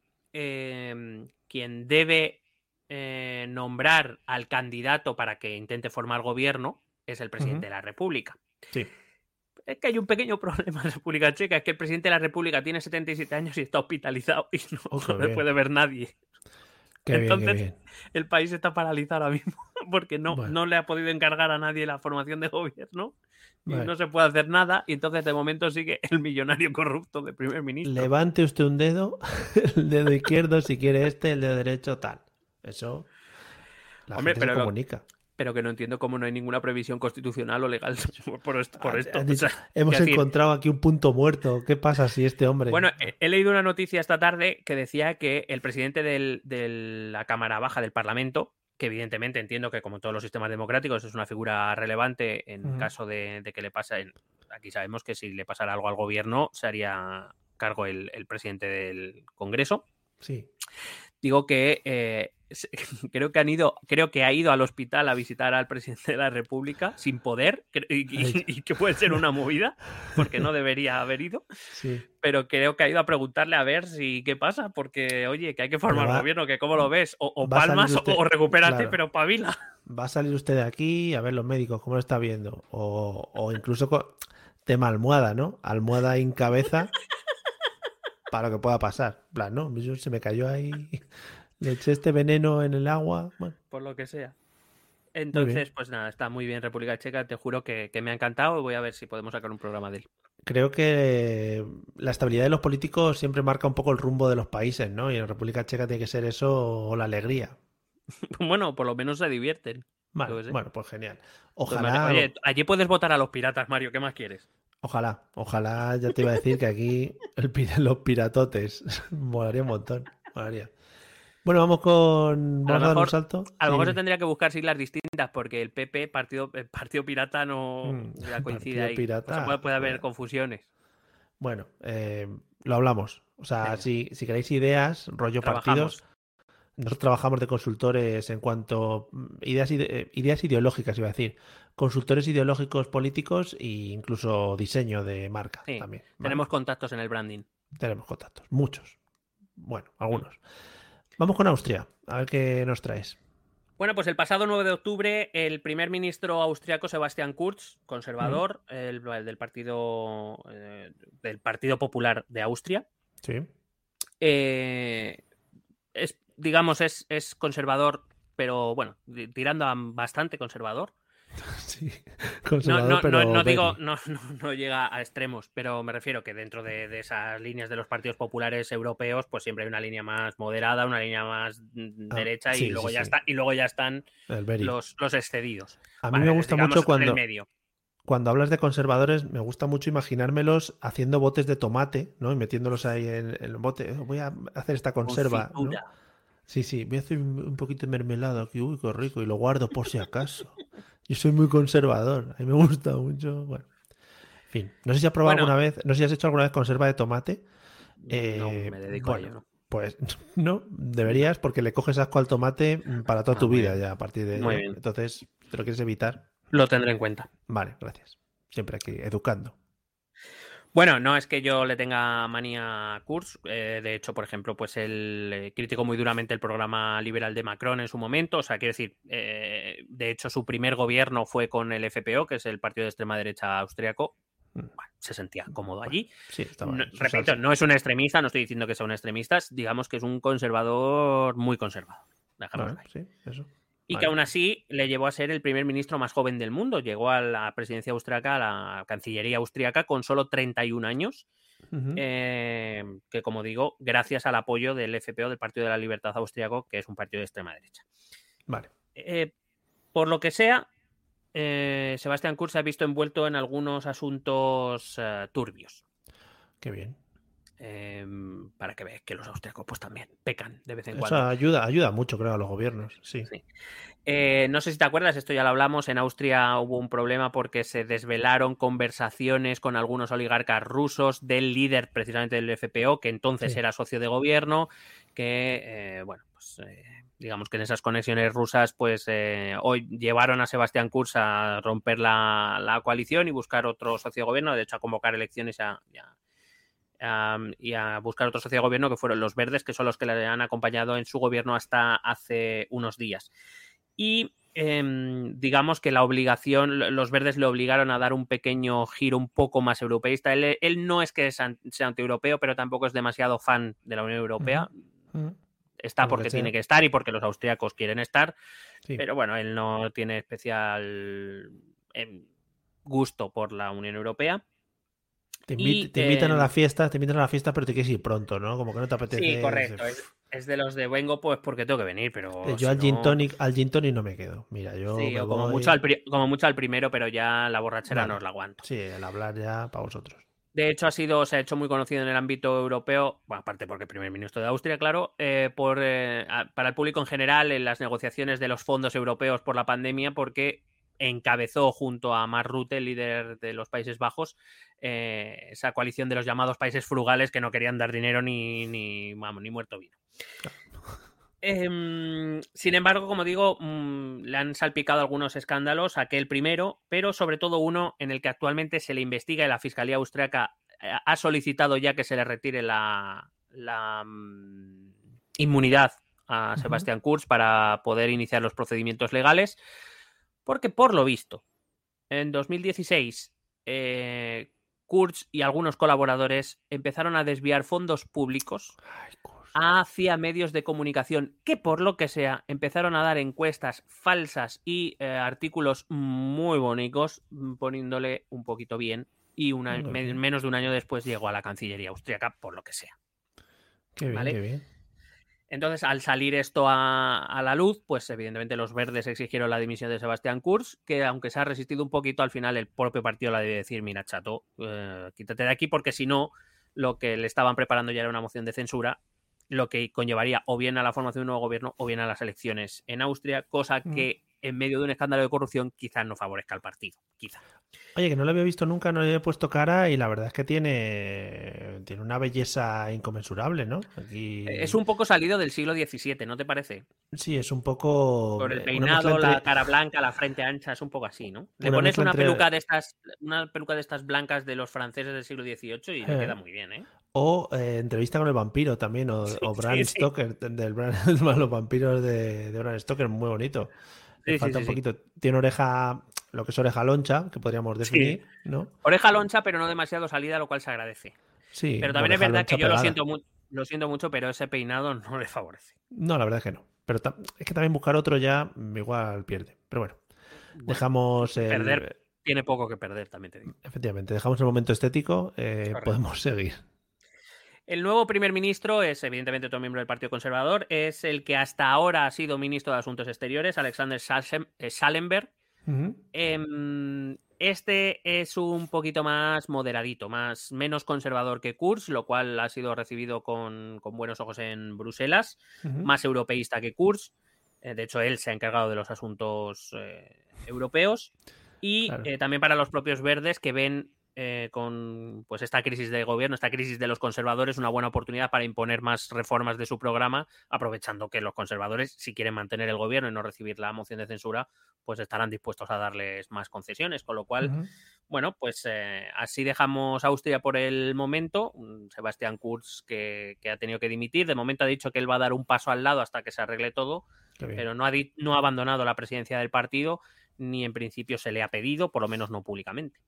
quien debe nombrar al candidato para que intente formar gobierno es el presidente de la República. Sí. Es que hay un pequeño problema en la República Checa, es que el presidente de la República tiene 77 años y está hospitalizado y no le puede ver nadie. Entonces, bien. El país está paralizado ahora mismo porque no le ha podido encargar a nadie la formación de gobierno y no se puede hacer nada, y entonces de momento sigue el millonario corrupto de primer ministro. Levante usted un dedo, el dedo izquierdo si quiere el dedo derecho tal. Eso la gente se comunica. pero que no entiendo cómo no hay ninguna previsión constitucional o legal por esto. Han dicho, O sea, hemos quiero decir, encontrado aquí un punto muerto. ¿Qué pasa si este hombre...? bueno, he leído una noticia esta tarde que decía que el presidente de la Cámara Baja del Parlamento, que evidentemente entiendo que como todos los sistemas democráticos es una figura relevante en caso de que le pase... Aquí sabemos que si le pasara algo al gobierno se haría cargo el presidente del Congreso. Sí. Digo que creo que ha ido al hospital a visitar al presidente de la República sin poder y que puede ser una movida porque no debería haber ido, Sí. pero creo que ha ido a preguntarle a ver si qué pasa, porque oye, que hay que formar gobierno, que cómo lo ves, o va a palmas salir usted- o recupérate, claro. pero pavila. Va a salir usted de aquí a ver los médicos, cómo lo está viendo. O incluso con tema almohada, ¿no? Almohada en cabeza para lo que pueda pasar. En plan, ¿no? Se me cayó ahí, le eché este veneno en el agua. Bueno, Por lo que sea. bien. Entonces, pues nada, está muy bien República Checa, te juro que me ha encantado, voy a ver si podemos sacar un programa de él. creo que la estabilidad de los políticos siempre marca un poco el rumbo de los países, ¿no? Y en República Checa tiene que ser eso o la alegría. Bueno, por lo menos se divierten. Vale, Yo qué sé. bueno, pues genial. Pues, Ojalá, oye, allí puedes votar a los piratas, Mario, ¿qué más quieres? ojalá, ya te iba a decir que aquí los piratotes molaría un montón. Molaría. Bueno, vamos A a lo dar un mejor, salto. a lo Sí, mejor se dime. tendría que buscar siglas distintas porque el PP, Partido Pirata, no ya coincide Partido ahí. Pirata, O sea, puede haber joder. confusiones. Bueno, lo hablamos. O sea, Venga. si queréis ideas, rollo Trabajamos. partidos, nosotros trabajamos de consultores en cuanto ideas ideológicas, iba a decir, consultores ideológicos políticos e incluso diseño de marca Sí, también. ¿vale? tenemos contactos en el branding. Tenemos contactos, muchos. Bueno, algunos. Vamos con Austria, a ver qué nos traes. Bueno, pues el pasado 9 de octubre, el primer ministro austriaco Sebastian Kurz, conservador, el del Partido Popular de Austria, Sí. es conservador, pero bueno, tirando a bastante conservador. Sí. Conservador, pero No digo, Bernie. no llega a extremos, pero me refiero que dentro de esas líneas de los partidos populares europeos, pues siempre hay una línea más moderada, una línea más derecha sí, y luego sí, ya sí. está, y luego ya están El Bernie. los excedidos. A mí Vale, me gusta digamos, mucho en el medio. cuando hablas de conservadores, me gusta mucho imaginármelos haciendo botes de tomate, ¿no? Y metiéndolos ahí en el bote. Voy a hacer esta conserva, ¿no? Confitura. Sí, voy a hacer un poquito de mermelada aquí, uy, qué rico, y lo guardo por si acaso. Yo soy muy conservador, a mí me gusta mucho. Bueno, en fin, no sé si has probado Bueno. alguna vez, no sé si has hecho alguna vez conserva de tomate. No me dedico a bueno, ello, ¿no? pues no, deberías porque le coges asco al tomate para toda tu muy vida bien. ya a partir de Muy ello. bien. Entonces, ¿te lo quieres evitar? Lo tendré en cuenta. Vale, gracias. Siempre aquí, educando. Bueno, no es que yo le tenga manía a Kurz. De hecho, por ejemplo, pues él criticó muy duramente el programa liberal de Macron en su momento. O sea, quiero decir, de hecho, su primer gobierno fue con el FPO, que es el partido de extrema derecha austriaco. Bueno, se sentía cómodo allí. Sí, estaba No, bien. repito, no es un extremista, no estoy diciendo que sea un extremista, digamos que es un conservador muy conservador. Dejémoslo Vale, ahí. sí, eso. Y Vale. que aún así le llevó a ser el primer ministro más joven del mundo. Llegó a la presidencia austriaca, a la Cancillería austriaca, con solo 31 años. Ujú. Que, como digo, gracias al apoyo del FPO, del Partido de la Libertad Austriaco, que es un partido de extrema derecha. Vale. Por lo que sea, Sebastian Kurz se ha visto envuelto en algunos asuntos turbios. Qué bien. Para que veas que los austriacos pues también pecan de vez en Eso cuando. ayuda mucho, creo, a los gobiernos. Sí. Sí. No sé si te acuerdas, esto ya lo hablamos, en Austria hubo un problema porque se desvelaron conversaciones con algunos oligarcas rusos del líder precisamente del FPO, que entonces Sí. era socio de gobierno, que, digamos que en esas conexiones rusas, pues hoy llevaron a Sebastian Kurz a romper la coalición y buscar otro socio de gobierno, de hecho a convocar elecciones y a buscar otro socio de gobierno que fueron los verdes, que son los que le han acompañado en su gobierno hasta hace unos días. Y digamos que la obligación, los verdes le obligaron a dar un pequeño giro un poco más europeísta. Él no es que sea antieuropeo, pero tampoco es demasiado fan de la Unión Europea. Ujú. Está Por lo porque que sea. tiene que estar y porque los austriacos quieren estar. Sí. Pero bueno, él no tiene especial gusto por la Unión Europea. Te invitan a las fiestas, pero te quieres ir pronto, ¿no? Como que no te apetece. Sí, correcto. Es de los de vengo pues porque tengo que venir, pero yo al gin tonic no me quedo. Mira, yo sí, me o como voy... mucho al primero, pero ya la borrachera no os la aguanto. Sí, el hablar ya para vosotros. De hecho, se ha hecho muy conocido en el ámbito europeo, bueno, aparte porque el primer ministro de Austria, claro, para el público en general en las negociaciones de los fondos europeos por la pandemia, porque encabezó junto a Mark Rutte, líder de los Países Bajos, esa coalición de los llamados países frugales que no querían dar dinero ni muerto vino. Sin embargo, como digo, le han salpicado algunos escándalos, aquel primero, pero sobre todo uno en el que actualmente se le investiga y la Fiscalía Austriaca ha solicitado ya que se le retire la inmunidad a Sebastian Kurz para poder iniciar los procedimientos legales, porque por lo visto, en 2016, Kurz y algunos colaboradores empezaron a desviar fondos públicos hacia medios de comunicación que, por lo que sea, empezaron a dar encuestas falsas y artículos muy bonitos, poniéndole un poquito bien, y menos de un año después llegó a la Cancillería austríaca, por lo que sea. Qué bien, ¿vale? Qué bien. Entonces, al salir esto a la luz, pues evidentemente los verdes exigieron la dimisión de Sebastian Kurz, que aunque se ha resistido un poquito, al final el propio partido le debe decir, mira, chato, quítate de aquí, porque si no, lo que le estaban preparando ya era una moción de censura, lo que conllevaría o bien a la formación de un nuevo gobierno o bien a las elecciones en Austria, cosa que en medio de un escándalo de corrupción quizás no favorezca al partido, quizá. Oye, que no lo había visto nunca, no le había puesto cara y la verdad es que tiene una belleza inconmensurable, ¿no? Aquí... Es un poco salido del siglo XVII, ¿no te parece? Sí, es un poco... Por el peinado, la cara blanca, la frente ancha, es un poco así, ¿no? Le pones una peluca de estas blancas de los franceses del siglo XVIII y le queda muy bien, ¿eh? O Entrevista con el vampiro también, o Bram Stoker, de los vampiros de Bram Stoker, muy bonito. Le falta un poquito. Tiene oreja, lo que es oreja loncha, que podríamos definir, ¿no? Oreja loncha, pero no demasiado salida, lo cual se agradece. Sí. Pero también es verdad que yo lo siento mucho, pero ese peinado no le favorece. No, la verdad es que no. Pero es que también buscar otro ya igual pierde. Pero bueno, dejamos perder tiene poco que perder, también te digo. Efectivamente, dejamos el momento estético, podemos seguir. El nuevo primer ministro es, evidentemente, otro miembro del Partido Conservador. Es el que hasta ahora ha sido ministro de Asuntos Exteriores, Alexander Schallenberg. Este es un poquito más moderadito, menos conservador que Kurz, lo cual ha sido recibido con buenos ojos en Bruselas. Más europeísta que Kurz. De hecho, él se ha encargado de los asuntos europeos. Y también para los propios verdes, que ven con pues esta crisis de gobierno, esta crisis de los conservadores, una buena oportunidad para imponer más reformas de su programa, aprovechando que los conservadores, si quieren mantener el gobierno y no recibir la moción de censura, pues estarán dispuestos a darles más concesiones, con lo cual, bueno, pues así dejamos Austria por el momento. Sebastian Kurz que ha tenido que dimitir, de momento ha dicho que él va a dar un paso al lado hasta que se arregle todo, pero no ha abandonado la presidencia del partido, ni en principio se le ha pedido, por lo menos no públicamente.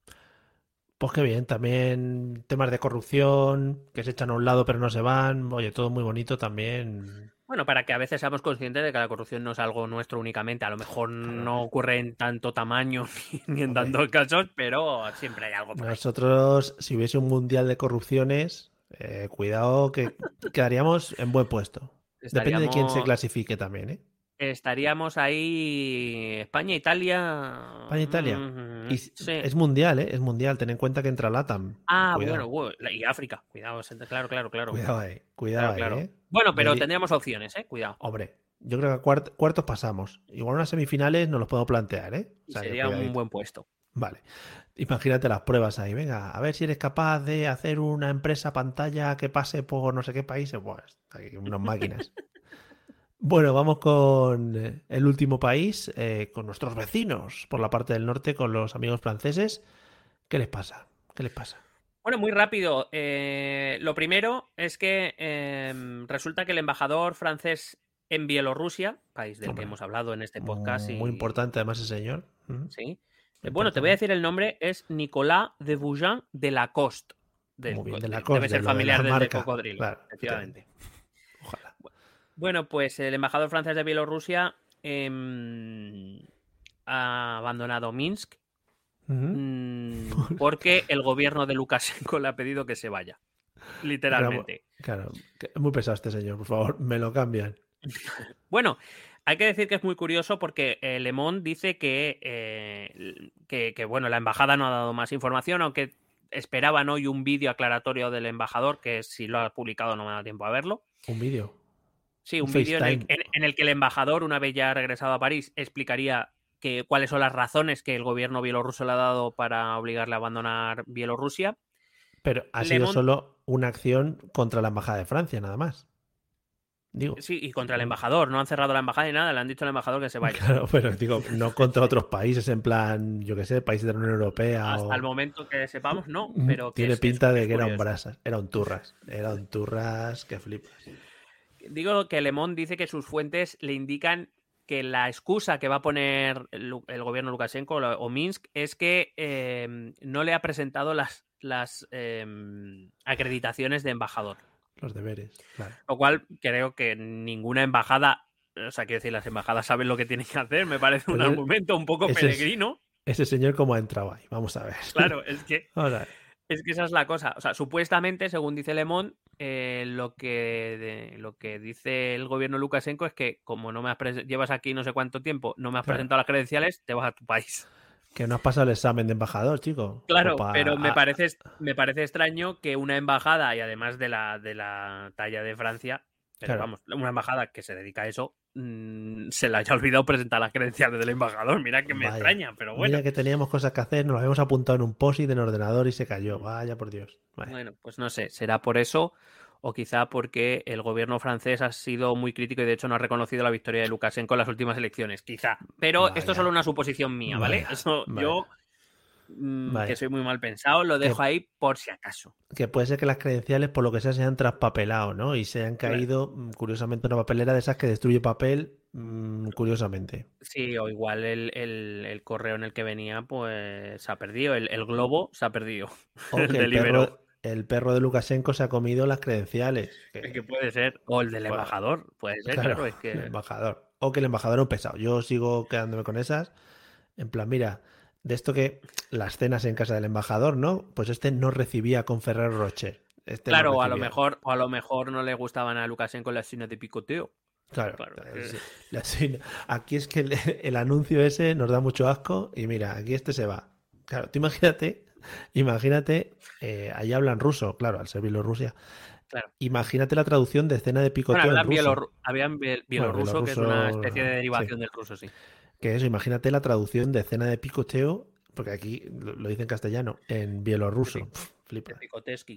Pues qué bien, también temas de corrupción que se echan a un lado pero no se van, oye, todo muy bonito también. Bueno, para que a veces seamos conscientes de que la corrupción no es algo nuestro únicamente, a lo mejor no ocurre en tanto tamaño ni en tantos casos, pero siempre hay algo por ahí. Nosotros, si hubiese un mundial de corrupciones, cuidado que quedaríamos en buen puesto. Depende de quién se clasifique también, ¿eh? Estaríamos ahí España-Italia. España-Italia. Sí. Es mundial, ¿eh? Es mundial. Ten en cuenta que entra LATAM. Bueno, y África. Cuidado, claro. Cuidado ahí, claro. ¿eh? Bueno, pero tendríamos opciones, ¿eh? Cuidado. Hombre, yo creo que a cuartos pasamos. Igual unas semifinales nos los puedo plantear, ¿eh? O sea, sería un buen puesto. Vale. Imagínate las pruebas ahí. Venga, a ver si eres capaz de hacer una empresa pantalla que pase por no sé qué países. Pues, hay unas máquinas. Bueno, vamos con el último país, con nuestros vecinos por la parte del norte, con los amigos franceses. ¿Qué les pasa? Bueno, muy rápido. Lo primero es que resulta que el embajador francés en Bielorrusia, país del que hemos hablado en este podcast. Muy importante además ese señor. Sí. Bueno, te voy a decir el nombre, es Nicolas de Bouillon de Lacoste. Muy bien, de Lacoste. Debe ser familiar de del cocodrilo, claro, efectivamente. Ojalá. Bueno, pues el embajador francés de Bielorrusia ha abandonado Minsk porque el gobierno de Lukashenko le ha pedido que se vaya. Literalmente. Claro, es muy pesado este señor, por favor, me lo cambian. Bueno, hay que decir que es muy curioso porque Le Monde dice que bueno, la embajada no ha dado más información, aunque esperaban hoy un vídeo aclaratorio del embajador, que si lo ha publicado no me da tiempo a verlo. ¿Un vídeo? Sí, un vídeo en el que el embajador, una vez ya regresado a París, explicaría cuáles son las razones que el gobierno bielorruso le ha dado para obligarle a abandonar Bielorrusia. Pero ha sido solo una acción contra la embajada de Francia, nada más. Digo. Sí, y contra el embajador. No han cerrado la embajada ni nada, le han dicho al embajador que se vaya. Claro, pero digo, no contra otros países, en plan, yo qué sé, países de la Unión Europea. Hasta el momento que sepamos, no. Pero tiene pinta de que era un brasas, era un turras. Era un turras que flipas. Digo que Le Monde dice que sus fuentes le indican que la excusa que va a poner el gobierno Lukashenko o Minsk es que no le ha presentado las acreditaciones de embajador. Los deberes, claro. Lo cual creo que ninguna embajada, o sea, quiero decir, las embajadas saben lo que tienen que hacer, me parece un argumento un poco peregrino. Ese señor cómo ha entrado ahí, vamos a ver. Claro, es que esa es la cosa. O sea, supuestamente, según dice Le Monde, lo que dice el gobierno Lukashenko es que como no me llevas aquí no sé cuánto tiempo, no me has presentado las credenciales, te vas a tu país. Que no has pasado el examen de embajador, chico. Claro, pero me parece extraño que una embajada, y además de la talla de Francia, pero vamos, una embajada que se dedica a eso, se le haya olvidado presentar las credenciales del embajador. Mira que me extraña, pero bueno. Mira que teníamos cosas que hacer, nos lo habíamos apuntado en un post-it en el ordenador y se cayó. Vaya por Dios. Vaya. Bueno, pues no sé, será por eso o quizá porque el gobierno francés ha sido muy crítico y de hecho no ha reconocido la victoria de Lukashenko en las últimas elecciones, quizá. Pero esto es solo una suposición mía, ¿vale? Yo, que soy muy mal pensado, lo dejo ahí por si acaso. Que puede ser que las credenciales, por lo que sea, se hayan traspapelado, ¿no? Y se hayan caído, curiosamente, una papelera de esas que destruye papel, curiosamente. Sí, o igual el correo en el que venía, pues se ha perdido. El globo se ha perdido. O que el perro de Lukashenko se ha comido las credenciales. Que puede ser. O el del embajador. Puede ser, claro. Es que... El embajador. O que el embajador es un pesado. Yo sigo quedándome con esas. En plan, mira, de esto que las cenas en casa del embajador, ¿no? Pues este no recibía con Ferrero Rocher. Claro, no a lo mejor no le gustaban a Lukashenko las cenas de picoteo. Claro. Sí. Aquí es que el anuncio ese nos da mucho asco y mira, aquí este se va. Claro, tú imagínate, ahí hablan ruso, claro, al ser Bielorrusia. Claro. Imagínate la traducción de escena de picoteo en ruso. Habían bielorruso, que es una especie de derivación del ruso, sí. Que eso, imagínate la traducción de escena de picoteo, porque aquí lo dice en castellano, en bielorruso. Flipa. Picoteski.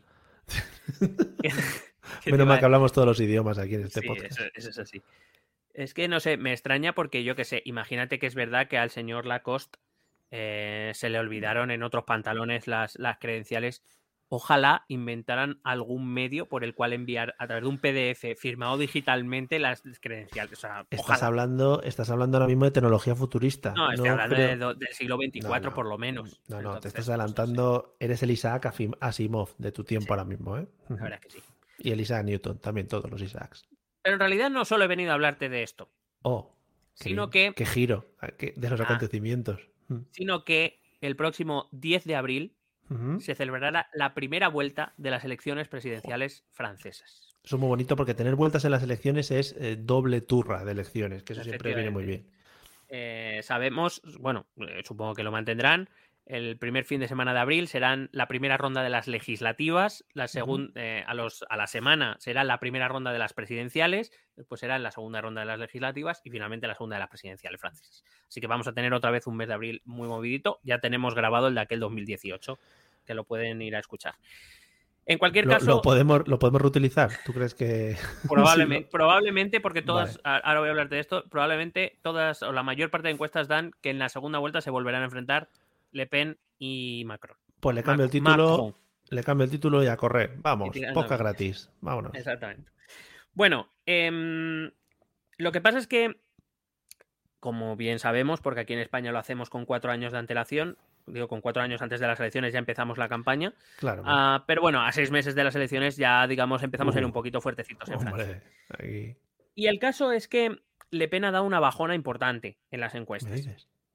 Menos mal que hablamos todos los idiomas aquí en este podcast. Eso es así. Es que no sé, me extraña porque yo qué sé, imagínate que es verdad que al señor Lacoste se le olvidaron en otros pantalones las credenciales. Ojalá inventaran algún medio por el cual enviar a través de un PDF firmado digitalmente las credenciales. O sea, estás hablando ahora mismo de tecnología futurista. No, estoy hablando del siglo XXIV por lo menos. No, entonces, te estás adelantando. Eres el Isaac Asimov de tu tiempo ahora mismo, ¿eh? La verdad es que sí. Y el Isaac Newton, también todos los Isaacs. Pero en realidad no solo he venido a hablarte de esto. Sino que... Qué giro de los acontecimientos. Sino que el próximo 10 de abril se celebrará la primera vuelta de las elecciones presidenciales francesas. Eso es muy bonito porque tener vueltas en las elecciones es doble turra de elecciones, que eso siempre viene muy bien. Sabemos, bueno, supongo que lo mantendrán. El primer fin de semana de abril serán la primera ronda de las legislativas, la a la semana será la primera ronda de las presidenciales, después será la segunda ronda de las legislativas y finalmente la segunda de las presidenciales francesas. Así que vamos a tener otra vez un mes de abril muy movidito. Ya tenemos grabado el de aquel 2018, que lo pueden ir a escuchar. En cualquier caso... ¿Lo podemos reutilizar? ¿Tú crees que...? Probablemente, porque todas... Vale. Ahora voy a hablar de esto. Probablemente todas, o la mayor parte de encuestas dan que en la segunda vuelta se volverán a enfrentar Le Pen y Macron. Pues le cambio el título y a correr. Vamos, podcast gratis. Vámonos. Exactamente. Bueno, lo que pasa es que, como bien sabemos, porque aquí en España lo hacemos con 4 años de antelación, con 4 años antes de las elecciones ya empezamos la campaña. Claro. Pero bueno, a 6 meses de las elecciones ya, digamos, empezamos a ir un poquito fuertecitos en Francia. Aquí. Y el caso es que Le Pen ha dado una bajona importante en las encuestas.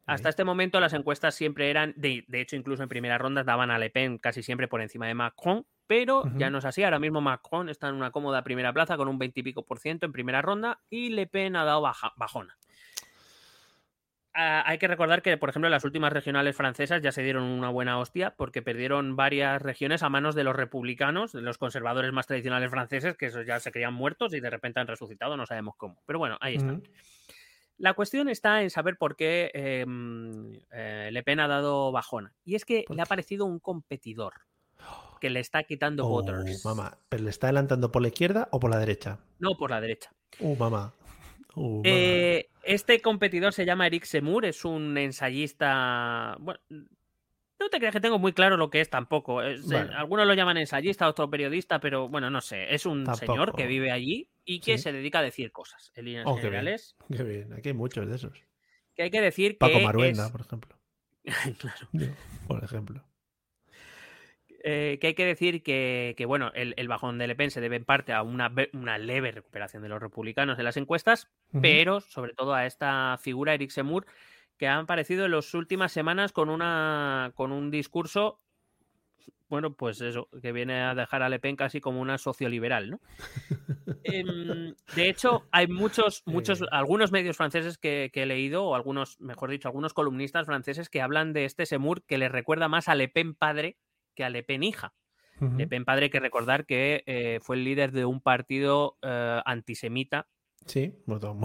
Hasta este momento las encuestas siempre eran, de hecho incluso en primeras rondas daban a Le Pen casi siempre por encima de Macron, pero ya no es así. Ahora mismo Macron está en una cómoda primera plaza con un 20 y pico % en primera ronda y Le Pen ha dado bajona. Hay que recordar que, por ejemplo, en las últimas regionales francesas ya se dieron una buena hostia porque perdieron varias regiones a manos de los republicanos, de los conservadores más tradicionales franceses, que esos ya se creían muertos y de repente han resucitado, no sabemos cómo. Pero bueno, ahí están. La cuestión está en saber por qué Le Pen ha dado bajona. Y es que le ha parecido un competidor que le está quitando voters. Mamá, ¿pero le está adelantando por la izquierda o por la derecha? No, por la derecha. Mamá. Este competidor se llama Eric Zemmour, es un ensayista. Bueno, no te creas que tengo muy claro lo que es tampoco. Algunos lo llaman ensayista, otro periodista, pero bueno, no sé. Es un señor que vive allí y que se dedica a decir cosas. En líneas generales. Qué bien, aquí hay muchos de esos. Que hay que decir Paco que Maruenda, por ejemplo. Claro. Por ejemplo. Que hay que decir que bueno, el bajón de Le Pen se debe en parte a una leve recuperación de los republicanos en las encuestas, pero sobre todo a esta figura, Eric Zemmour, que ha aparecido en las últimas semanas con un discurso, bueno, pues eso, que viene a dejar a Le Pen casi como una socioliberal, ¿no? De hecho, hay algunos medios franceses que he leído, o algunos columnistas franceses que hablan de este Zemmour que le recuerda más a Le Pen padre que a Le Pen hija. Le Pen padre, que recordar que fue el líder de un partido antisemita. Sí,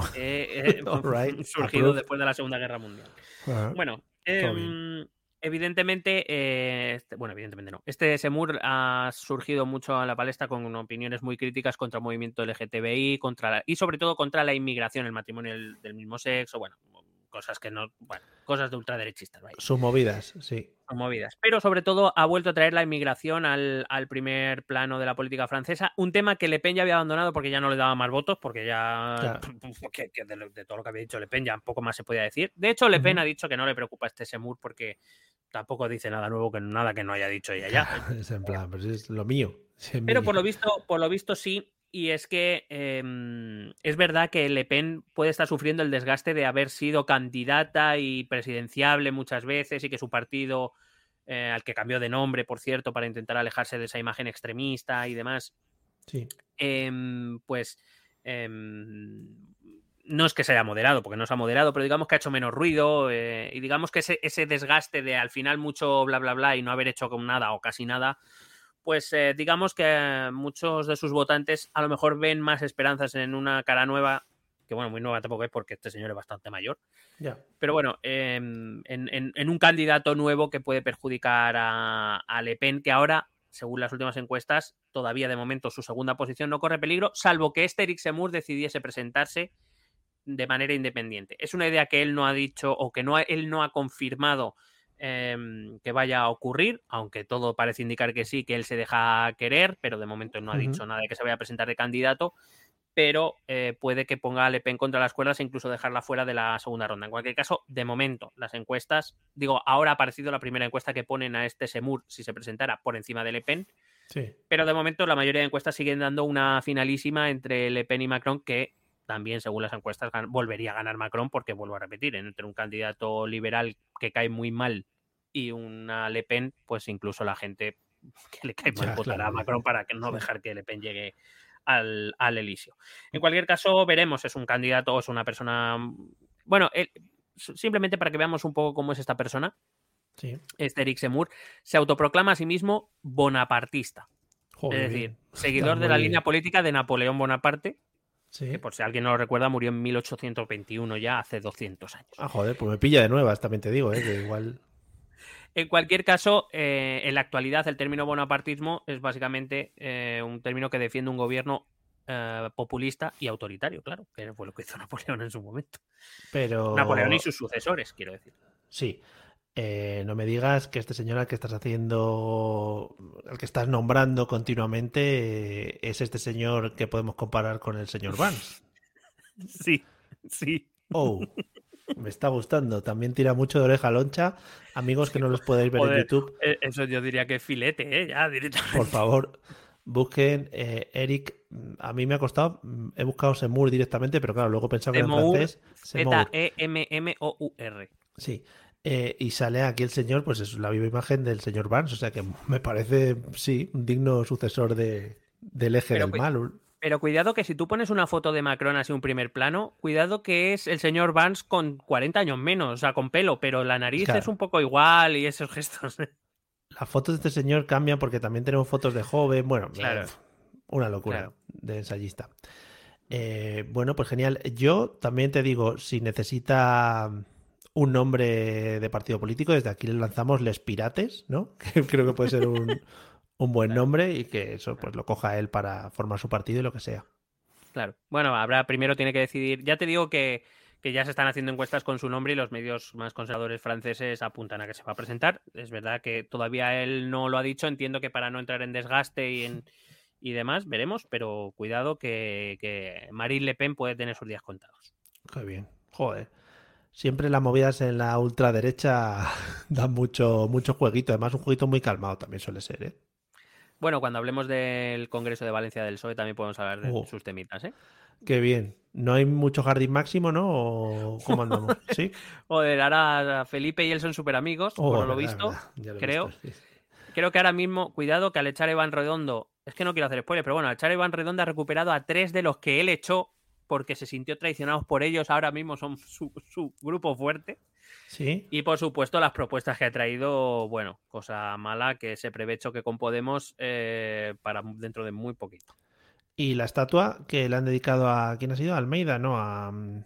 surgido después de la Segunda Guerra Mundial. Bueno, evidentemente no. Este Zemmour ha surgido mucho a la palestra con opiniones muy críticas contra el movimiento LGTBI, y sobre todo contra la inmigración, el matrimonio del mismo sexo, bueno, cosas de ultraderechistas. Vaya. Sus movidas, sí. Sus movidas. Pero sobre todo ha vuelto a traer la inmigración al primer plano de la política francesa, un tema que Le Pen ya había abandonado porque ya no le daba más votos, porque ya de todo lo que había dicho Le Pen ya un poco más se podía decir. De hecho, Le Pen ha dicho que no le preocupa este Zemmour porque tampoco dice nada nuevo, nada que no haya dicho ella ya. Es en plan, pues es lo mío. Pero por lo visto sí. Y es que es verdad que Le Pen puede estar sufriendo el desgaste de haber sido candidata y presidenciable muchas veces y que su partido, al que cambió de nombre, por cierto, para intentar alejarse de esa imagen extremista y demás, sí. No es que se haya moderado, porque no se ha moderado, pero digamos que ha hecho menos ruido y digamos que ese desgaste de al final mucho bla bla bla y no haber hecho nada o casi nada, pues digamos que muchos de sus votantes a lo mejor ven más esperanzas en una cara nueva, que bueno, muy nueva tampoco es porque este señor es bastante mayor, pero bueno, en un candidato nuevo que puede perjudicar a Le Pen, que ahora, según las últimas encuestas, todavía de momento su segunda posición no corre peligro, salvo que este Eric Zemmour decidiese presentarse de manera independiente. Es una idea que él no ha dicho o que él no ha confirmado que vaya a ocurrir, aunque todo parece indicar que sí, que él se deja querer, pero de momento no ha dicho nada de que se vaya a presentar de candidato, pero puede que ponga a Le Pen contra las cuerdas e incluso dejarla fuera de la segunda ronda. En cualquier caso, de momento, las encuestas, ahora ha aparecido la primera encuesta que ponen a este Zemmour, si se presentara, por encima de Le Pen, pero de momento la mayoría de encuestas siguen dando una finalísima entre Le Pen y Macron, que también, según las encuestas, volvería a ganar Macron, porque vuelvo a repetir, entre un candidato liberal que cae muy mal y una Le Pen, pues incluso la gente que le cae mal votará a Macron para que no dejar que Le Pen llegue al Elíseo. En cualquier caso, veremos, es un candidato o es una persona... Bueno, simplemente para que veamos un poco cómo es esta persona, este Eric Zemmour, se autoproclama a sí mismo bonapartista. Joder, es decir, seguidor de la línea política de Napoleón Bonaparte, que por si alguien no lo recuerda, murió en 1821 ya, hace 200 años. Joder, pues me pilla de nuevas, también te digo, que igual... En cualquier caso, en la actualidad el término bonapartismo es básicamente un término que defiende un gobierno populista y autoritario, claro, que fue lo que hizo Napoleón en su momento. Pero... Napoleón y sus sucesores, quiero decir. Sí. No me digas que este señor al que estás nombrando continuamente, es este señor que podemos comparar con el señor Vance. Sí. Me está gustando. También tira mucho de oreja loncha. Amigos que no los podéis ver en YouTube. Eso yo diría que es filete, ya directamente. Por favor, busquen Eric. A mí me ha costado. He buscado Zemmour directamente, pero claro, luego he pensado que era en francés. Z-E-M-M-O-U-R. Sí. Y sale aquí el señor, pues es la viva imagen del señor Vance, o sea que me parece, sí, un digno sucesor del eje del mal. Pero cuidado que si tú pones una foto de Macron así un primer plano, cuidado que es el señor Vance con 40 años menos, o sea, con pelo, pero la nariz Claro. es un poco igual y esos gestos. Las fotos de este señor cambian porque también tenemos fotos de joven, bueno, Claro. Una locura Claro. de ensayista. Bueno, pues genial. Yo también te digo, si necesita un nombre de partido político, desde aquí le lanzamos Les Pirates, ¿no? Que creo que puede ser un buen nombre y que eso pues lo coja él para formar su partido y lo que sea. Claro. Bueno, primero tiene que decidir. Ya te digo que ya se están haciendo encuestas con su nombre y los medios más conservadores franceses apuntan a que se va a presentar. Es verdad que todavía él no lo ha dicho. Entiendo que para no entrar en desgaste y demás, veremos, pero cuidado que Marine Le Pen puede tener sus días contados. Qué bien. Joder. Siempre las movidas en la ultraderecha dan mucho jueguito. Además, un jueguito muy calmado también suele ser, ¿eh? Bueno, cuando hablemos del Congreso de Valencia del PSOE también podemos hablar de sus temitas, ¿eh? Qué bien. ¿No hay mucho jardín máximo, no? ¿O cómo andamos? ¿Sí? Joder, ahora Felipe y él son súper amigos, por lo visto, creo. Visto, sí. Creo que ahora mismo, cuidado, que al echar a Iván Redondo, es que no quiero hacer spoiler, pero bueno, al echar a Iván Redondo ha recuperado a 3 de los que él echó porque se sintió traicionados por ellos, ahora mismo son su grupo fuerte. Sí. Y por supuesto las propuestas que ha traído, bueno, cosa mala que se prevé choque con Podemos para dentro de muy poquito. Y la estatua que le han dedicado a... ¿Quién ha sido? Almeida, ¿no? ¿No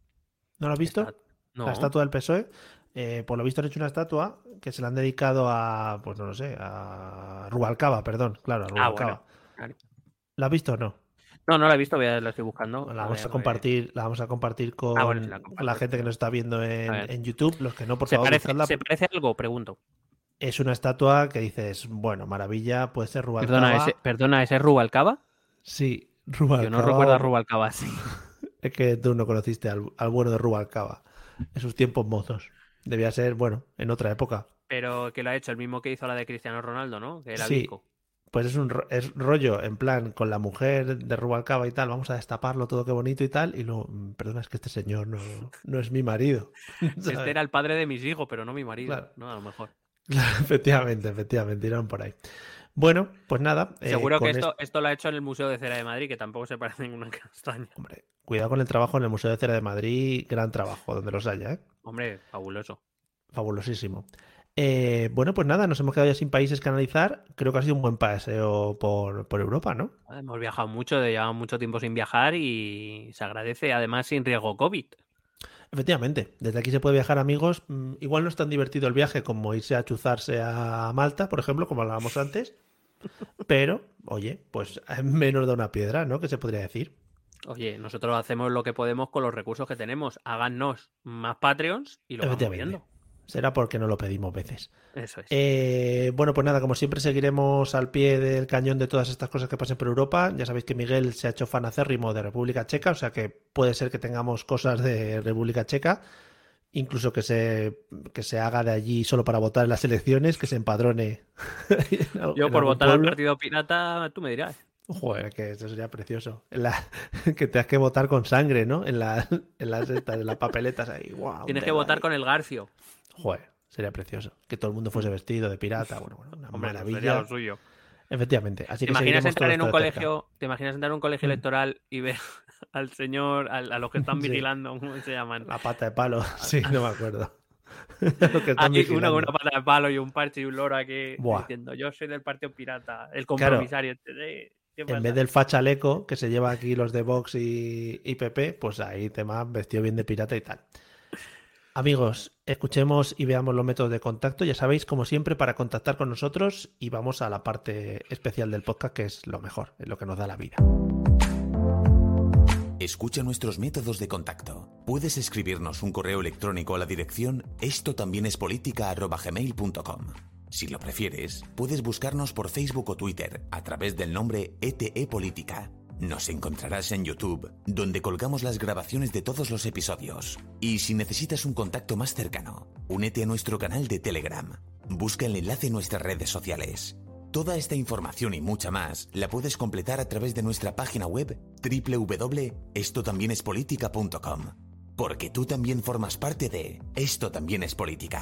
lo has visto? No. La estatua del PSOE. Por lo visto han hecho una estatua que se la han dedicado a... Pues no lo sé, a Rubalcaba, perdón. Claro, a Rubalcaba. Bueno, claro. ¿La has visto o no? No la he visto, la estoy buscando. La vamos a compartir con la gente que nos está viendo en YouTube. Los que no, por favor, buscadla. ¿Se parece algo? Pregunto. Es una estatua que dices, bueno, maravilla, puede ser Rubalcaba. Perdona, ¿ese es Rubalcaba? Sí, Rubalcaba. Yo no recuerdo a Rubalcaba así. Es que tú no conociste al bueno de Rubalcaba en sus tiempos mozos. Debía ser, bueno, en otra época. Pero que lo ha hecho el mismo que hizo la de Cristiano Ronaldo, ¿no? Que era sí. Vico. Pues es rollo, en plan, con la mujer de Rubalcaba y tal, vamos a destaparlo todo, qué bonito y tal, y luego, perdona, es que este señor no es mi marido. ¿Sabes? Este era el padre de mis hijos, pero no mi marido, claro. ¿no? A lo mejor. Claro, efectivamente, irán por ahí. Bueno, pues nada. Seguro que esto lo ha hecho en el Museo de Cera de Madrid, que tampoco se parece en una castaña. Hombre, cuidado con el trabajo en el Museo de Cera de Madrid, gran trabajo, donde los haya, ¿eh? Hombre, fabuloso. Fabulosísimo. Bueno, pues nada, nos hemos quedado ya sin países que analizar. Creo que ha sido un buen paseo por Europa, ¿no? Hemos viajado mucho, llevamos mucho tiempo sin viajar y se agradece, además sin riesgo COVID. Efectivamente, desde aquí se puede viajar, amigos. Igual no es tan divertido el viaje como irse a chuzarse a Malta, por ejemplo, como hablábamos antes. Pero, oye, pues menos da una piedra, ¿no? Que se podría decir. Oye, nosotros hacemos lo que podemos con los recursos que tenemos. Háganos más Patreons y lo vamos viendo. Será porque no lo pedimos veces. Eso es. Bueno, pues nada, como siempre seguiremos al pie del cañón de todas estas cosas que pasen por Europa. Ya sabéis que Miguel se ha hecho fan acérrimo de República Checa, o sea que puede ser que tengamos cosas de República Checa, incluso que se haga de allí solo para votar en las elecciones, que se empadrone. Yo por votar al Partido Pirata, tú me dirás. Joder, que eso sería precioso. Que te has que votar con sangre, ¿no? En las papeletas ahí. Wow, tienes que votar con el garfio. Joder, sería precioso. Que todo el mundo fuese vestido de pirata. Bueno, una maravilla. Sería lo suyo. Efectivamente. Así ¿Te imaginas entrar en un colegio? ¿Te imaginas entrar en un colegio electoral y ver al señor, a los que están vigilando, ¿cómo se llaman? La pata de palo. Sí, no me acuerdo. Aquí uno con una pata de palo y un parche y un loro aquí diciendo yo soy del Partido Pirata, el compromisario. Claro. En vez del fachaleco que se lleva aquí los de Vox y PP, pues ahí tema vestido bien de pirata y tal. Amigos, escuchemos y veamos los métodos de contacto. Ya sabéis, como siempre, para contactar con nosotros y vamos a la parte especial del podcast, que es lo mejor, es lo que nos da la vida. Escucha nuestros métodos de contacto. Puedes escribirnos un correo electrónico a la dirección estotambiénespolitica@gmail.com. Si lo prefieres, puedes buscarnos por Facebook o Twitter a través del nombre ETE Política. Nos encontrarás en YouTube, donde colgamos las grabaciones de todos los episodios. Y si necesitas un contacto más cercano, únete a nuestro canal de Telegram. Busca el enlace en nuestras redes sociales. Toda esta información y mucha más la puedes completar a través de nuestra página web www.estotambiénespolitica.com. porque tú también formas parte de Esto también es política.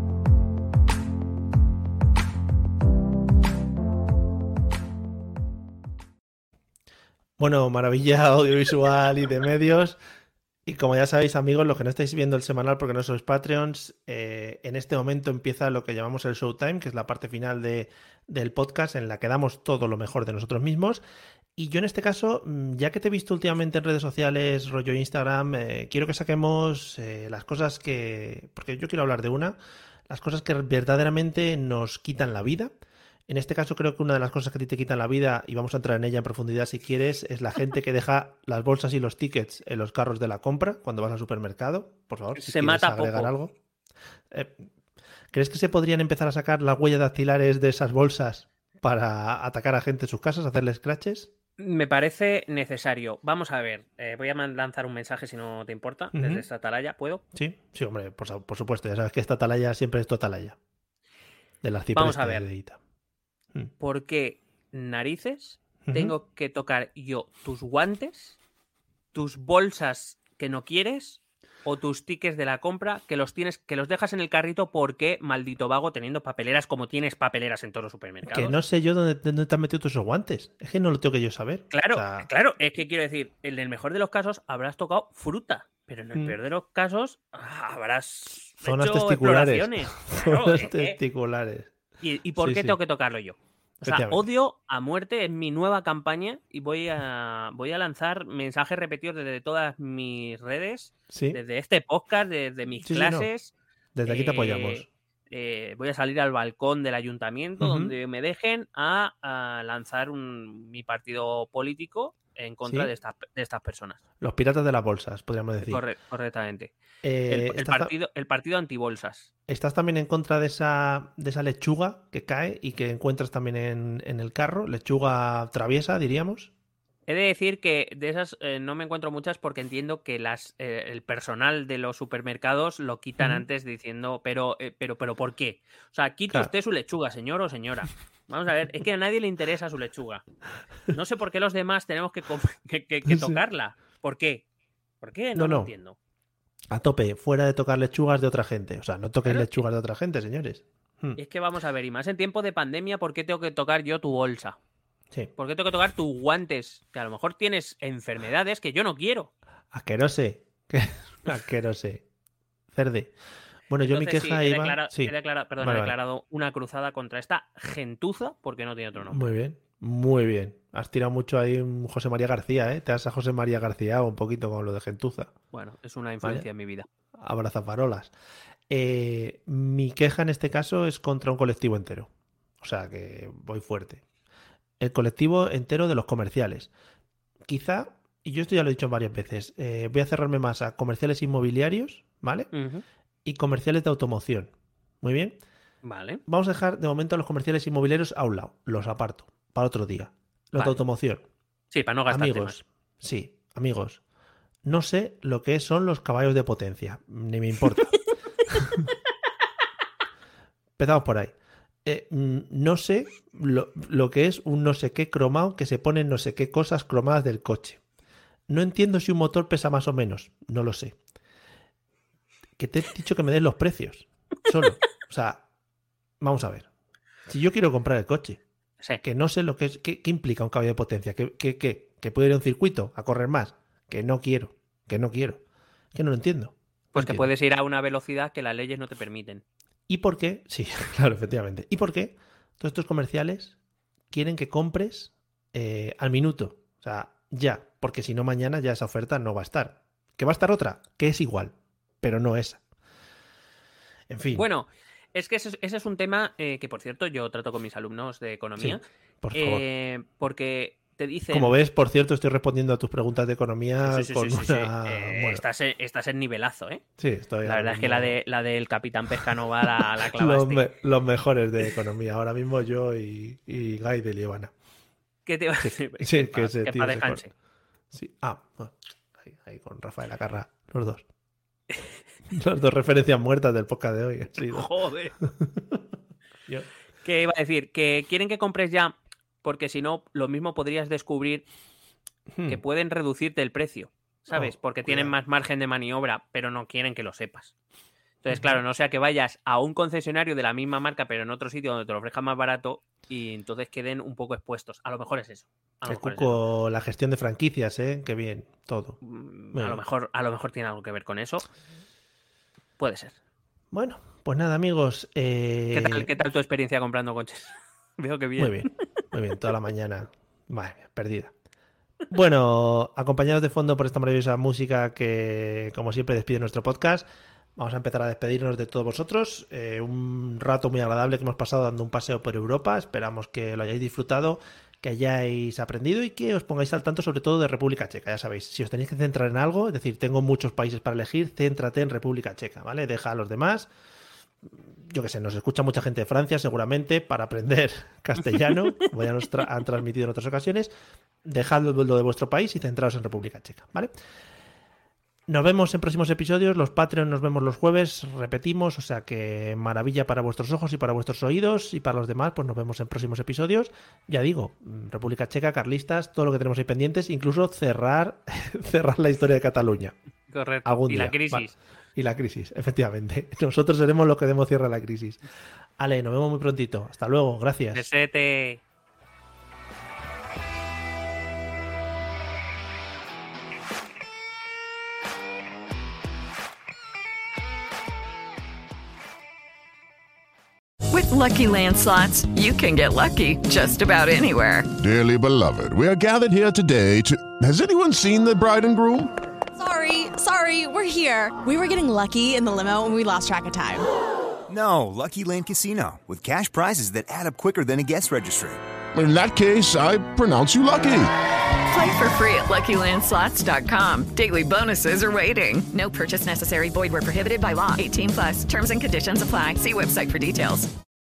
Bueno, maravilla audiovisual y de medios. Y como ya sabéis, amigos, los que no estáis viendo el semanal porque no sois Patreons, en este momento empieza lo que llamamos el Showtime, que es la parte final del podcast en la que damos todo lo mejor de nosotros mismos. Y yo en este caso, ya que te he visto últimamente en redes sociales, rollo Instagram, quiero que saquemos las cosas que... Porque yo quiero hablar de las cosas que verdaderamente nos quitan la vida. En este caso creo que una de las cosas que a ti te quitan la vida, y vamos a entrar en ella en profundidad si quieres, es la gente que deja las bolsas y los tickets en los carros de la compra cuando vas al supermercado. Por favor, si se quieres mata agregar poco. algo. ¿Crees que se podrían empezar a sacar las huellas dactilares de esas bolsas para atacar a gente en sus casas, hacerles scratches? Me parece necesario. Vamos a ver, voy a lanzar un mensaje si no te importa, desde esta atalaya, ¿puedo? Sí, hombre, por supuesto. Ya sabes que esta atalaya siempre es tu atalaya. Del arcipreste Vamos a ver. de Ita. ¿Por qué narices tengo que tocar yo tus guantes, tus bolsas que no quieres o tus tickets de la compra que los dejas en el carrito porque, maldito vago, teniendo papeleras como tienes papeleras en todos los supermercados? Que no sé yo dónde te has metido tus esos guantes. Es que no lo tengo que yo saber. Claro, O sea, claro, es que quiero decir, en el mejor de los casos habrás tocado fruta, pero en el peor de los casos habrás zonas hecho testiculares. exploraciones. Claro, Zonas testiculares. ¿Y por Sí, qué sí. tengo que tocarlo yo? O sea, Efectivamente. odio a muerte, es mi nueva campaña y voy a lanzar mensajes repetidos desde todas mis redes, Sí. desde este podcast, desde mis Sí, sí, no. clases. Desde aquí te apoyamos. Voy a salir al balcón del ayuntamiento Ujú. donde me dejen a lanzar mi partido político en contra Sí. de estas personas. Los piratas de las bolsas, podríamos decir. Correctamente. Eh, El partido antibolsas. ¿Estás también en contra de esa lechuga que cae y que encuentras también en el carro? Lechuga traviesa, diríamos. He de decir que de esas no me encuentro muchas porque entiendo que el personal de los supermercados lo quitan antes diciendo, pero ¿por qué? O sea, quite Claro. usted su lechuga, señor o señora. Vamos a ver, es que a nadie le interesa su lechuga. No sé por qué los demás tenemos que Sí. tocarla. ¿Por qué? ¿Por qué? No lo entiendo. A tope, fuera de tocar lechugas de otra gente. O sea, no toquéis Claro, lechugas de otra gente, señores. Es que vamos a ver, y más en tiempo de pandemia, ¿por qué tengo que tocar yo tu bolsa? Sí. ¿Por qué tengo que tocar tus guantes? Que a lo mejor tienes enfermedades que yo no quiero. Asquerose. Asquerose. Cerde. Bueno, yo mi Entonces, queja he iba... declarado, Sí. he declarado una cruzada contra esta gentuza porque no tiene otro nombre. Muy bien, muy bien. Has tirado mucho ahí un José María García, ¿eh? Te has a José María García un poquito con lo de gentuza. Bueno, es una influencia en mi vida. Abrazafarolas. Mi queja en este caso es contra un colectivo entero. O sea que voy fuerte. El colectivo entero de los comerciales. Quizá, y yo esto ya lo he dicho varias veces, voy a cerrarme más a comerciales inmobiliarios, ¿vale? Ujú. Y comerciales de automoción. Muy bien. Vale. Vamos a dejar de momento los comerciales inmobiliarios a un lado. Los aparto. Para otro día. Los de Vale. automoción. Sí, para no gastarte Amigos. más. Sí, amigos. No sé lo que son los caballos de potencia. Ni me importa. Empezamos por ahí. No sé lo que es un no sé qué cromado que se pone en no sé qué cosas cromadas del coche. No entiendo si un motor pesa más o menos. No lo sé. Que te he dicho que me des los precios. Solo. O sea, vamos a ver. Si yo quiero comprar el coche, Sí. que no sé lo que es, qué implica un caballo de potencia, que puedo ir a un circuito a correr más, que no quiero, que no lo entiendo. Pues No que entiendo. puedes ir a una velocidad que las leyes no te permiten. ¿Y por qué? Sí, claro, efectivamente. ¿Y por qué todos estos comerciales quieren que compres al minuto? O sea, ya, porque si no mañana ya esa oferta no va a estar. ¿Que va a estar otra? Que es igual, pero no esa. En fin. Bueno, es que ese es un tema que, por cierto, yo trato con mis alumnos de economía. Sí, por favor. Porque te dicen... Como ves, por cierto, estoy respondiendo a tus preguntas de economía Sí. con una... bueno, Estás en nivelazo, ¿eh? sí, estoy La ahora verdad es que mismo- la del Capitán Pescanova la clavaste. los mejores de economía. Ahora mismo yo y Gaidel y Ivana. ¿Qué te iba a decir? Sí, que ese que tío paz se descanse. Sí. Bueno, ahí con Rafael Acarra, los dos. Las dos referencias muertas del podcast de hoy. han sido. Joder. Yo- ¿Qué iba a decir? Que quieren que compres ya, porque si no, lo mismo podrías descubrir que pueden reducirte el precio. ¿sabes? Porque tienen más margen de maniobra, pero no quieren que lo sepas. Entonces, claro, no sea que vayas a un concesionario de la misma marca, pero en otro sitio donde te lo ofrezcan más barato y entonces queden un poco expuestos. A lo mejor es eso. La gestión de franquicias, qué bien, todo. A lo mejor tiene algo que ver con eso. Puede ser. Bueno, pues nada, amigos. ¿Qué tal tu experiencia comprando coches? Veo que bien. Muy bien, toda la mañana. Madre mía, perdida. Bueno, acompañados de fondo por esta maravillosa música que, como siempre, despide nuestro podcast. Vamos a empezar a despedirnos de todos vosotros. Un rato muy agradable que hemos pasado dando un paseo por Europa. Esperamos que lo hayáis disfrutado, que hayáis aprendido y que os pongáis al tanto sobre todo de República Checa. Ya sabéis, si os tenéis que centrar en algo, es decir, tengo muchos países para elegir, céntrate en República Checa, ¿vale? Deja a los demás. Yo qué sé, nos escucha mucha gente de Francia seguramente para aprender castellano, como ya nos han transmitido en otras ocasiones. Dejad lo de vuestro país y centraos en República Checa, ¿vale? Nos vemos en próximos episodios, los Patreon nos vemos los jueves, repetimos, o sea que maravilla para vuestros ojos y para vuestros oídos, y para los demás pues nos vemos en próximos episodios. Ya digo, República Checa, carlistas, todo lo que tenemos ahí pendientes, incluso cerrar la historia de Cataluña. Correcto. Algún y día. La crisis. Vale. Y la crisis, efectivamente. Nosotros seremos los que demos cierre a la crisis. Ale, nos vemos muy prontito. Hasta luego, gracias. Besete. With Lucky Land Slots, you can get lucky just about anywhere. Dearly beloved, we are gathered here today to... Has anyone seen the bride and groom? Sorry, we're here. We were getting lucky in the limo and we lost track of time. No, Lucky Land Casino, with cash prizes that add up quicker than a guest registry. In that case, I pronounce you lucky. Play for free at LuckyLandSlots.com. Daily bonuses are waiting. No purchase necessary. Void where prohibited by law. 18+. Terms and conditions apply. See website for details.